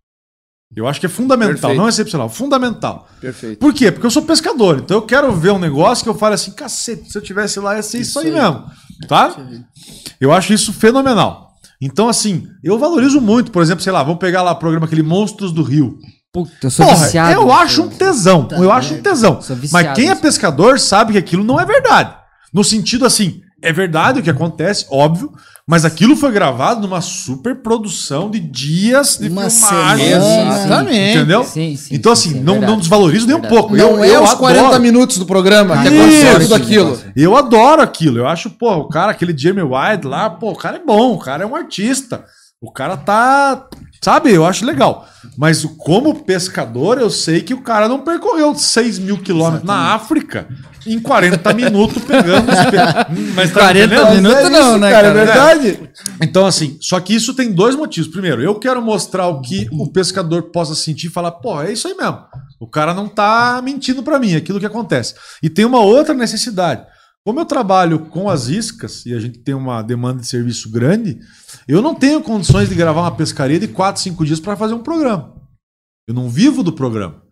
Eu acho que é fundamental, Perfeito. não é excepcional, fundamental. Perfeito. Por quê? Porque eu sou pescador, então eu quero ver um negócio que eu fale assim, cacete, se eu tivesse lá ia ser isso, aí, mesmo, tá? Eu acho isso fenomenal. Então, assim, eu valorizo muito, por exemplo, sei lá, vamos pegar lá o programa aquele Monstros do Rio. Puta, eu sou Porra, viciado. eu acho um tesão, eu acho um tesão. Sou viciado Mas quem é nisso. pescador sabe que aquilo não é verdade. No sentido assim, é verdade o que acontece, óbvio, mas aquilo foi gravado numa super produção de dias de Uma filmagem. semana. Exatamente. Entendeu? Sim, sim, então, sim, assim, sim, é não, verdade. não desvalorizo nem um Verdade. pouco. Não eu, é eu os adoro. quarenta minutos do programa que Isso. aconteceu tudo aquilo. Eu adoro aquilo. Eu acho, pô, o cara, aquele Jeremy Wide lá, pô, o cara é bom, o cara é um artista. O cara tá. Sabe, eu acho legal. Mas como pescador, eu sei que o cara não percorreu seis mil quilômetros na África em quarenta minutos pegando os peixes. Mas tá entendendo? minutos não, né, cara? É cara? verdade. Então, assim, só que isso tem dois motivos. Primeiro, eu quero mostrar o que o pescador possa sentir e falar, pô, é isso aí mesmo. O cara não tá mentindo pra mim, é aquilo que acontece. E tem uma outra necessidade. Como eu trabalho com as iscas e a gente tem uma demanda de serviço grande, eu não tenho condições de gravar uma pescaria de quatro, cinco dias para fazer um programa. Eu não vivo do programa.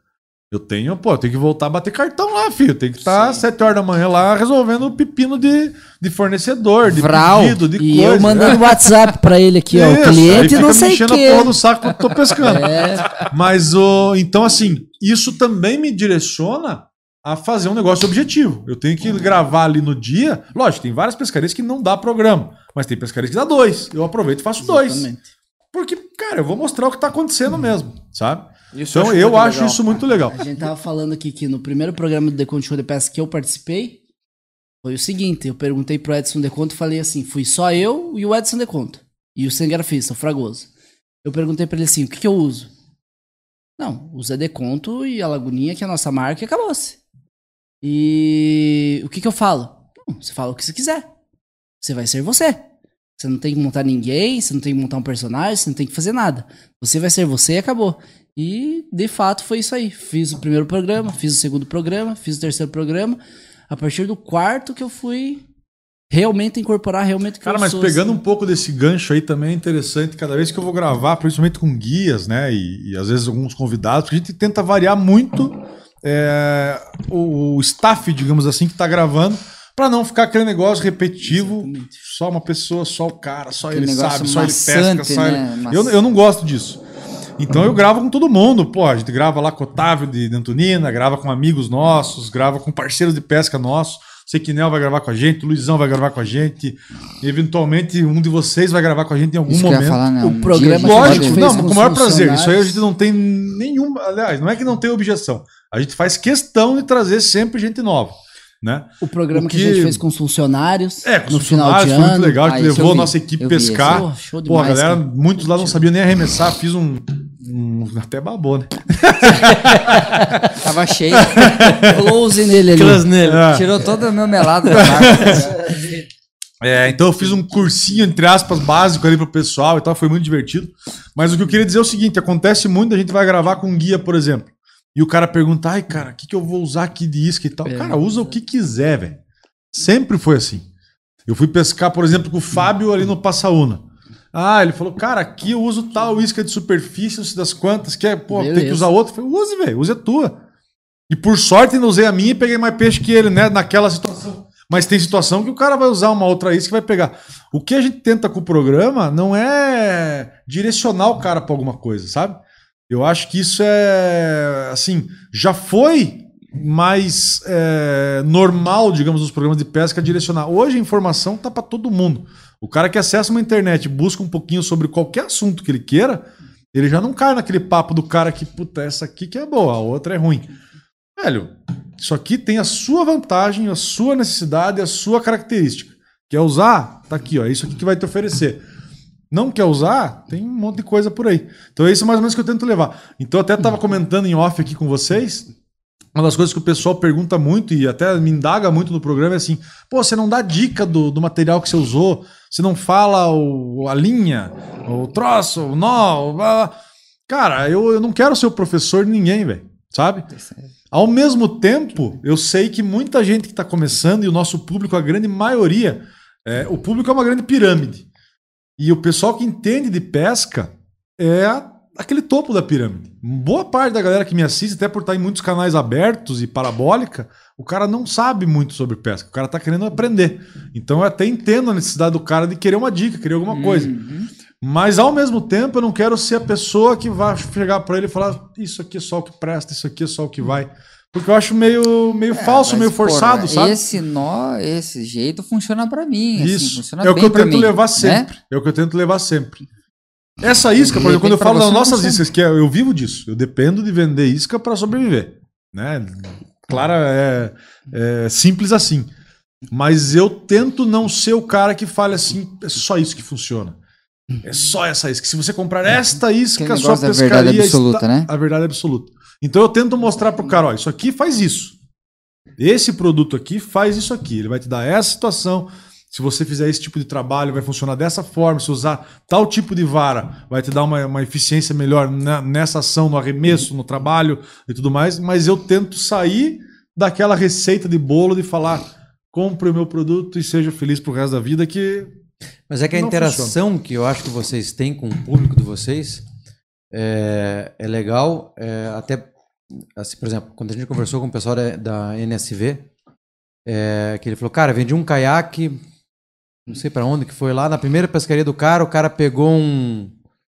Eu tenho, pô, eu tenho que voltar a bater cartão lá, filho. Eu tenho que estar às sete horas da manhã lá resolvendo o pepino de, de fornecedor, de Vral. pedido, de E coisa. eu mandando WhatsApp pra ele aqui, ó. O Isso, aí cliente fica não me sei o enchendo quê. a porra do saco que eu tô pescando. É. Mas, o então, assim, isso também me direciona a fazer um negócio objetivo. Eu tenho que gravar ali no dia. Lógico, tem várias pescarias que não dá programa, mas tem pescarias que dá dois. Eu aproveito e faço dois. Exatamente. Porque, cara, eu vou mostrar o que tá acontecendo mesmo, sabe? Isso Então eu acho eu muito acho legal. isso muito legal. A gente tava falando aqui que no primeiro programa do Deconto Show de Pesca que eu participei, foi o seguinte, eu perguntei pro Edson Deconto e falei assim, fui só eu e o Edson Deconto, e o cinegrafista, o Fragoso. Eu perguntei pra ele assim, o que que eu uso? Não, usa Deconto e a Laguninha, que é a nossa marca, e acabou-se. E o que que eu falo? Não, você fala o que você quiser. Você vai ser você. Você não tem que montar ninguém, você não tem que montar um personagem, você não tem que fazer nada. Você vai ser você e acabou. E, de fato, foi isso aí. Fiz o primeiro programa, fiz o segundo programa, fiz o terceiro programa. A partir do quarto que eu fui realmente incorporar realmente o que Cara, eu mas sou, pegando assim. um pouco desse gancho aí também é interessante. Cada vez que eu vou gravar, principalmente com guias, né? E, e às vezes alguns convidados, porque a gente tenta variar muito é, o, o staff, digamos assim, que tá gravando, pra não ficar aquele negócio repetitivo. Exatamente. Só uma pessoa, só o cara, só Aquele ele negócio sabe, só ele pesca, maçante, só né? ele. Maç- Eu, eu não gosto disso. Então eu gravo com todo mundo, pô, a gente grava lá com o Otávio de, de Antonina, grava com amigos nossos, grava com parceiros de pesca nossos. Sequinel vai gravar com a gente, o Luizão vai gravar com a gente, eventualmente um de vocês vai gravar com a gente em algum Isso que eu ia momento. falar, né? O Um programa dia que a a gente Lógico, fez pode- não, com com o maior os prazer. Isso aí a funcionários. gente não tem nenhuma, aliás, não é que não tem objeção. A gente faz questão de trazer sempre gente nova, né? O programa O que... a gente que- fez com os funcionários É, com no os final de funcionários foi muito ano. legal, a Ah, gente isso eu levou a vi, nossa equipe eu vi esse. pescar. Pô, show Pô, a demais, galera, cara. muitos lá não sabiam nem arremessar, fiz um, um até babou, né? Tava cheio. Close nele ali. Close nele. É. Tirou todo o meu melado da marca. É, então eu fiz um cursinho, entre aspas, básico ali pro pessoal e tal, foi muito divertido. Mas o que eu queria dizer é o seguinte, acontece muito, a gente vai gravar com um guia, por exemplo, e o cara pergunta, ai, cara, o que, que eu vou usar aqui de isca e tal? É. Cara, usa o que quiser, velho. Sempre foi assim. Eu fui pescar, por exemplo, com o Fábio ali no Passaúna. Ah, ele falou, cara, aqui eu uso tal isca de superfície, não sei das quantas, quer, pô, tem que Beleza. usar outra. Eu falei, use, velho, use a tua. E por sorte não usei a minha e peguei mais peixe que ele, né, naquela situação. Mas tem situação que o cara vai usar uma outra isca e vai pegar. O que a gente tenta com o programa não é direcionar o cara para alguma coisa, sabe? Eu acho que isso é, assim, já foi mais é, normal, digamos, nos programas de pesca direcionar. Hoje a informação tá para todo mundo. O cara que acessa uma internet, busca um pouquinho sobre qualquer assunto que ele queira, ele já não cai naquele papo do cara que, puta, essa aqui que é boa, a outra é ruim. Velho, isso aqui tem a sua vantagem, a sua necessidade, a sua característica. Quer usar? Tá aqui, ó. É isso aqui que vai te oferecer. Não quer usar? Tem um monte de coisa por aí. Então é isso mais ou menos que eu tento levar. Então eu até estava comentando em off aqui com vocês. Uma das coisas que o pessoal pergunta muito e até me indaga muito no programa é assim: pô, você não dá dica do, do material que você usou? Você não fala o, a linha, o troço, o nó? O... Cara, eu, eu não quero ser o professor de ninguém, velho. Sabe? Ao mesmo tempo, eu sei que muita gente que está começando, e o nosso público, a grande maioria, é, o público é uma grande pirâmide. E o pessoal que entende de pesca é aquele topo da pirâmide. Boa parte da galera que me assiste, até por estar em muitos canais abertos e parabólica, o cara não sabe muito sobre pesca. O cara está querendo aprender. Então eu até entendo a necessidade do cara de querer uma dica, querer alguma coisa. Uhum. Mas ao mesmo tempo eu não quero ser a pessoa que vai chegar para ele e falar isso aqui é só o que presta, isso aqui é só o que vai. Porque eu acho meio, meio falso, Mas, meio forçado, porra, sabe? Esse nó, esse jeito funciona pra mim. assim, Isso. funciona É o que bem eu pra tento mim, levar né? sempre. É o que eu tento levar sempre. Essa isca, De por exemplo, quando eu repente, falo pra das você não nossas funciona. iscas, que é- eu vivo disso. Eu dependo de vender isca para sobreviver. Né? Claro, é, é simples assim. Mas eu tento não ser o cara que fale assim, é só isso que funciona. É só essa isca. Se você comprar esta isca, Aquele a sua negócio da pescaria verdade absoluta, está... né? A verdade absoluta. Então eu tento mostrar pro cara, ó, isso aqui faz isso. Esse produto aqui faz isso aqui. Ele vai te dar essa situação. Se você fizer esse tipo de trabalho, vai funcionar dessa forma. Se usar tal tipo de vara, vai te dar uma, uma eficiência melhor na- nessa ação, no arremesso, no trabalho e tudo mais. Mas eu tento sair daquela receita de bolo de falar, compre o meu produto e seja feliz pro resto da vida, que Mas é que a Não interação que eu acho que vocês têm com o público de vocês é, é legal, é, até assim, por exemplo, quando a gente conversou com o pessoal da, da N S V, é, que ele falou, cara, vendi um caiaque, não sei pra onde que foi lá, na primeira pescaria do cara, o cara pegou um,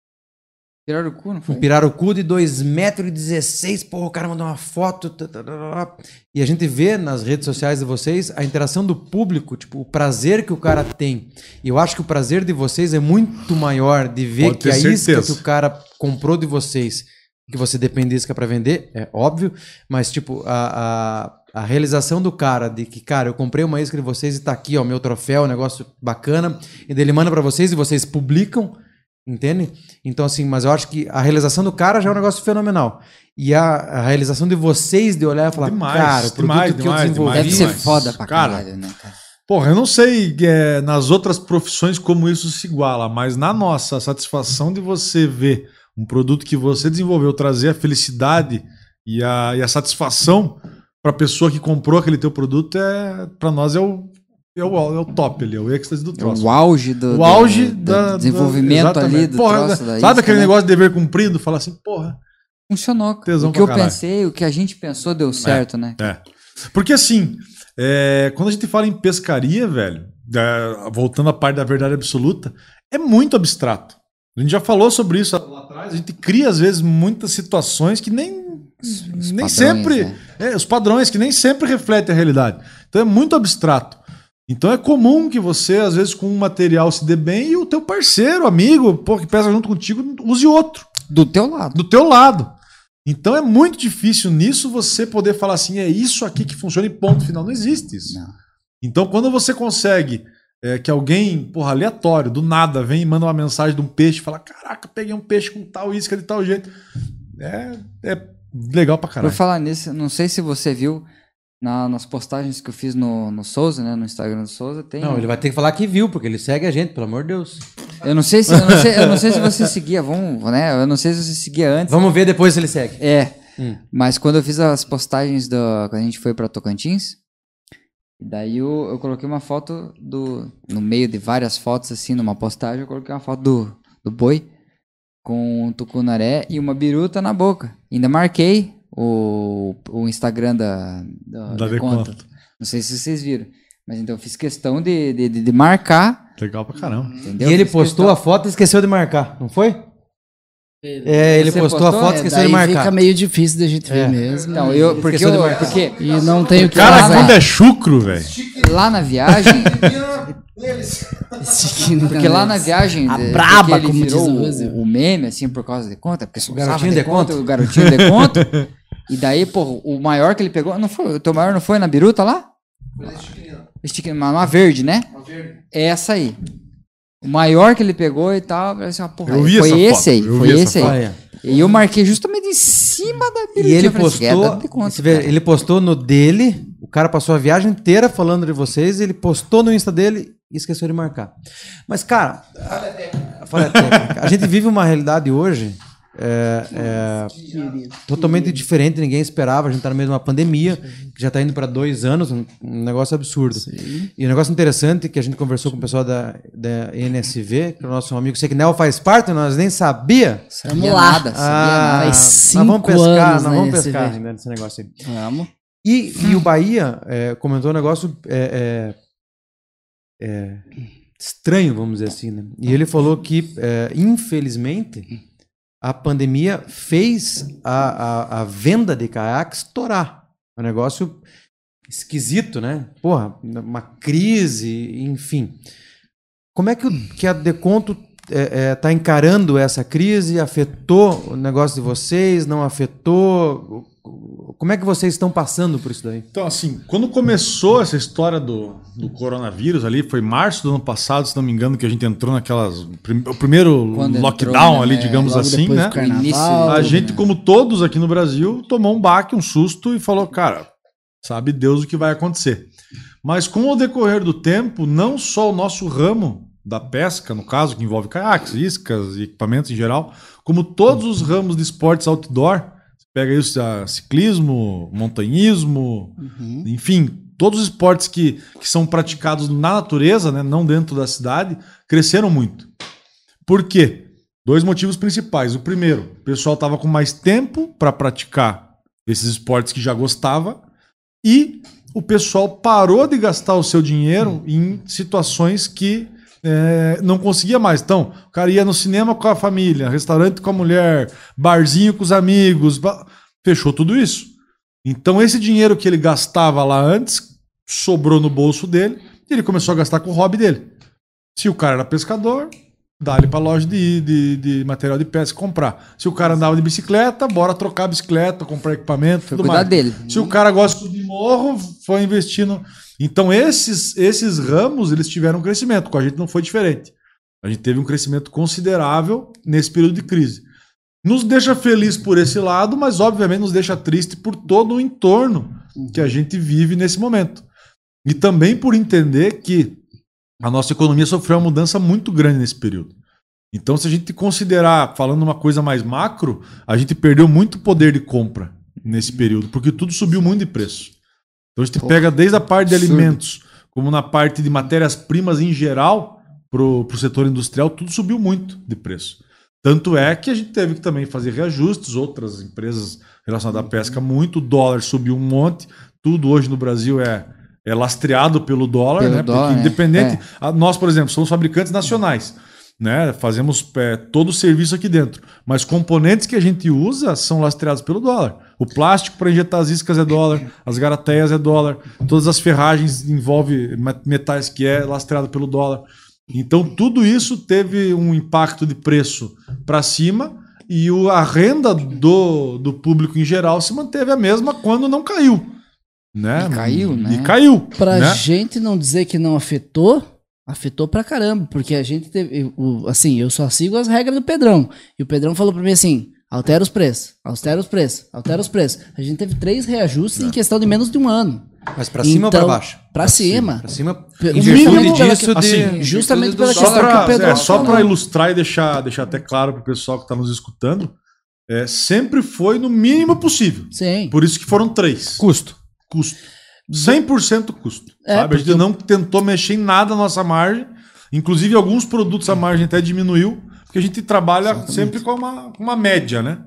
Pirarucu, não um foi? pirarucu de dois metros e dezesseis, porra, o cara mandou uma foto, tá, tá, tá, tá. E a gente vê nas redes sociais de vocês a interação do público, tipo, o prazer que o cara tem. E eu acho que o prazer de vocês é muito maior de ver Pode que ter a isca certeza. que o cara comprou de vocês, que você depende de isca pra vender, é óbvio, mas tipo, a, a, a realização do cara de que, cara, eu comprei uma isca de vocês e tá aqui, ó, meu troféu, um negócio bacana, e daí ele manda pra vocês e vocês publicam, entende? Então assim, mas eu acho que a realização do cara já é um negócio fenomenal. E a, a realização de vocês de olhar e falar, Demais, cara, o produto demais, que demais, eu desenvolvi... Deve demais. ser foda pra Cara, caralho, né, cara? Porra, eu não sei é, nas outras profissões como isso se iguala, mas na nossa, a satisfação de você ver um produto que você desenvolveu trazer a felicidade e a, e a satisfação para a pessoa que comprou aquele teu produto, é para nós é o, é, o, é o top ali, é o êxtase do É troço. o auge do, O do- auge do da, desenvolvimento da- ali exatamente. do Porra, troço da sabe isca, aquele né? negócio de dever cumprido? Fala assim, porra. Funcionou. cara. Tesão O que pra eu caralho. pensei, o que a gente pensou deu certo, né? É. Porque assim, é, quando a gente fala em pescaria, velho, é, voltando à parte da verdade absoluta, é muito abstrato. A gente já falou sobre isso lá atrás. A gente cria, às vezes, muitas situações que nem, nem padrões, sempre. né? É, os padrões que nem sempre refletem a realidade. Então é muito abstrato. Então é comum que você, às vezes, com um material se dê bem e o teu parceiro, amigo, pô, que pesca junto contigo, use outro. Do teu lado. Do teu lado. Então é muito difícil nisso você poder falar assim, é isso aqui que funciona e ponto final. Não existe isso. Não. Então quando você consegue é, que alguém, porra, aleatório, do nada, vem e manda uma mensagem de um peixe e fala, caraca, peguei um peixe com tal isca de tal jeito. É, é legal pra Por caralho. falar nisso, não sei se você viu na- nas postagens que eu fiz no, no Souza, né? No Instagram do Souza, tem. Não, ele vai ter que falar que viu, porque ele segue a gente, pelo amor de Deus. Eu não sei se, eu não sei, eu não sei se você seguia, vamos, né? Eu não sei se você seguia antes. Vamos ver depois se ele segue. É. Hum. Mas quando eu fiz as postagens do, quando a gente foi pra Tocantins, daí eu, eu coloquei uma foto do. No meio de várias fotos, assim, numa postagem, eu coloquei uma foto do, do boi com um tucunaré e uma biruta na boca. Ainda marquei o, o Instagram da, da, Da da conta. Deconto. Não sei se vocês viram. Mas então eu fiz questão de, de, de, de marcar. Legal pra caramba. Entendeu? E ele Fiz postou questão- a foto e esqueceu de marcar, não foi? É, ele Você postou, postou? a foto e É, esqueceu de daí marcar. fica meio difícil da gente ver É. mesmo. Não, eu, porque, Esqueceu de eu, marcar. porque E não tem o que Cara, fazer. quando é chucro, velho. lá na viagem, porque lá na viagem, A de- braba, porque ele como virou diz o o, Rose. o meme, assim, por causa de conta, porque só usava garotinho de conta. o garotinho de conta. E daí, pô, o maior que ele pegou, não foi, o teu maior não foi na biruta lá? Estiquinha, uma, uma verde, né? É essa aí. O maior que ele pegou e tal, eu falei assim, ah, porra, Eu vi foi essa esse foto, aí, eu foi vi essa esse aí. Olha. E eu marquei justamente em cima da biruta. E ele Eu falei assim, é, dá postou, de conta, você vê, cara. ele postou no dele, o cara passou a viagem inteira falando de vocês, ele postou no Insta dele e esqueceu de marcar. Mas, cara, a, falha técnica. A gente vive uma realidade hoje é, é, totalmente diferente, ninguém esperava, a gente tá no meio de uma pandemia, que já tá indo para dois anos, um, um negócio absurdo. E um negócio interessante que a gente conversou com o pessoal da, da N S V, que o nosso amigo Sequinel faz parte, nós nem sabia. Vamos Sabia lá. nada, sabia Ah, nada. Faz nós cinco vamos pescar, anos nós na vamos N S V. pescar ainda nesse negócio aí. Vamos. E, e o Bahia é, comentou um negócio é, é, é, estranho, vamos dizer assim, né? E ele falou que, é, infelizmente, a pandemia fez a, a, a venda de caiaques estourar. É um negócio esquisito, né? Porra, uma crise, enfim. Como é que, o, que a Deconto é, é, tá encarando essa crise? Afetou o negócio de vocês? Não afetou? Como é que vocês estão passando por isso daí? Então, assim, quando começou essa história do, do coronavírus ali, foi março do ano passado, se não me engano, que a gente entrou naquelas. prim- O primeiro Quando lockdown entrou, né, ali, é, digamos logo assim, depois né? do carnaval, Início- A gente, né? como todos aqui no Brasil, tomou um baque, um susto e falou, cara, sabe Deus o que vai acontecer. Mas com o decorrer do tempo, não só o nosso ramo da pesca, no caso, que envolve caiaques, iscas e equipamentos em geral, como todos os ramos de esportes outdoor, você pega isso, ah, ciclismo, montanhismo, enfim, todos os esportes que, que são praticados na natureza, né, não dentro da cidade, cresceram muito. Por quê? Dois motivos principais. O primeiro, o pessoal estava com mais tempo para praticar esses esportes que já gostava, e o pessoal parou de gastar o seu dinheiro em situações que é, não conseguia mais. Então, o cara ia no cinema com a família, restaurante com a mulher, barzinho com os amigos, fechou tudo isso. Então, esse dinheiro que ele gastava lá antes, sobrou no bolso dele, e ele começou a gastar com o hobby dele. Se o cara era pescador, dá-lhe pra loja de, de, de material de pesca comprar. Se o cara andava de bicicleta, bora trocar a bicicleta, comprar equipamento, tudo cuidar mais. dele. Se o cara gosta de subir morro, foi investindo. Então esses, esses ramos, eles tiveram um crescimento. Com a gente não foi diferente. A gente teve um crescimento considerável nesse período de crise. Nos deixa feliz por esse lado, mas obviamente nos deixa triste por todo o entorno que a gente vive nesse momento. E também por entender que a nossa economia sofreu uma mudança muito grande nesse período. Então, se a gente considerar, falando uma coisa mais macro, a gente perdeu muito poder de compra nesse período, porque tudo subiu muito de preço. Então, a gente Pô, pega desde a parte de absurdo. alimentos, como na parte de matérias-primas em geral, para o setor industrial, tudo subiu muito de preço. Tanto é que a gente teve que também fazer reajustes, outras empresas relacionadas à pesca, muito, o dólar subiu um monte, tudo hoje no Brasil é... é lastreado pelo dólar, pelo né? Dólar, porque independente. É. Nós, por exemplo, somos fabricantes nacionais, né? Fazemos é, todo o serviço aqui dentro. Mas componentes que a gente usa são lastreados pelo dólar. O plástico para injetar as iscas é dólar, as garateias é dólar, todas as ferragens envolvem metais que é lastreado pelo dólar. Então, tudo isso teve um impacto de preço para cima e o, a renda do, do público em geral se manteve a mesma quando não caiu. Né? E caiu, né? E caiu. Pra né? gente não dizer que não afetou, afetou pra caramba, porque a gente teve, o, assim, eu só sigo as regras do Pedrão, e o Pedrão falou pra mim assim, altera os preços, altera os preços, altera os preços. A gente teve três reajustes é. em questão de menos de um ano. Mas pra cima então, ou pra baixo? Pra, pra cima. Pra cima. Em virtude disso, de, assim, justamente pela só questão pra, que o Pedrão é, Só falou. para ilustrar e deixar, deixar até claro pro pessoal que tá nos escutando, é, sempre foi no mínimo possível. Sim. Por isso que foram três. Custo. Custo. cem por cento custo. É, sabe? A gente não tentou mexer em nada a nossa margem. Inclusive, alguns produtos a margem até diminuiu, porque a gente trabalha Exatamente. sempre com uma, uma média, né?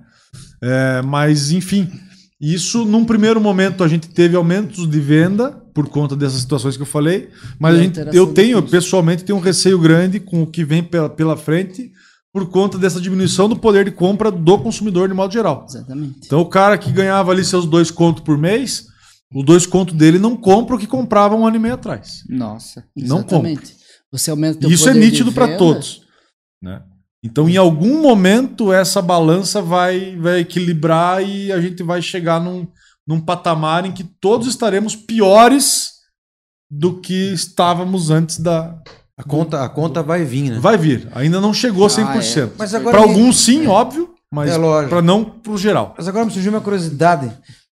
É, mas, enfim, isso num primeiro momento a gente teve aumentos de venda por conta dessas situações que eu falei, mas a gente, eu tenho, pessoalmente, tenho um receio grande com o que vem pela, pela frente por conta dessa diminuição do poder de compra do consumidor de modo geral. Exatamente. Então, o cara que ganhava ali seus dois contos por mês, os dois contos dele não compra o que comprava um ano e meio atrás. Nossa. Não Exatamente. compra. Você aumenta o teu Isso poder é nítido para venda. todos. Né? Então, em algum momento, essa balança vai, vai equilibrar e a gente vai chegar num, num patamar em que todos estaremos piores do que estávamos antes da... A conta, a conta vai vir, né? Vai vir. Ainda não chegou a cem por cento. Ah, é. Mas agora para me- alguns, sim, óbvio, mas É lógico. para não para o geral. Mas agora me surgiu uma curiosidade.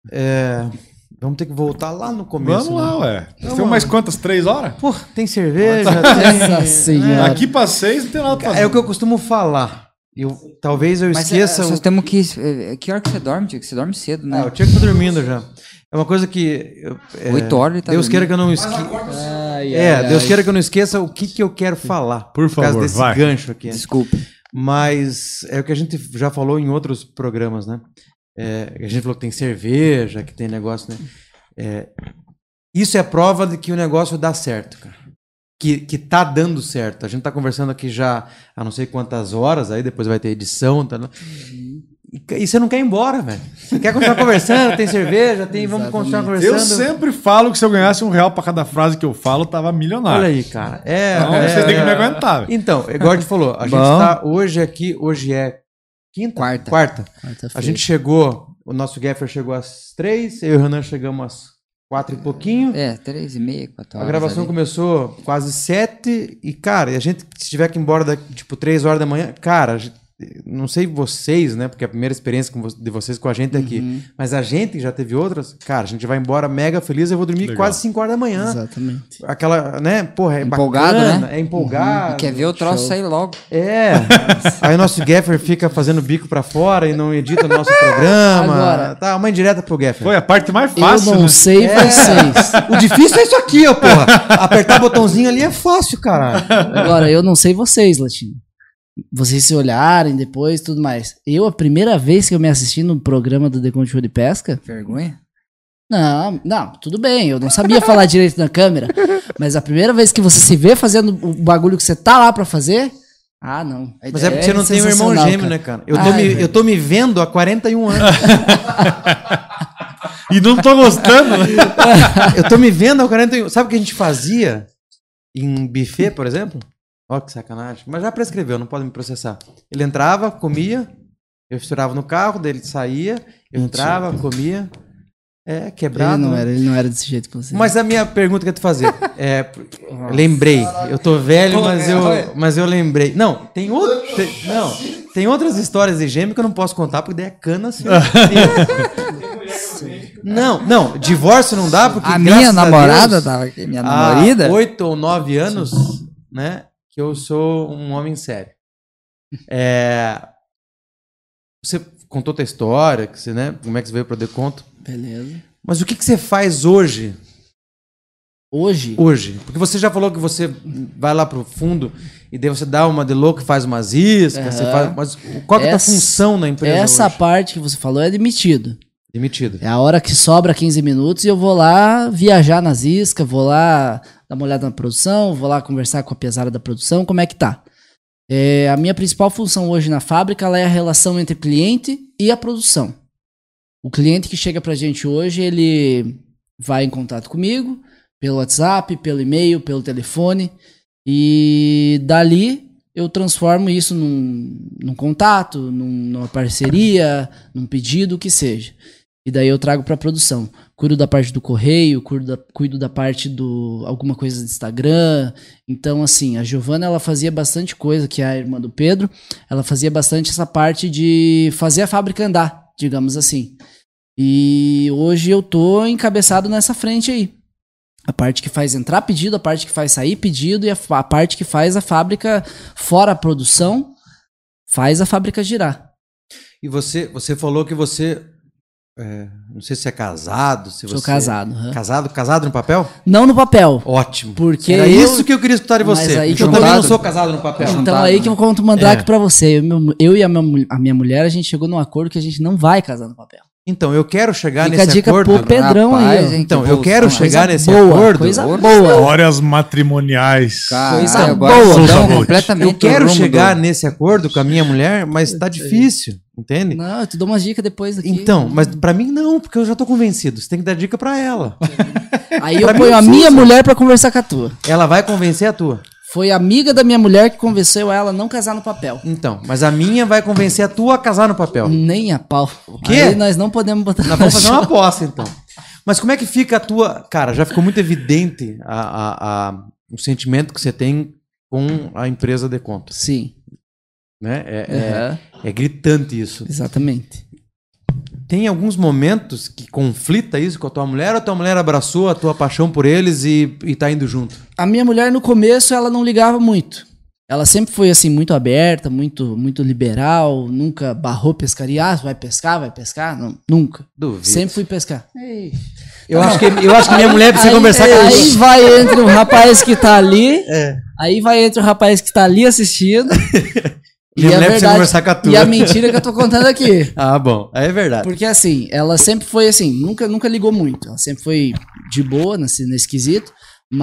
É, Vamos ter que voltar lá no começo. Vamos lá, né? ué. Vamos Tem lá. mais quantas? Três horas? Pô, tem cerveja, Nossa tem... Senhora. Daqui para seis não tem nada pra fazer. É o que eu costumo falar. Eu, talvez eu Mas esqueça... é, o- nós temos que... é, Que hora que você dorme, Tiago? Você dorme cedo, né? Ah, o Tiago tá dormindo já. É uma coisa que... eu- é, Oito horas ele tá Deus dormindo. queira que eu não esqueça... Ai, É, ai, Deus ai. queira que eu não esqueça o que, que eu quero falar. Por Por causa favor, desse vai. gancho aqui. Desculpa. Mas é o que a gente já falou em outros programas, né? É, a gente falou que tem cerveja, que tem negócio, né? É, isso é prova de que o negócio dá certo, cara. Que, que tá dando certo. A gente tá conversando aqui já há não sei quantas horas, aí depois vai ter edição, tá? E, e você não quer ir embora, velho. Você quer continuar conversando, tem cerveja, tem, vamos continuar conversando. Eu sempre falo que se eu ganhasse um real pra cada frase que eu falo, eu tava milionário. Olha aí, cara. É, Então, é, você tem que me aguentar. velho. Então, igual a gente falou, a gente Bom. tá hoje aqui, hoje é quinta? Quarta. Quarta. Quarta-feira. A gente chegou, o nosso Gaffer chegou às três, eu e o Renan chegamos às quatro e pouquinho. É, três e meia, quatro A horas. gravação ali. começou quase sete e, cara, e a gente, se tiver que ir embora, da, tipo, três horas da manhã, cara, a gente- não sei vocês, né, porque é a primeira experiência com vo- de vocês com a gente aqui, Uhum. mas a gente que já teve outras, cara, a gente vai embora mega feliz, eu vou dormir Legal. quase cinco horas da manhã. Exatamente. Aquela, né, porra, é Empolgado, bacana, né? é empolgado. E quer ver o troço Show. sair logo. É. Aí o nosso Gaffer fica fazendo bico pra fora e não edita o nosso programa. Agora- Tá, uma indireta pro Gaffer. Foi a parte mais fácil, eu não né? sei É. vocês. O difícil é isso aqui, ó, porra. Apertar o botãozinho ali é fácil, caralho. Agora, eu não sei vocês, Latino. vocês se olharem depois e tudo mais. Eu, a primeira vez que eu me assisti no programa do The Conte de Pesca... Vergonha? Não, não, tudo bem, eu não sabia falar direito na câmera, mas a primeira vez que você se vê fazendo o bagulho que você tá lá pra fazer... Ah, não. A Mas é ideia porque você não tem um irmão sensacional, gêmeo, cara. né, cara? Eu tô, Ai, me, velho. eu tô me vendo há quarenta e um anos. E não tô gostando, né? Eu tô me vendo há quarenta e um. Sabe o que a gente fazia em buffet, por exemplo? Ó, que sacanagem. Mas já prescreveu, não pode me processar. Ele entrava, comia, eu misturava no carro, daí ele saía, eu entrava, comia. É, quebrado. Ele não né? era, ele não era desse jeito que você. Mas a minha pergunta que eu ia te fazer é. Lembrei. Eu tô velho, mas eu, mas eu lembrei. Não, tem outro. Tem, não, tem outras histórias de gêmeo que eu não posso contar, porque daí é cana assim. Não, não, divórcio não dá, porque A graças minha namorada Deus, tava aqui, minha há namorada. oito ou nove anos, né, que eu sou um homem sério. É, você contou tua história, que você, né, como é que você veio para o Deconto. Beleza. Mas o que, que você faz hoje? Hoje, Hoje? Porque você já falou que você vai lá pro fundo e daí você dá uma de louco e faz umas iscas, Aham. você faz, mas qual que é a tua Essa- função na empresa essa hoje? parte que você falou é demitido. Demitido. É a hora que sobra quinze minutos e eu vou lá viajar nas iscas, vou lá dar uma olhada na produção, vou lá conversar com a pesada da produção, como é que tá. É, a minha principal função hoje na fábrica ela é a relação entre cliente e a produção. O cliente que chega pra gente hoje, ele vai em contato comigo, pelo WhatsApp, pelo e-mail, pelo telefone, e dali eu transformo isso num, num contato, num- numa parceria, num pedido, o que seja. E daí eu trago pra produção. Cuido da parte do correio, cuido da, cuido da parte do alguma coisa do Instagram. Então, assim, a Giovana ela fazia bastante coisa, que é a irmã do Pedro, ela fazia bastante essa parte de fazer a fábrica andar, digamos assim. E hoje eu tô encabeçado nessa frente aí. A parte que faz entrar pedido, a parte que faz sair pedido e a, fa- a parte que faz a fábrica, fora a produção, faz a fábrica girar. E você, você falou que você, é, não sei se é casado, se Sou você... casado. aham. Casado, casado no papel? Não no papel. Ótimo. Porque Era eu- isso que eu queria escutar de Mas você. aí Porque que eu eu também não contado. sou casado no papel. Então Juntado, aí né? que eu conto o mandrake É. pra você. Eu, meu- eu e a minha, a minha mulher, a gente chegou num acordo que a gente não vai casar no papel. Então, eu quero chegar Fica a nesse dica acordo. pro Pedrão aí, ó. hein, Então, que eu quero evolução, chegar Coisa nesse boa, acordo. coisa Ouro. boa. Histórias matrimoniais. Cara, Coisa agora boa. mudamos Souza Bolt. completamente Eu quero o rumo chegar do- nesse acordo com a minha mulher, mas tá difícil, entende? Não, eu te dou umas dicas depois daqui. Então, mas pra mim não, porque eu já tô convencido. Você tem que dar dica pra ela. Aí pra eu mim ponho não a minha precisa. mulher pra conversar com a tua. Ela vai convencer a tua. Foi a amiga da minha mulher que convenceu ela a não casar no papel. Então, mas a minha vai convencer a tua a casar no papel. Nem a pau. O quê? Aí nós não podemos botar Nós vamos fazer uma aposta, então. Mas como é que fica a tua... Cara, já ficou muito evidente a, a, a- o sentimento que você tem com a empresa de conta. Sim. Né? É, é- Aham. é gritante isso. Exatamente. Tem alguns momentos que conflita isso com a tua mulher ou a tua mulher abraçou a tua paixão por eles e, e tá indo junto? A minha mulher, no começo, ela não ligava muito. Ela sempre foi, assim, muito aberta, muito, muito liberal, nunca barrou pescaria. Ah, vai pescar, vai pescar? Não, nunca. Duvido. Sempre fui pescar. Eu acho que, eu acho que minha mulher precisa Aí- conversar com Aí você. vai entre o rapaz que tá ali, É. aí vai entre o rapaz que tá ali assistindo, Minha e a mulher precisa verdade, conversar com a tua. e a mentira que eu tô contando aqui. Ah, bom. É verdade. Porque assim, ela sempre foi assim, nunca, nunca ligou muito. Ela sempre foi de boa nesse, nesse quesito.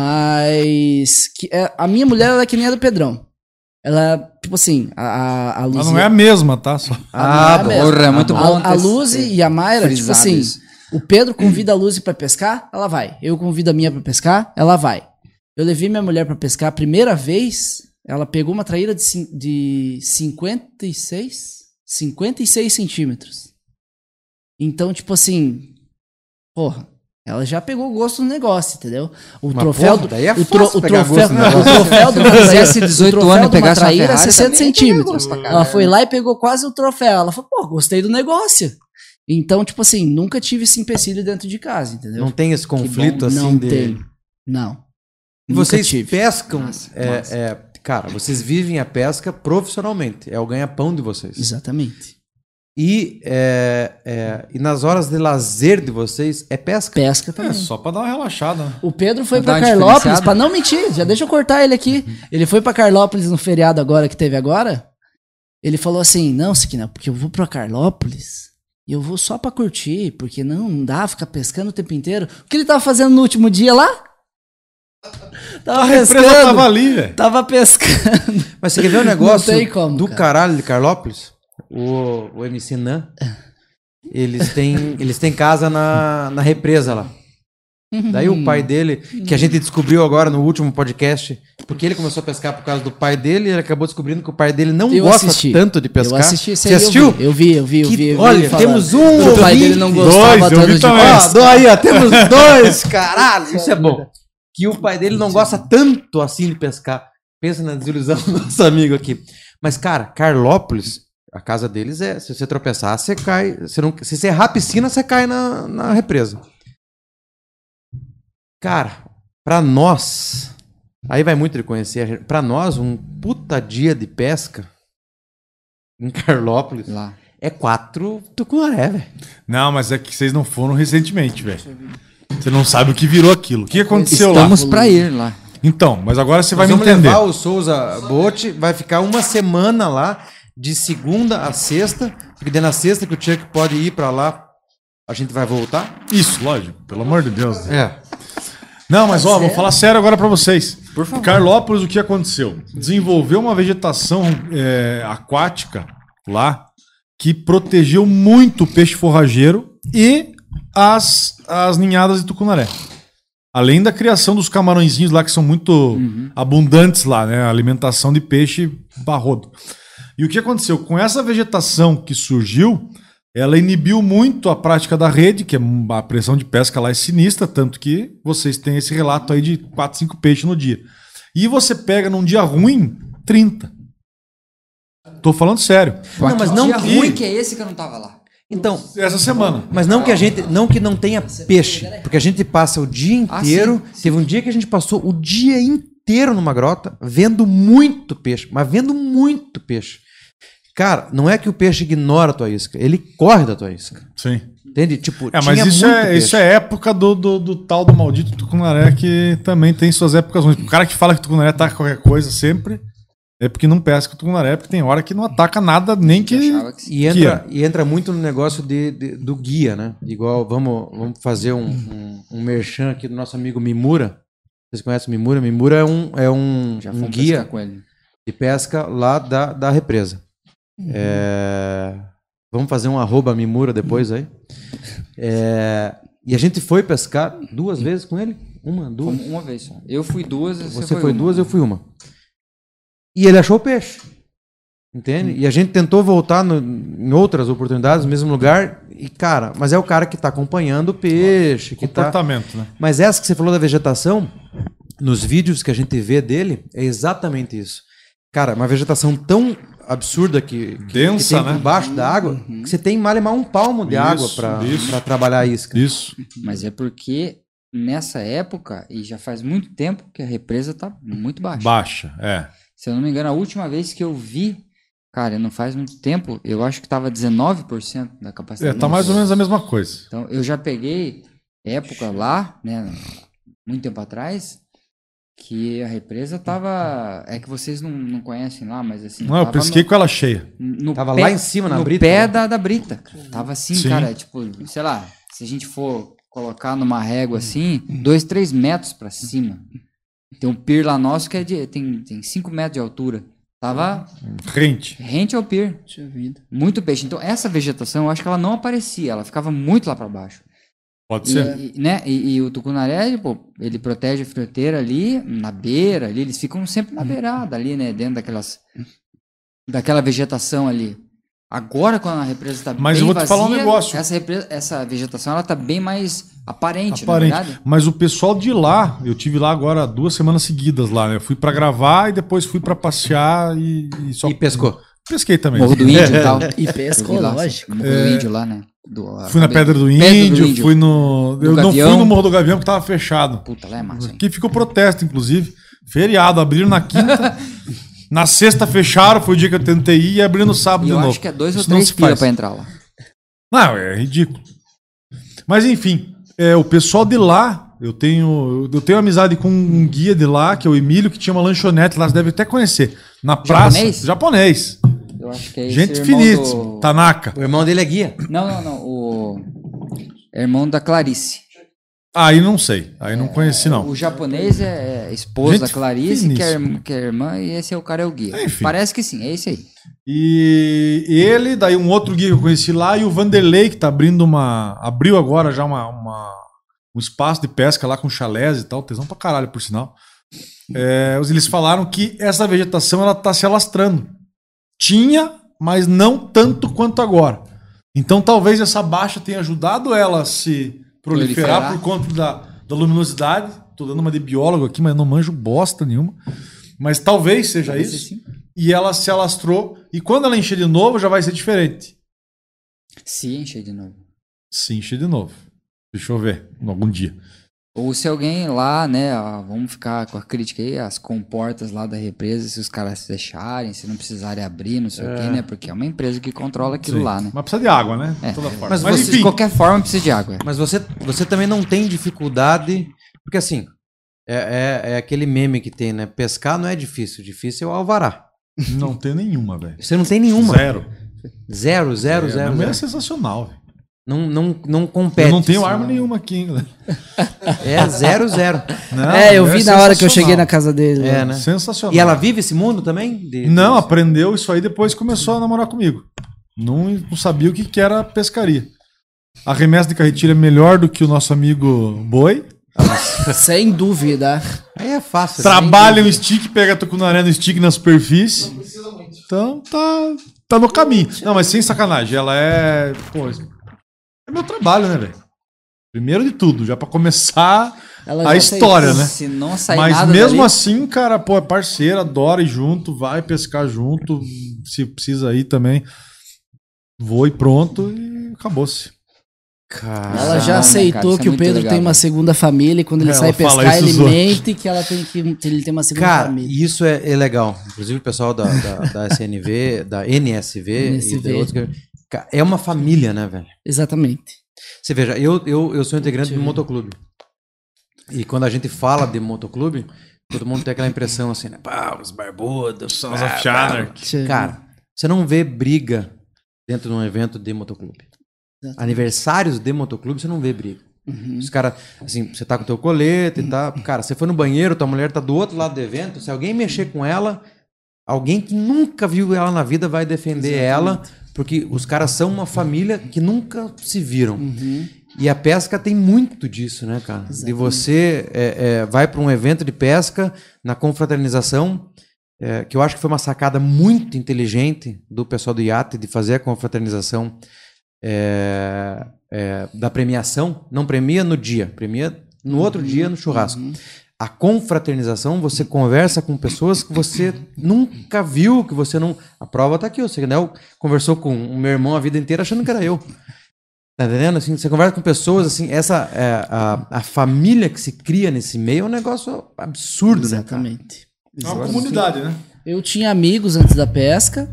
Mas que, é, a minha mulher ela é que nem a do Pedrão. Ela, tipo assim, a, a, a Luz. Mas não é a mesma, tá? Só. Ah, não é bom. mesmo. Porra, é muito bom A, a ter- Luzi e a Mayra, tipo frisado assim, isso. o Pedro convida a Luzi pra pescar, ela vai. Eu convido a minha pra pescar, ela vai. Eu levei minha mulher pra pescar a primeira vez, ela pegou uma traíra de, cin- de cinquenta e seis, cinquenta e seis centímetros. Então, tipo assim, porra, ela já pegou gosto no negócio, entendeu? O Mas, troféu porra, do daí é o, tro- fácil o pegar troféu, gosto no negócio. o troféu do Se eu fizesse dezoito o troféu anos e de uma pegasse uma traíra é Ferrari, sessenta também ia pegar centímetros. gosto pra Ela caralho. foi lá e pegou quase o troféu. Ela falou, pô, gostei do negócio. Então, tipo assim, nunca tive esse empecilho dentro de casa, entendeu? Não tem esse Que bom, conflito assim não de... tem. Não. E Nunca vocês tive. pescam... Massa, é, massa. é, cara, vocês vivem a pesca profissionalmente. É o ganha-pão de vocês. Exatamente. E, é, é, e nas horas de lazer de vocês, é pesca? Pesca É também. só pra dar uma relaxada. Né? O Pedro foi Pra pra dar uma Carlópolis, diferenciada. pra não mentir, já deixa eu cortar ele aqui. Ele foi pra Carlópolis no feriado agora que teve agora. Ele falou assim, não, Siquina, porque eu vou pra Carlópolis e eu vou só pra curtir, porque não, não dá ficar pescando o tempo inteiro. O que ele tava fazendo no último dia lá? Tava A represa tava ali, velho. Tava pescando. Mas você quer ver um negócio Não tem como, do cara. caralho de Carlópolis? O, o M C Nan, eles têm, eles têm casa na, na represa lá. Daí o pai dele, que a gente descobriu agora no último podcast, porque ele começou a pescar por causa do pai dele, e ele acabou descobrindo que o pai dele não Eu gosta assisti. tanto de pescar. Eu assisti esse Você aí, assistiu? Eu vi, eu vi, eu vi. Eu Que- vi, eu vi olha, ele falando. temos um O pai dele não gostava Dois, eu tanto vi de também. Ó, pesca. do aí, ó, temos dois, caralho, isso é bom. Que o pai dele não gosta tanto assim de pescar. Pensa na desilusão do nosso amigo aqui. Mas, cara, Carlópolis, a casa deles é, se você tropeçar, você cai, você não, se você errar a piscina, você cai na, na represa. Cara, pra nós, aí vai muito de conhecer, a gente- pra nós, um puta dia de pesca em Carlópolis Lá. é quatro tucunaré, velho. Não, mas é que vocês não foram recentemente, velho. Você não sabe o que virou aquilo. O que aconteceu lá? Estamos pra ir lá. Então, mas agora você vai Nós me vamos entender. levar o Souza Bote, vai ficar uma semana lá, de segunda a sexta, porque daí na sexta que o Chuck pode ir pra lá, a gente vai voltar. Isso, lógico. Pelo amor de Deus. É. Não, mas ó, vou falar sério agora pra vocês. Por favor. Carlópolis, o que aconteceu? Desenvolveu uma vegetação é, aquática lá que protegeu muito o peixe forrageiro e as, as ninhadas de tucunaré. Além da criação dos camarõezinhos lá, que são muito abundantes lá, né? A alimentação de peixe barrodo. E o que aconteceu? Com essa vegetação que surgiu, ela inibiu muito a prática da rede, que é a pressão de pesca lá é sinistra, tanto que vocês têm esse relato aí de quatro, cinco peixes no dia. E você pega num dia ruim, trinta. Tô falando sério. Não, mas Que não dia que- ruim que é esse que eu não tava lá. Então, Essa semana. mas não que a gente, não que não tenha peixe, porque a gente passa o dia Ah, inteiro. sim, Teve um dia que a gente passou o dia inteiro numa grota, vendo muito peixe, mas vendo muito peixe. Cara, não é que o peixe ignora a tua isca, ele corre da tua isca. Sim. Entende? Tipo, É, mas tinha isso muito é, peixe. isso é época do, do, do tal do maldito tucunaré, que também tem suas épocas ruins. O cara que fala que o tucunaré ataca qualquer coisa sempre, é porque não pesca o tucunaré, porque tem hora que não ataca nada, nem que... Eu achava que sim. E entra, e entra muito no negócio de, de- do guia, né? Igual, vamos, vamos fazer um, um, um merchan aqui do nosso amigo Mimura. Vocês conhecem o Mimura? Mimura é um, é um, Já um fomos guia pescar com ele. de pesca lá da, da represa. É, vamos fazer um arroba Mimura depois aí. É, e a gente foi pescar duas vezes com ele? Uma, duas? Fomos uma vez só. Eu fui duas, você, Você foi uma. duas, eu fui uma. E ele achou o peixe. Entende? E a gente tentou voltar no- em outras oportunidades, no mesmo lugar. E, cara, mas é o cara que tá acompanhando o peixe. Que tá... Comportamento, né? Mas essa que você falou da vegetação, nos vídeos que a gente vê dele, é exatamente isso. Cara, uma vegetação tão absurda que, que, Densa, que tem né? por baixo da água, que você tem malemar um palmo de Isso, água pra isso. pra trabalhar a isca. Isso. Mas é porque nessa época, e já faz muito tempo, que a represa tá muito baixa. Baixa, é. Se eu não me engano, a última vez que eu vi, cara, não faz muito tempo, eu acho que tava dezenove por cento da É, capacidade. tá mais ou menos a mesma coisa. Então, eu já peguei época lá, né, muito tempo atrás, que a represa tava... É que vocês não, não conhecem lá, mas assim... Não, eu tava pesquei no- com ela cheia. no Tava pé- lá em cima, na no brita, pé né? da, da brita, cara. Tava assim, Sim. cara, tipo, sei lá, se a gente for colocar numa régua assim, dois, três metros pra cima. Tem um pier lá nosso que é de, tem, tem cinco metros de altura. Tava Rente. rente ao pier. Puxa vida. Muito peixe. Então, essa vegetação, eu acho que ela não aparecia, ela ficava muito lá pra baixo. Pode E, ser. e, né? e, e o tucunaré, tipo, ele protege a fruteira ali, na beira ali, eles ficam sempre na beirada ali, né? Dentro daquelas, daquela vegetação ali. Agora, quando a represa tá Mas bem eu vou te vazia, falar um negócio. Essa, represa, essa vegetação, ela tá bem mais aparente, Aparente. na verdade. Mas o pessoal de lá, eu tive lá agora duas semanas seguidas lá, né? Eu fui pra gravar e depois fui pra passear e, e só E pescou. pesquei também. Morro do Índio e tal. E Eu pescou, vi lá, lógico. Morro do Índio lá, né? Do, Fui na acabei- Pedra do Pedra Índio, do Índio. fui no. Do eu não Gavião. fui no Morro do Gavião porque tava fechado. Puta, lá é massa, hein? Aqui ficou protesto, inclusive. Feriado, abriram na quinta. Na sexta fecharam, foi o dia que eu tentei ir e abriram no sábado E de eu novo. acho que é dois ou Isso não três se pila faz. pra entrar lá. Não, é ridículo. Mas enfim, é, o pessoal de lá, eu tenho, eu tenho amizade com um guia de lá, que é o Emílio, que tinha uma lanchonete lá, você deve até conhecer. Na praça. Japonês? Japonês. Eu acho que é esse Gente irmão finíssima. do- Tanaka. O irmão dele é guia. Não, não, não. O é irmão da Clarice. Aí não sei. Aí não conheci, não. O japonês é a esposa Gente da Clarice, que é, finíssima. irm- que é irmã, e esse é o cara é o guia. Enfim. Parece que sim, é esse aí. E ele, daí um outro guia que eu conheci lá, e o Vanderlei, que tá abrindo uma. Abriu agora já uma, uma- um espaço de pesca lá com chalés e tal, tesão pra caralho, por sinal. É, eles falaram que essa vegetação ela tá se alastrando. Tinha, mas não tanto quanto agora. Então talvez essa baixa tenha ajudado ela a se proliferar, Proliferar. por conta da, da luminosidade. Tô dando uma de biólogo aqui, mas não manjo bosta nenhuma. Mas talvez seja Parece isso. sim. E ela se alastrou. E quando ela encher de novo, já vai ser diferente. Se encher de novo. Se encher de novo. Deixa eu ver, algum dia. Ou se alguém lá, né, ó, vamos ficar com a crítica aí, as comportas lá da represa, se os caras fecharem, se não precisarem abrir, não sei o quê, né, porque é uma empresa que controla aquilo Sim. lá, né. Mas precisa de água, né? É. De toda forma. Mas Mas, você- De enfim. qualquer forma precisa de água. é. Mas você, você também não tem dificuldade. Porque assim, é, é, é aquele meme que tem, né? Pescar não é difícil, difícil é o alvará. Não tem nenhuma, velho. Você não tem nenhuma. Zero. Zero, zero, É, zero. não é zero. sensacional, velho. Não, não, não compete. Eu não tenho assim, arma não. nenhuma aqui ainda. É zero, zero. Não, é, eu vi na hora que eu sensacional. cheguei na casa dele. É, né? né? Sensacional. E ela vive esse mundo também? De- Não, de- aprendeu isso aí depois que começou a namorar comigo. Não, não sabia o que, que era pescaria. A remessa de carretilha é melhor do que o nosso amigo Boi. Sem dúvida. Aí é fácil. Trabalha o stick, pega a tucunaré no stick na superfície. Então tá, tá no caminho. Não, mas sem sacanagem. Ela é. Pô, é meu trabalho, né, velho? Primeiro de tudo, já pra começar Ela a já história, né? Se não sair Mas nada mesmo dali, assim, cara, pô, é parceira, adora ir junto, vai pescar junto. Se precisa ir também, vou e pronto e acabou-se. Cara, Ela Ah, já né, aceitou cara, isso é que o muito Pedro legal, tem uma velho. segunda família e quando ele Ela sai fala pescar, isso ele os outros. mente que ela tem que ele tem uma segunda Cara, família. isso é, é legal. Inclusive o pessoal da, da, da S N V, da N S V, N S V. e de outros que- Ca- é uma família, né, velho? Exatamente. Você veja, eu, eu, eu sou integrante do motoclube. E quando a gente fala de motoclube, todo mundo tem aquela impressão assim, né? Pá, os barbudos. Sons pá, of pá. Anarchy. Cara, você não vê briga dentro de um evento de motoclube. Exatamente. Aniversários de motoclube, você não vê briga. Uhum. Os caras, assim, você tá com o teu colete e tá. Cara, você foi no banheiro, tua mulher tá do outro lado do evento. Se alguém mexer com ela, alguém que nunca viu ela na vida vai defender ela, porque os caras são uma família que nunca se viram. Uhum. E a pesca tem muito disso, né, cara? De você é, é, vai para um evento de pesca, na confraternização, é, que eu acho que foi uma sacada muito inteligente do pessoal do iate de fazer a confraternização é, é, da premiação. Não premia no dia, premia no outro dia no churrasco. A confraternização, você conversa com pessoas que você nunca viu, que você não... A prova tá aqui, você, né, conversou com o meu irmão a vida inteira achando que era eu. Tá entendendo? Assim, você conversa com pessoas, assim, essa, é, a, a família que se cria nesse meio é um negócio absurdo, né, cara? Exatamente. É uma comunidade, né? Eu tinha amigos antes da pesca.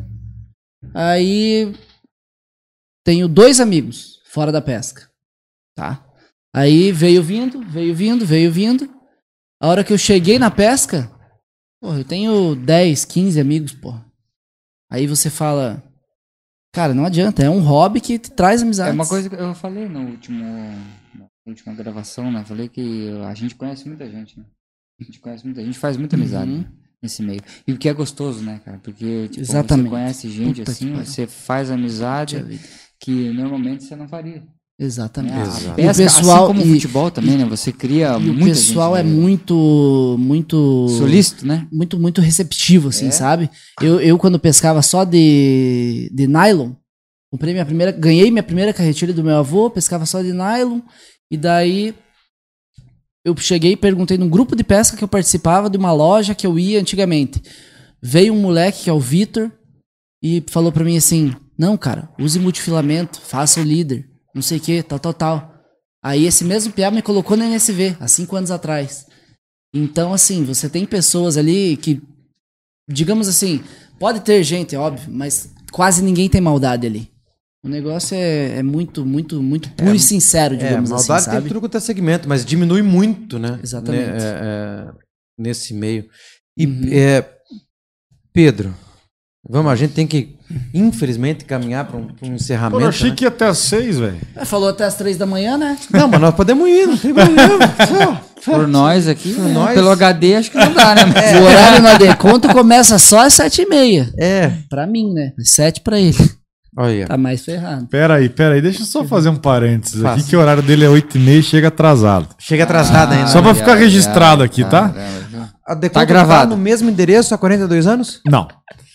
Aí tenho dois amigos fora da pesca, tá? Aí veio vindo, veio vindo, veio vindo. A hora que eu cheguei na pesca, pô, eu tenho dez, quinze amigos, pô. Aí você fala, cara, não adianta, é um hobby que te traz amizade. é uma coisa que eu falei no último, na última gravação, né? Falei que a gente conhece muita gente, né? A gente conhece muita gente, faz muita amizade Uhum. né? Nesse meio. E o que é gostoso, né, cara? Porque tipo, Exatamente. você conhece gente Puta que assim, pariu. você faz amizade Puxa vida. que normalmente você não faria. Exatamente. Né? A Exato. pesca, E o pessoal- assim como e- o futebol também, né? Você cria E o muita pessoal gente, é né? muito, muito... solícito, né? muito, muito receptivo, assim, É. sabe? Eu, eu, quando pescava só de, de nylon, comprei minha primeira, ganhei minha primeira carretilha do meu avô, pescava só de nylon, e daí eu cheguei e perguntei num grupo de pesca que eu participava de uma loja que eu ia antigamente. Veio um moleque, que é o Vitor, e falou pra mim assim, não, cara, use multifilamento, faça o líder, não sei o que, tal, tal, tal. Aí esse mesmo piá me colocou na N S V, há cinco anos atrás. Então, assim, você tem pessoas ali que, digamos assim, pode ter gente, é óbvio, mas quase ninguém tem maldade ali. O negócio é, é muito, muito, muito puro e sincero, É, digamos maldade assim, tem sabe? tudo quanto é segmento, mas diminui muito, né? Exatamente. Né, é, é, nesse meio. E, Uhum. é, Pedro, Vamos, a gente tem que, infelizmente, caminhar para um, pra um encerramento. Pô, eu achei né? que ia até às seis, velho. É, falou até as três da manhã, né? Não, mas nós podemos ir, não tem problema. Só, só. Por nós aqui, né? nós. Pelo H D, acho que não dá, né? Mas- O horário no Adeconto começa só às sete e meia. É. Pra mim, né? Sete pra ele. Olha. Tá mais ferrado. Pera aí, pera aí, deixa eu só fazer um parênteses Faça. aqui, que o horário dele é oito e meia e chega atrasado. Chega atrasado ainda. Só pra Ai, ficar ai, registrado ai, aqui, tá? caramba. A Deconto Tá gravado. Tá no mesmo endereço há quarenta e dois anos? Não.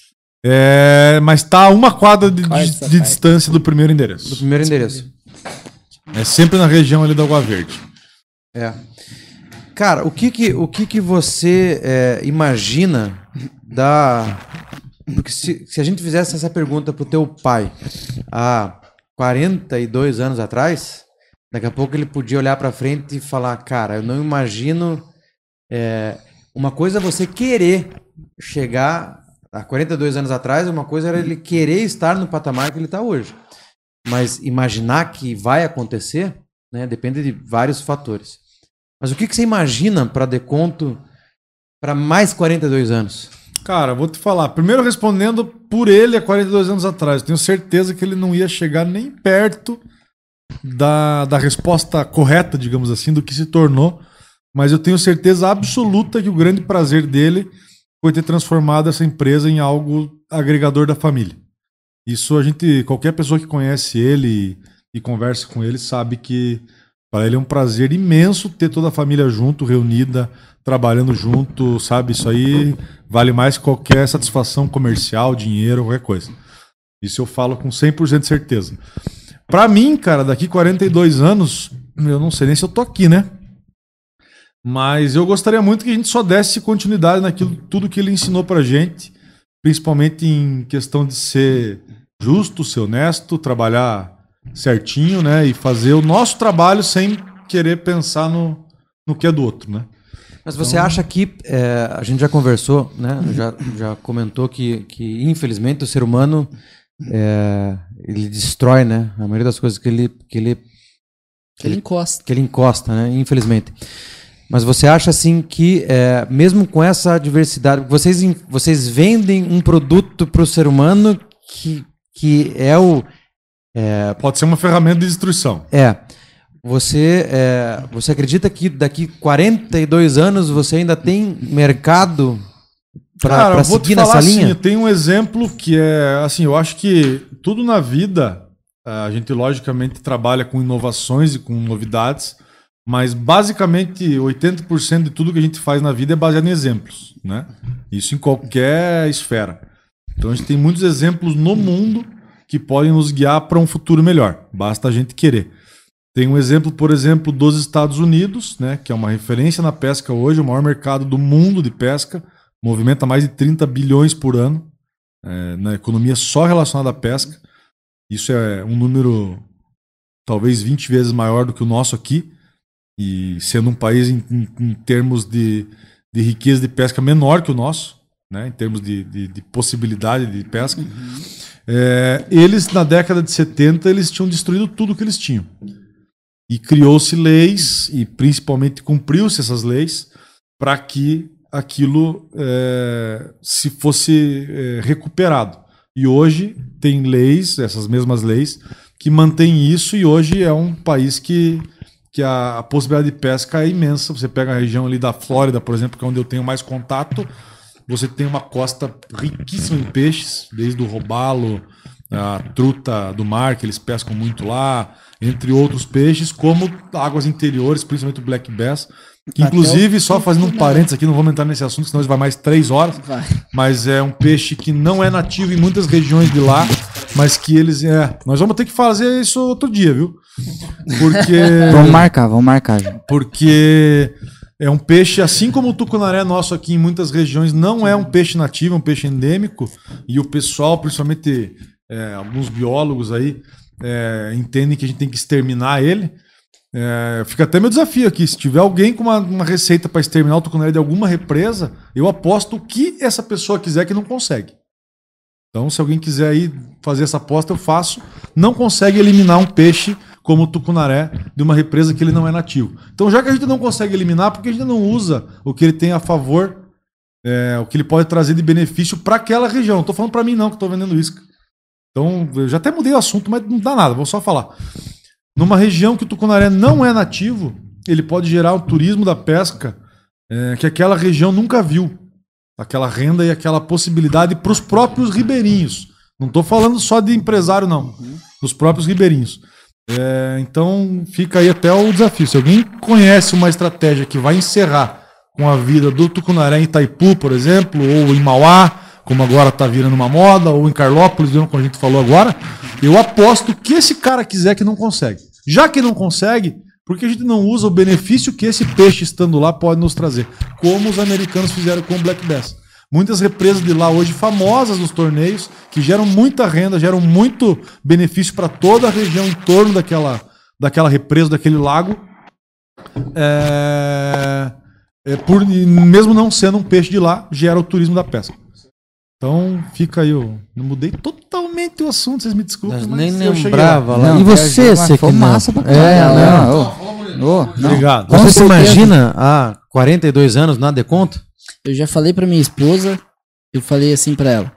É, mas tá a uma quadra de, Qual é de- essa de parte? distância do primeiro Do endereço. primeiro endereço. É sempre na região ali da Água Verde. É. Cara, o que que, o que, que você é, imagina da... Porque se, se a gente fizesse essa pergunta pro teu pai há quarenta e dois anos atrás, daqui a pouco ele podia olhar pra frente e falar, cara, eu não imagino... é, uma coisa é você querer chegar há quarenta e dois anos atrás, uma coisa era ele querer estar no patamar que ele está hoje. Mas imaginar que vai acontecer, né, depende de vários fatores. Mas o que, que você imagina para Deconto para mais quarenta e dois anos? Cara, vou te falar. Primeiro respondendo por ele há quarenta e dois anos atrás. Tenho certeza que ele não ia chegar nem perto da, da resposta correta, digamos assim, do que se tornou. Mas eu tenho certeza absoluta que o grande prazer dele foi ter transformado essa empresa em algo agregador da família. Isso a gente, qualquer pessoa que conhece ele e, e conversa com ele sabe que para ele é um prazer imenso ter toda a família junto, reunida, trabalhando junto, sabe? Isso aí vale mais que qualquer satisfação comercial, dinheiro, qualquer coisa. Isso eu falo com cem por cento de certeza. Para mim, cara, daqui quarenta e dois anos, eu não sei nem se eu tô aqui, né? Mas eu gostaria muito que a gente só desse continuidade naquilo, tudo que ele ensinou pra gente, principalmente em questão de ser justo, ser honesto, trabalhar certinho, né? E fazer o nosso trabalho sem querer pensar no, no que é do outro, né? Mas você acha que, é, a gente já conversou, né? Já, já comentou que, que, infelizmente, o ser humano, é, ele destrói, né? A maioria das coisas que ele, que ele, Ele encosta. que ele encosta, né? Infelizmente. Mas você acha, assim, que, é, mesmo com essa diversidade, vocês, vocês vendem um produto para o ser humano que, que é o... É, Pode ser uma ferramenta de destruição. é, você, é, você acredita que daqui quarenta e dois anos você ainda tem mercado Cara, para eu vou te seguir falar nessa assim, linha? eu tenho um exemplo que é, assim, eu acho que tudo na vida, a gente logicamente trabalha com inovações e com novidades, mas basicamente oitenta por cento de tudo que a gente faz na vida é baseado em exemplos, né? Isso em qualquer esfera. Então a gente tem muitos exemplos no mundo que podem nos guiar para um futuro melhor. Basta a gente querer. Tem um exemplo, por exemplo, dos Estados Unidos, né, que é uma referência na pesca hoje, o maior mercado do mundo de pesca, movimenta mais de trinta bilhões por ano é, na economia só relacionada à pesca. Isso é um número talvez vinte vezes maior do que o nosso aqui, e sendo um país em, em, em termos de, de riqueza de pesca menor que o nosso, né, em termos de, de, de possibilidade de pesca. É, eles, na década de setenta, eles tinham destruído tudo que eles tinham. E criou-se leis, e principalmente cumpriu-se essas leis, para que aquilo é, se fosse é, recuperado. E hoje tem leis, essas mesmas leis, que mantêm isso, e hoje é um país que, que a, a possibilidade de pesca é imensa. Você pega a região ali da Flórida, por exemplo, que é onde eu tenho mais contato, você tem uma costa riquíssima em peixes, desde o robalo, a truta do mar, que eles pescam muito lá, entre outros peixes, como águas interiores, principalmente o black bass, que inclusive, só fazendo um parênteses aqui, não vamos entrar nesse assunto, senão vai mais três horas, Vai. mas é um peixe que não é nativo em muitas regiões de lá, mas que eles... é, nós vamos ter que fazer isso outro dia, viu? Porque... Vamos marcar, vamos marcar. Já. Porque é um peixe, assim como o tucunaré nosso aqui em muitas regiões, não é um peixe nativo, é um peixe endêmico, e o pessoal, principalmente é, alguns biólogos aí, é, entendem que a gente tem que exterminar ele. É, fica até meu desafio aqui, se tiver alguém com uma, uma receita para exterminar o tucunaré de alguma represa, eu aposto o que essa pessoa quiser que não consegue. Então, se alguém quiser aí fazer essa aposta, eu faço. Não consegue eliminar um peixe como o tucunaré de uma represa que ele não é nativo. Então, já que a gente não consegue eliminar, por que a gente não usa o que ele tem a favor é, o que ele pode trazer de benefício para aquela região. Não tô falando para mim não, que tô vendendo isca. Então, eu já até mudei o assunto, mas não dá nada, vou só falar. Numa região que o tucunaré não é nativo, ele pode gerar o turismo da pesca é, que aquela região nunca viu. Aquela renda e aquela possibilidade para os próprios ribeirinhos. Não estou falando só de empresário, não. Dos próprios ribeirinhos. É, então, fica aí até o desafio. Se alguém conhece uma estratégia que vai encerrar com a vida do tucunaré em Itaipu, por exemplo, ou em Mauá, como agora está virando uma moda, ou em Carlópolis, como a gente falou agora, eu aposto que esse cara quiser que não consegue. Já que não consegue, por que a gente não usa o benefício que esse peixe estando lá pode nos trazer? Como os americanos fizeram com o Black Bass. Muitas represas de lá hoje famosas nos torneios, que geram muita renda, geram muito benefício para toda a região em torno daquela, daquela represa, daquele lago. É, é por, mesmo não sendo um peixe de lá, gera o turismo da pesca. Então fica aí, eu não mudei totalmente o assunto, vocês me desculpem. Mas Mas nem eu cheguei lembrava lá. Não, E você, mas Sequinel? foi massa pra É, caralho. não. Não, ô, ô, não. Obrigado. Com Você se certeza. imagina há quarenta e dois anos na Deconto? Eu já falei pra minha esposa, eu falei assim pra ela,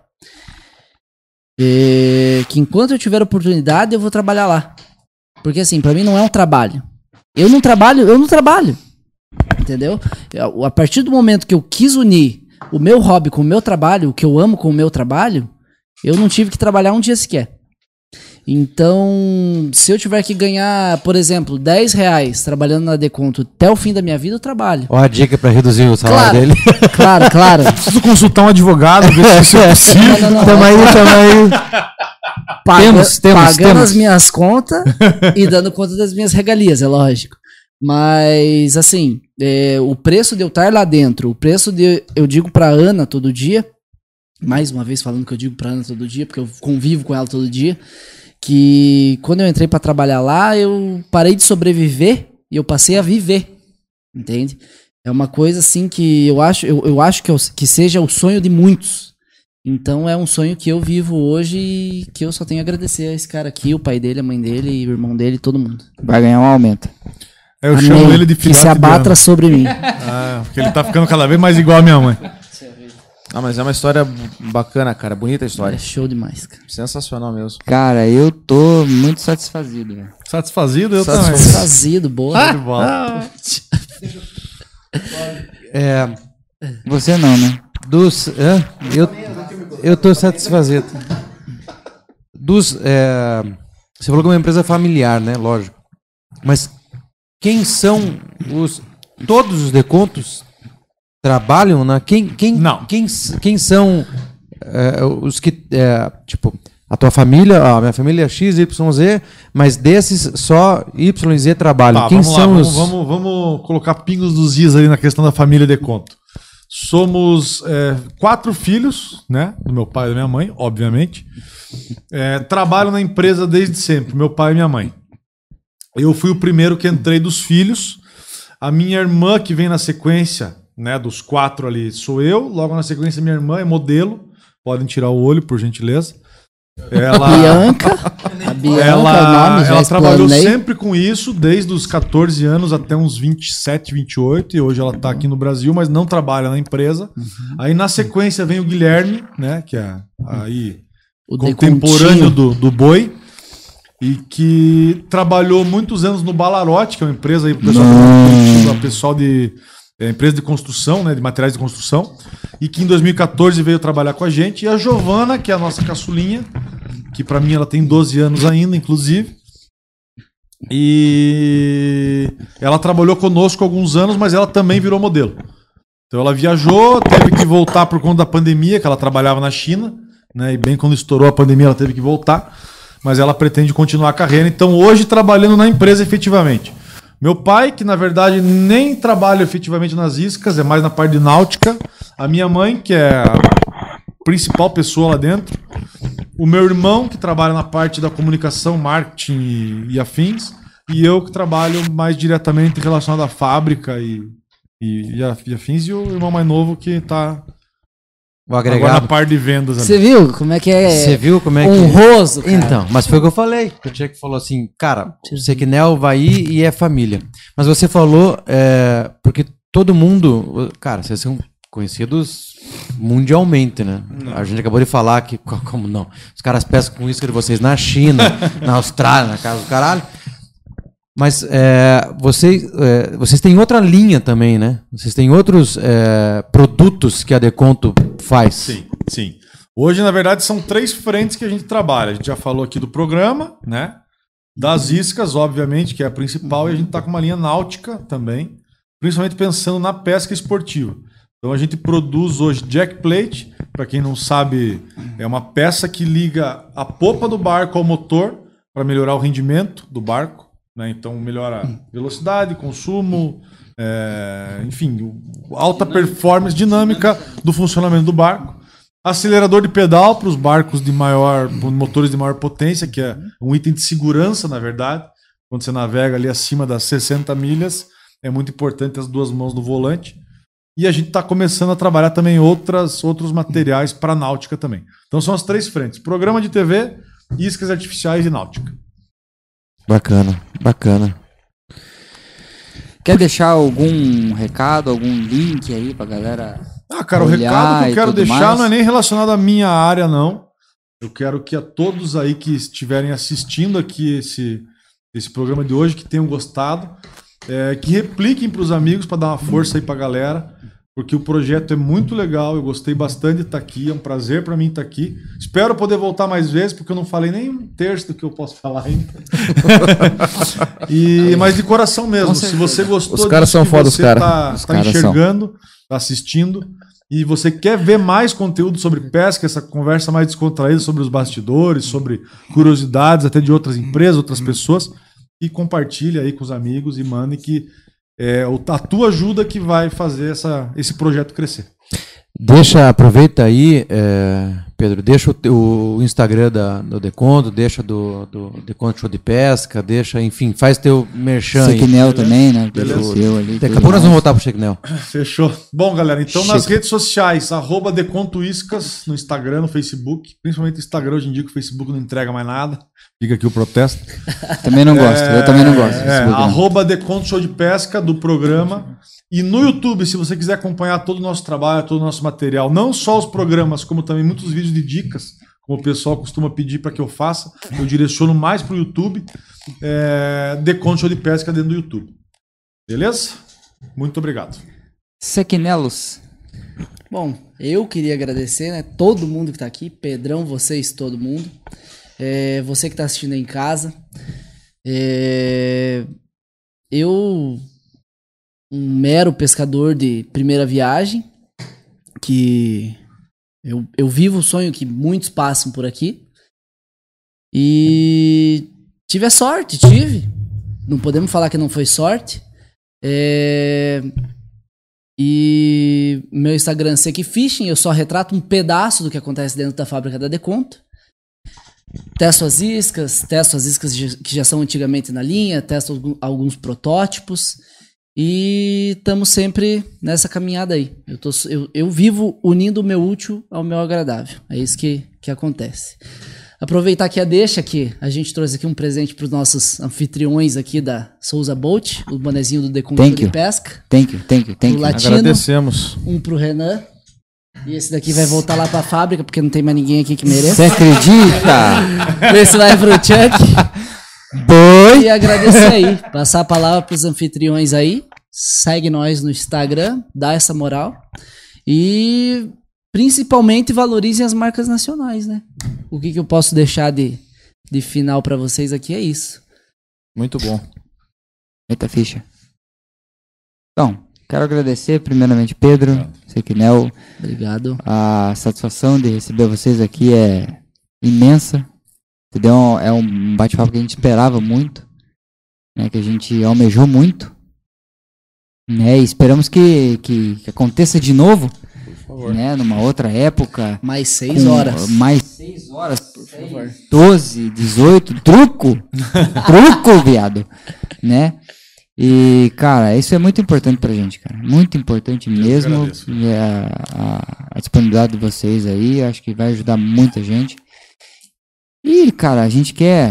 eh, que enquanto eu tiver oportunidade eu vou trabalhar lá. Porque assim, pra mim não é um trabalho. Eu não trabalho, eu não trabalho. Entendeu? Eu- a partir do momento que eu quis unir o meu hobby com o meu trabalho, o que eu amo com o meu trabalho, eu não tive que trabalhar um dia sequer. Então, se eu tiver que ganhar, por exemplo, dez reais trabalhando na Deconto até o fim da minha vida, eu trabalho. Ó a dica pra reduzir o salário Claro. dele. Claro, claro. Preciso consultar um advogado, ver se isso é possível. Não, não, não. Tamo aí, tamo aí. Paga- Temos, temos, pagando temos. as minhas contas e dando conta das minhas regalias, é lógico. Mas, assim, é, o preço de eu estar lá dentro, o preço de eu digo pra Ana todo dia, mais uma vez falando que eu digo pra Ana todo dia, porque eu convivo com ela todo dia, que quando eu entrei pra trabalhar lá, eu parei de sobreviver e eu passei a viver, entende? É uma coisa assim que eu acho, eu, eu acho que, eu- que seja o sonho de muitos. Então é um sonho que eu vivo hoje e que eu só tenho a agradecer a esse cara aqui, o pai dele, a mãe dele, o irmão dele, todo mundo. Vai ganhar um aumento. Eu Amém. chamo ele de Que filhote se de abatra Ana. sobre mim. Ah, porque ele tá ficando cada vez mais igual a minha mãe. Ah, mas é uma história bacana, cara. Bonita a É história. show demais, cara. Sensacional mesmo. Cara, eu tô muito satisfazido, velho. Satisfazido? Eu Satisfazido. também. Fazido, boa. Show de bola. É, Você não, né? dos, hã? eu, eu tô satisfeito. Dos, é, você falou que é uma empresa familiar, né? Lógico. Mas quem são os... Todos os decontos trabalham na... Quem, quem, Não. Quem, quem são é, os que... é, tipo, a tua família... A minha família é X, Y, Z, mas desses só Y e Z trabalham. Tá, quem vamos lá, são vamos, os... vamos, vamos colocar pingos dos is ali na questão da família de conto. Somos é, quatro filhos, né? Do meu pai e da minha mãe, obviamente. É, trabalho na empresa desde sempre, meu pai e minha mãe. Eu fui o primeiro que entrei dos filhos. A minha irmã, que vem na sequência, né, dos quatro ali, sou eu. Logo na sequência, minha irmã é modelo. Podem tirar o olho, por gentileza. Ela, Bianca. A Bianca, ela, o nome, já ela trabalhou explanei. sempre com isso, desde os catorze anos até uns vinte e sete, vinte e oito, e hoje ela está aqui no Brasil, mas não trabalha na empresa. Aí na sequência vem o Guilherme, né, que é aí O contemporâneo Decontinho. do, do Boi, e que trabalhou muitos anos no Balarote, que é uma empresa aí pro pessoal, pro pessoal de é, empresa de construção, né, de materiais de construção, e que em dois mil e catorze veio trabalhar com a gente, e a Giovana, que é a nossa caçulinha, que pra mim ela tem doze anos ainda, inclusive. E ela trabalhou conosco há alguns anos, mas ela também virou modelo. Então ela viajou, teve que voltar por conta da pandemia, que ela trabalhava na China, né? E bem quando estourou a pandemia ela teve que voltar, mas ela pretende continuar a carreira. Então hoje trabalhando na empresa efetivamente. Meu pai, que na verdade nem trabalha efetivamente nas iscas, é mais na parte de náutica. A minha mãe, que é a principal pessoa lá dentro. O meu irmão, que trabalha na parte da comunicação, marketing e, e afins. E eu, que trabalho mais diretamente relacionado à fábrica e, e, e, a- e afins. E o irmão mais novo, que está O agora na agregado. parte de vendas. Você ali. viu como é que é? Você viu como é que... Honroso, cara. Então, mas foi o que eu falei. O Tcheco falou assim, cara, o Sequinel vai ir e é família. Mas você falou, é, porque todo mundo, cara, vocês são conhecidos mundialmente, né? A gente acabou de falar que, co- como não, os caras pescam com isca de vocês na China, na Austrália, na casa do caralho. Mas é, vocês, é, vocês têm outra linha também, né? Vocês têm outros é, produtos que a Deconto faz. Sim, sim. Hoje, na verdade, são três frentes que a gente trabalha. A gente já falou aqui do programa, né? Das iscas, obviamente, que é a principal, e a gente está com uma linha náutica também, principalmente pensando na pesca esportiva. Então a gente produz hoje jack plate, para quem não sabe, é uma peça que liga a popa do barco ao motor para melhorar o rendimento do barco, né? Então melhora a velocidade, consumo, é, enfim, o- alta performance dinâmica do funcionamento do barco. Acelerador de pedal para os barcos de maior, motores de maior potência, que é um item de segurança, na verdade. Quando você navega ali acima das sessenta milhas, é muito importante as duas mãos no volante. E a gente está começando a trabalhar também outras, outros materiais para náutica também. Então são as três frentes: programa de T V, iscas artificiais e náutica. Bacana, bacana. Quer deixar algum recado, algum link aí pra galera? Ah, cara, o Olhar recado que eu e quero tudo deixar mais. não é nem relacionado à minha área, não. Eu quero que a todos aí que estiverem assistindo aqui esse, esse programa de hoje, que tenham gostado, é, que repliquem para os amigos para dar uma força aí para a galera, porque o projeto é muito legal, eu gostei bastante de estar aqui, é um prazer para mim estar aqui. Espero poder voltar mais vezes, porque eu não falei nem um terço do que eu posso falar ainda. e, mas de coração mesmo, se você gostou Os caras disso são que foda, os você caras. tá, Os tá caras são. enxergando, tá assistindo, e você quer ver mais conteúdo sobre pesca, essa conversa mais descontraída sobre os bastidores, sobre curiosidades até de outras empresas, outras pessoas, e compartilha aí com os amigos e mande que é o- a tua ajuda que vai fazer essa, esse projeto crescer. Deixa, aproveita aí, é, Pedro, deixa o, teu- o Instagram da, do Deconto, deixa do, do Deconto Show de Pesca, deixa, enfim, faz teu merchan aí. Sequinel também, né? Beleza. Deixa o seu ali, Daqui a tudo pouco nós vamos mais. voltar pro Chequinel. Fechou. Bom, galera, então nas Chique. redes sociais, arroba Deconto Iscas, no Instagram, no Facebook, principalmente no Instagram, hoje em dia que o Facebook não entrega mais nada. Fica aqui o protesto. Também não gosto, eu também não gosto. É, desse programa. arroba Deconto Show de Pesca do programa. E no YouTube, se você quiser acompanhar todo o nosso trabalho, todo o nosso material, não só os programas, como também muitos vídeos de dicas, como o pessoal costuma pedir para que eu faça, eu direciono mais para o YouTube, é, Deconto Show de Pesca dentro do YouTube. Beleza? Muito obrigado. Sequinelos. Bom, eu queria agradecer, né, todo mundo que tá aqui, Pedrão, vocês, todo mundo. É, você que tá assistindo aí em casa. É, eu, um mero pescador de primeira viagem, que eu, eu vivo o sonho que muitos passam por aqui. E tive a sorte, tive. Não podemos falar que não foi sorte. É... E meu Instagram é Sec Fishing, eu só retrato um pedaço do que acontece dentro da fábrica da Deconto. Testo as iscas, testo as iscas de- que já são antigamente na linha, testo algum- alguns protótipos e estamos sempre nessa caminhada aí. Eu, tô, eu, eu vivo unindo o meu útil ao meu agradável. É isso que, que acontece. Aproveitar aqui a deixa que a gente trouxe aqui um presente para os nossos anfitriões aqui da Souza Boat, o bonezinho do Deconto Thank de you. Pesca. Thank you, thank you, thank O you. latino, Agradecemos. um pro Renan. E esse daqui vai voltar lá pra fábrica, porque não tem mais ninguém aqui que mereça. Você acredita? Esse vai pro Chuck. Boi! E agradecer aí. Passar a palavra pros anfitriões aí. Segue nós no Instagram, dá essa moral. E principalmente valorizem as marcas nacionais, né? O que, que eu posso deixar de, de final pra vocês aqui é isso. Muito bom. Eita ficha. Então, quero agradecer primeiramente Pedro, Sequinel. Obrigado. A satisfação de receber vocês aqui é imensa. Entendeu? É um bate-papo que a gente esperava muito, né? Que a gente almejou muito, né? E esperamos que, que, que aconteça de novo, né? Numa outra época. Mais seis com horas. Mais seis horas, por favor. doze, dezoito, truco! Truco, viado! Né? E, cara, isso é muito importante pra gente, cara. Muito importante mesmo. agradeço. E a, a, a disponibilidade de vocês aí, acho que vai ajudar muita gente. E, cara, a gente quer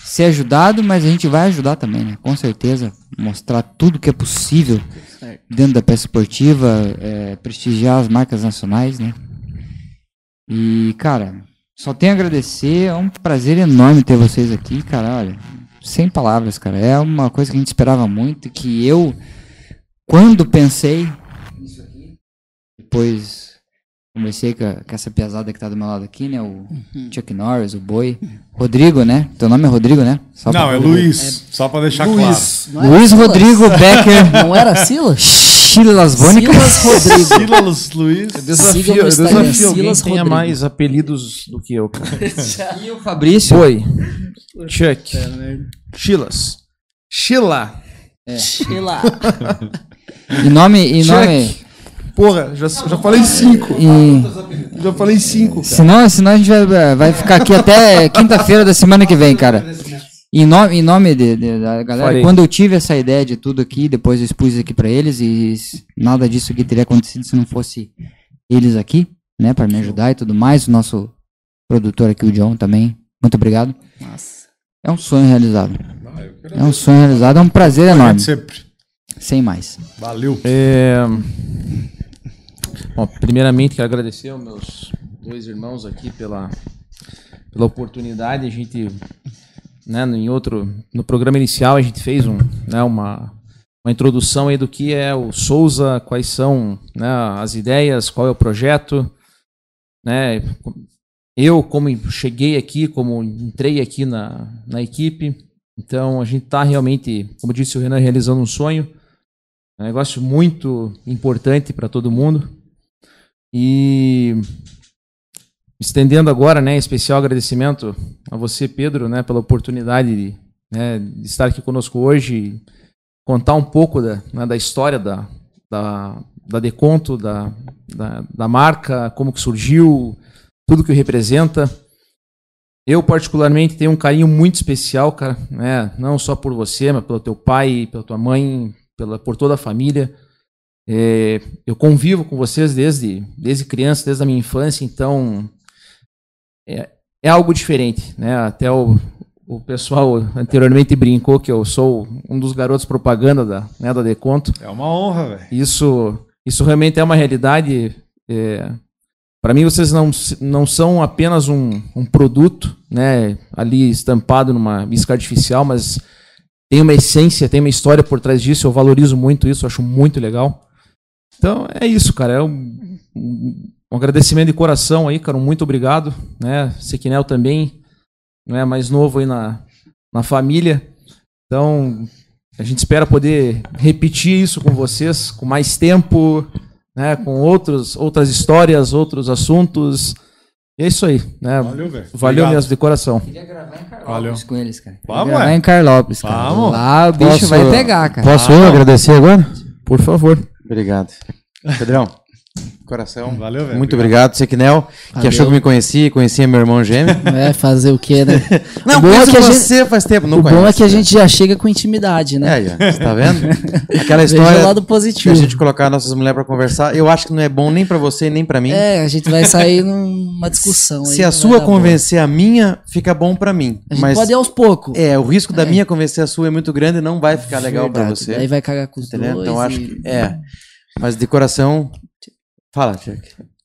ser ajudado, mas a gente vai ajudar também, né? Com certeza. Mostrar tudo que é possível dentro da peça esportiva, é, prestigiar as marcas nacionais, né? E, cara, só tenho a agradecer. É um prazer enorme ter vocês aqui, cara. Olha, sem palavras, cara. É uma coisa que a gente esperava muito, que eu, quando pensei nisso aqui, depois conversei com, a, com essa piazada que tá do meu lado aqui, né? O uhum. Chuck Norris, o Boi. Rodrigo, né? Teu nome é Rodrigo, né? Só Não, é Luiz. É... Só pra deixar Luiz. claro. Luiz Rodrigo Becker. Não era Silas? Silas Bônica. Silas Rodrigo. Silas Luiz. Eu desafio, eu desafio alguém que tenha mais apelidos do que eu. E o Fabrício? Boi. Chuck. Silas. Sheila. É. Sheila. E nome... E nome... Porra, já, já falei cinco. E... Já falei cinco, cara. Senão, senão a gente vai, vai ficar aqui até quinta-feira da semana que vem, cara. Em nome, em nome de, de, da galera, Farei. Quando eu tive essa ideia de tudo aqui, depois eu expus aqui pra eles e nada disso aqui teria acontecido se não fosse eles aqui, né, pra me ajudar e tudo mais. O nosso produtor aqui, o John, também. Muito obrigado. Nossa. É um sonho realizado. É um sonho realizado, é um prazer enorme. Sempre. Sem mais. Valeu. É... Bom, primeiramente quero agradecer aos meus dois irmãos aqui pela, pela oportunidade. A gente, né, em outro, no programa inicial a gente fez um, né, uma, uma introdução aí do que é o Souza, quais são, né, as ideias, qual é o projeto, né, eu como cheguei aqui, como entrei aqui na, na equipe. Então a gente está realmente, como disse o Renan, realizando um sonho, um negócio muito importante para todo mundo. E estendendo agora, né, especial agradecimento a você, Pedro, né, pela oportunidade de, né, de estar aqui conosco hoje e contar um pouco da, né, da história da, da, da Deconto, da, da, da marca, como que surgiu, tudo que representa. Eu, particularmente, tenho um carinho muito especial, cara, né, não só por você, mas pelo teu pai, pela tua mãe, pela, por toda a família. É, eu convivo com vocês desde, desde criança, desde a minha infância, então é, é algo diferente, né? Até o, o pessoal anteriormente brincou que eu sou um dos garotos propaganda da, né, da Deconto. É uma honra, velho. Isso, isso realmente é uma realidade. É, para mim, vocês não, não são apenas um, um produto, né, ali estampado numa isca artificial, mas tem uma essência, tem uma história por trás disso. Eu valorizo muito isso, acho muito legal. Então é isso, cara. É um, um, um agradecimento de coração aí, cara. Muito obrigado, né? Sequinel também, né? Mais novo aí na, na família. Então a gente espera poder repetir isso com vocês, com mais tempo, né? Com outros, outras histórias, outros assuntos. E é isso aí, né? Valeu, velho. Valeu obrigado. Mesmo de coração. Queria gravar em Carlópolis Valeu. Com eles, cara. Vamos, gravar ué. em Carlópolis, cara. Vamos. Lá o bicho Posso- vai pegar, cara. Posso Ah, eu não. agradecer agora? Por favor. Obrigado. Pedrão, coração. Valeu, velho. Muito obrigado, Sequinel, que Valeu. achou que me conhecia, conhecia meu irmão gêmeo. É, fazer o quê, né? Não, O bom é conheço que a gente- você faz tempo, não o conhece. bom é que a gente já chega com intimidade, né? É, já, você tá vendo? Aquela Veja história o lado que positivo. a gente colocar nossas mulheres pra conversar, eu acho que não é bom nem pra você, nem pra mim. É, a gente vai sair numa discussão. Se aí, a não sua vai dar boa. convencer a minha, fica bom pra mim. A gente Mas pode ir aos poucos. é, o risco da É. minha convencer a sua é muito grande e não vai ficar legal pra Verdade. você. Aí vai cagar com os Entendeu? dois. Então acho e- que é. Mas de coração, fala, Chuck.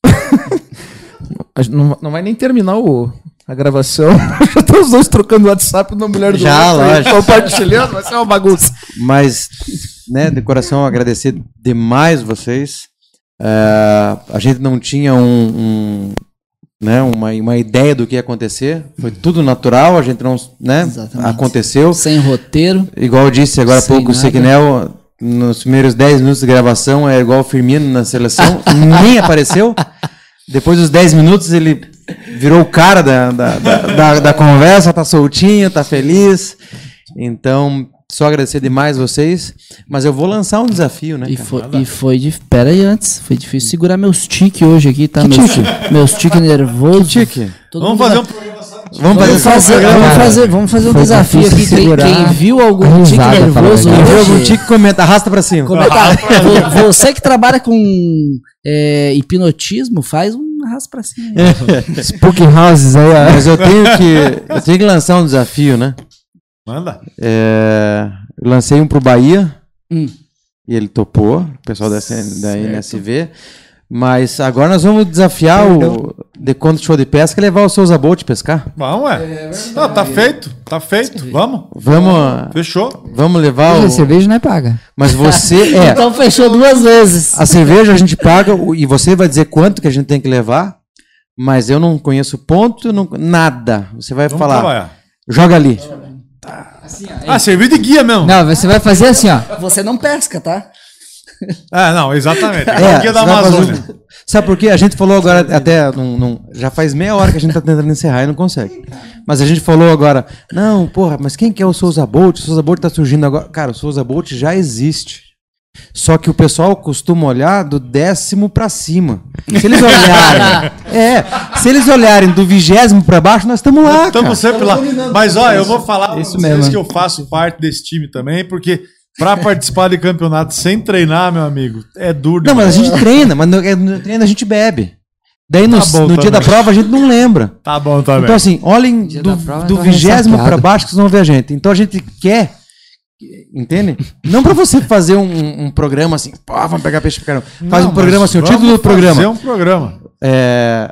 A gente Não, não vai nem terminar o, a gravação. Já estão os dois trocando WhatsApp na mulher do Já, outro aí, lógico. compartilhando, vai ser uma bagunça. Mas, né, de coração agradecer demais vocês. É, a gente não tinha um, um, né, uma, uma ideia do que ia acontecer. Foi tudo natural, a gente não, né, Exatamente. aconteceu. Sem roteiro. Igual eu disse agora há Sem pouco, o nada. Sequinel, nos primeiros dez minutos de gravação, é igual o Firmino na seleção, nem apareceu. Depois dos dez minutos, ele virou o cara da, da, da, da, da conversa, tá soltinho, tá feliz. Então, só agradecer demais vocês. Mas eu vou lançar um desafio, né, E cara? foi, e foi de. Pera aí antes. Foi difícil segurar meus tiques hoje aqui, tá? Meus tique? tique- Meus tiques nervosos. Tique? Todo Vamos mundo fazer vai- um programa só. Vamos fazer, Vamos fazer, programa, vamos cara. fazer, vamos fazer um Foi desafio difícil aqui. Quem, segurar quem viu algum a tique risada, nervoso fala a Quem viu algum hoje, tique, comenta, arrasta pra cima. comenta. Vo- Você que trabalha com é, hipnotismo, faz um arrasto pra cima. aí. Spook Houses aí, ó. Mas eu tenho que, eu tenho que lançar um desafio, né? Manda. É, eu lancei um pro Bahia Hum. e ele topou, o pessoal da, da N S V. Mas agora nós vamos desafiar o Deconto Show de Pesca e levar o Souza Bolt pescar. Vamos, ué. Não, tá feito, tá feito. Vamos. Vamos, Fechou. vamos levar A o... cerveja não é paga. Mas você... É, Então fechou duas vezes. a cerveja a gente paga o- e você vai dizer quanto que a gente tem que levar, mas eu não conheço ponto, não, nada. Você vai Vamos falar, trabalhar. joga ali. Assim, ó. Ah, cerveja de guia mesmo. Não, você vai fazer assim, ó. Você não pesca, tá? Ah, não, exatamente. É, É, o guia da você vai fazer Amazônia. um- Sabe por quê? A gente falou agora, até num- num- já faz meia hora que a gente tá tentando encerrar e não consegue. Mas a gente falou agora, não, porra, mas quem que é o Souza Bolt? O Souza Bolt tá surgindo agora. Cara, o Souza Bolt já existe. Só que o pessoal costuma olhar do décimo pra cima. Se eles olharem, é, se eles olharem do vigésimo pra baixo, nós estamos lá, cara. Estamos sempre lá. Mas, ó, eu vou falar pra Isso vocês mesmo. que eu faço parte desse time também, porque pra participar de campeonato sem treinar, meu amigo, é duro. Não, mas a demais. gente treina, mas no, no treino a gente bebe. Daí no, Tá bom no dia da também. prova a gente não lembra. Tá bom também. Então, assim, olhem Dia do, da prova do tá vigésimo ressaqueado. pra baixo que vocês vão ver a gente. Então a gente quer, entende? Não pra você fazer um, um programa assim, pô, vamos pegar peixe pra caramba. Faz Não, um programa mas assim, o vamos título do programa. fazer um programa. É...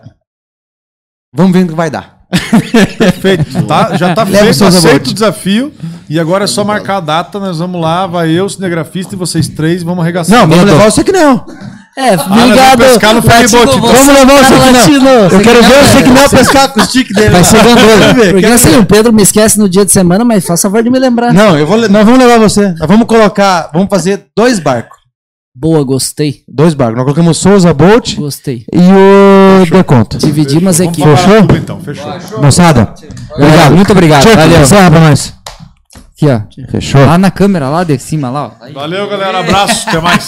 Vamos ver o que vai dar. Feito. Tá, já tá Leva o feito, Souza aceito Bolt. o desafio. E agora é só marcar a data, nós vamos lá, vai eu, o cinegrafista e vocês três, vamos arregaçar. Não, vamos levar você que não. É, Ah, nós vamos obrigado. pescar no ferry boat, então. Vamos levar você que Latino. não. Eu quero ver você que não pescar com o stick dele. Vai lá. ser gandoso. Porque assim, o Pedro me esquece no dia de semana, mas faça favor de me lembrar. Não, eu vou, le- nós vamos levar você. Nós vamos colocar, vamos fazer dois barcos. Boa, gostei. Dois barcos. Nós colocamos o Souza Bolt Gostei. e o Deconto. Dividimos as Vamos equipes. parar Fechou? tudo, então, fechou. Moçada, Obrigado, muito obrigado. Tchau, Valeu. encerra pra nós. Aqui, ó. Fechou? Lá na câmera, lá de cima, lá, ó. Aí. Valeu, galera. Abraço. Até mais.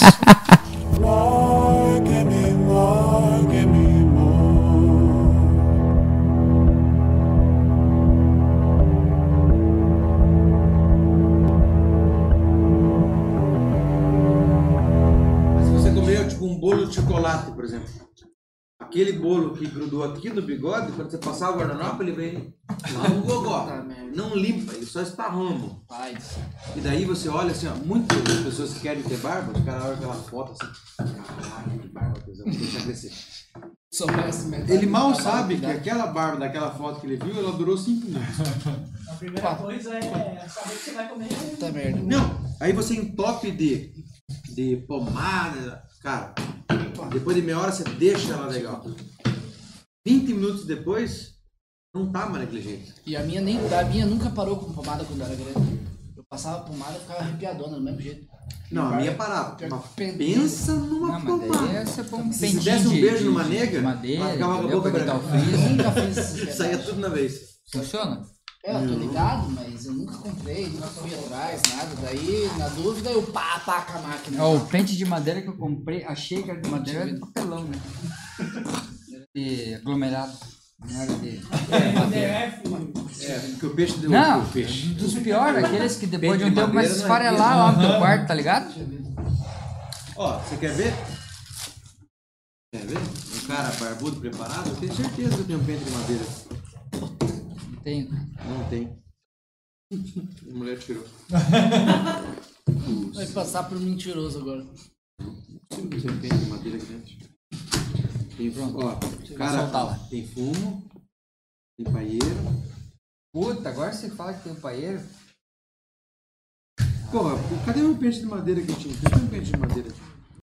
Se você comeu tipo um bolo de chocolate, por exemplo, aquele bolo que grudou aqui no bigode, quando você passar o guardanapo, ele vem lá no gogó. Não limpa, ele só esparrama. E daí você olha assim, ó, muitas pessoas que querem ter barba, os caras olham aquela foto assim, caralho, que barba, tesão, vou deixar crescer. Ele mal sabe que aquela barba daquela foto que ele viu, ela durou cinco minutos. A primeira coisa é saber que você vai comer. Puta merda. Não, aí você entope de, de pomada, cara, depois de meia hora você deixa ela legal. vinte minutos depois, não tá mais daquele jeito. E a minha, nem, a minha nunca parou com pomada quando era grande. Eu passava pomada e ficava arrepiadona do mesmo jeito. Não, a minha parava. Pior Mas que pensa numa Não, mas daí pomada. é você põe um Se pentinho desse um de- beijo de- numa de nega, madeira, ela ficava com a entendeu? boca Pra evitar o branca. frio. Nunca fiz esses Saía pedaços. tudo na vez. Funciona? É, eu tô ligado, mas eu nunca comprei, nunca fui atrás, nada. Daí, na dúvida, eu pá, pá com a máquina. Ó, o pente de madeira que eu comprei, achei que era de madeira, era de papelão, né? Era de aglomerado. Não era de madeira. É, porque o peixe deu Não, o peixe. um dos piores, aqueles que depois de Pente um de tempo começa a madeira esfarelar lá no teu quarto, tá ligado? Ó, você quer ver? Quer ver? Um cara barbudo preparado? Eu tenho certeza que eu tenho um pente de madeira. Não tem. Não tem. A mulher tirou. Vai passar por mentiroso agora. Tem um pente de madeira aqui dentro. Tem, ó, cara, soltar lá. tem fumo, tem paieiro. Puta, agora você fala que tem um paieiro. Porra, cadê o meu pente de madeira que eu tinha? Cadê o pente de madeira aqui?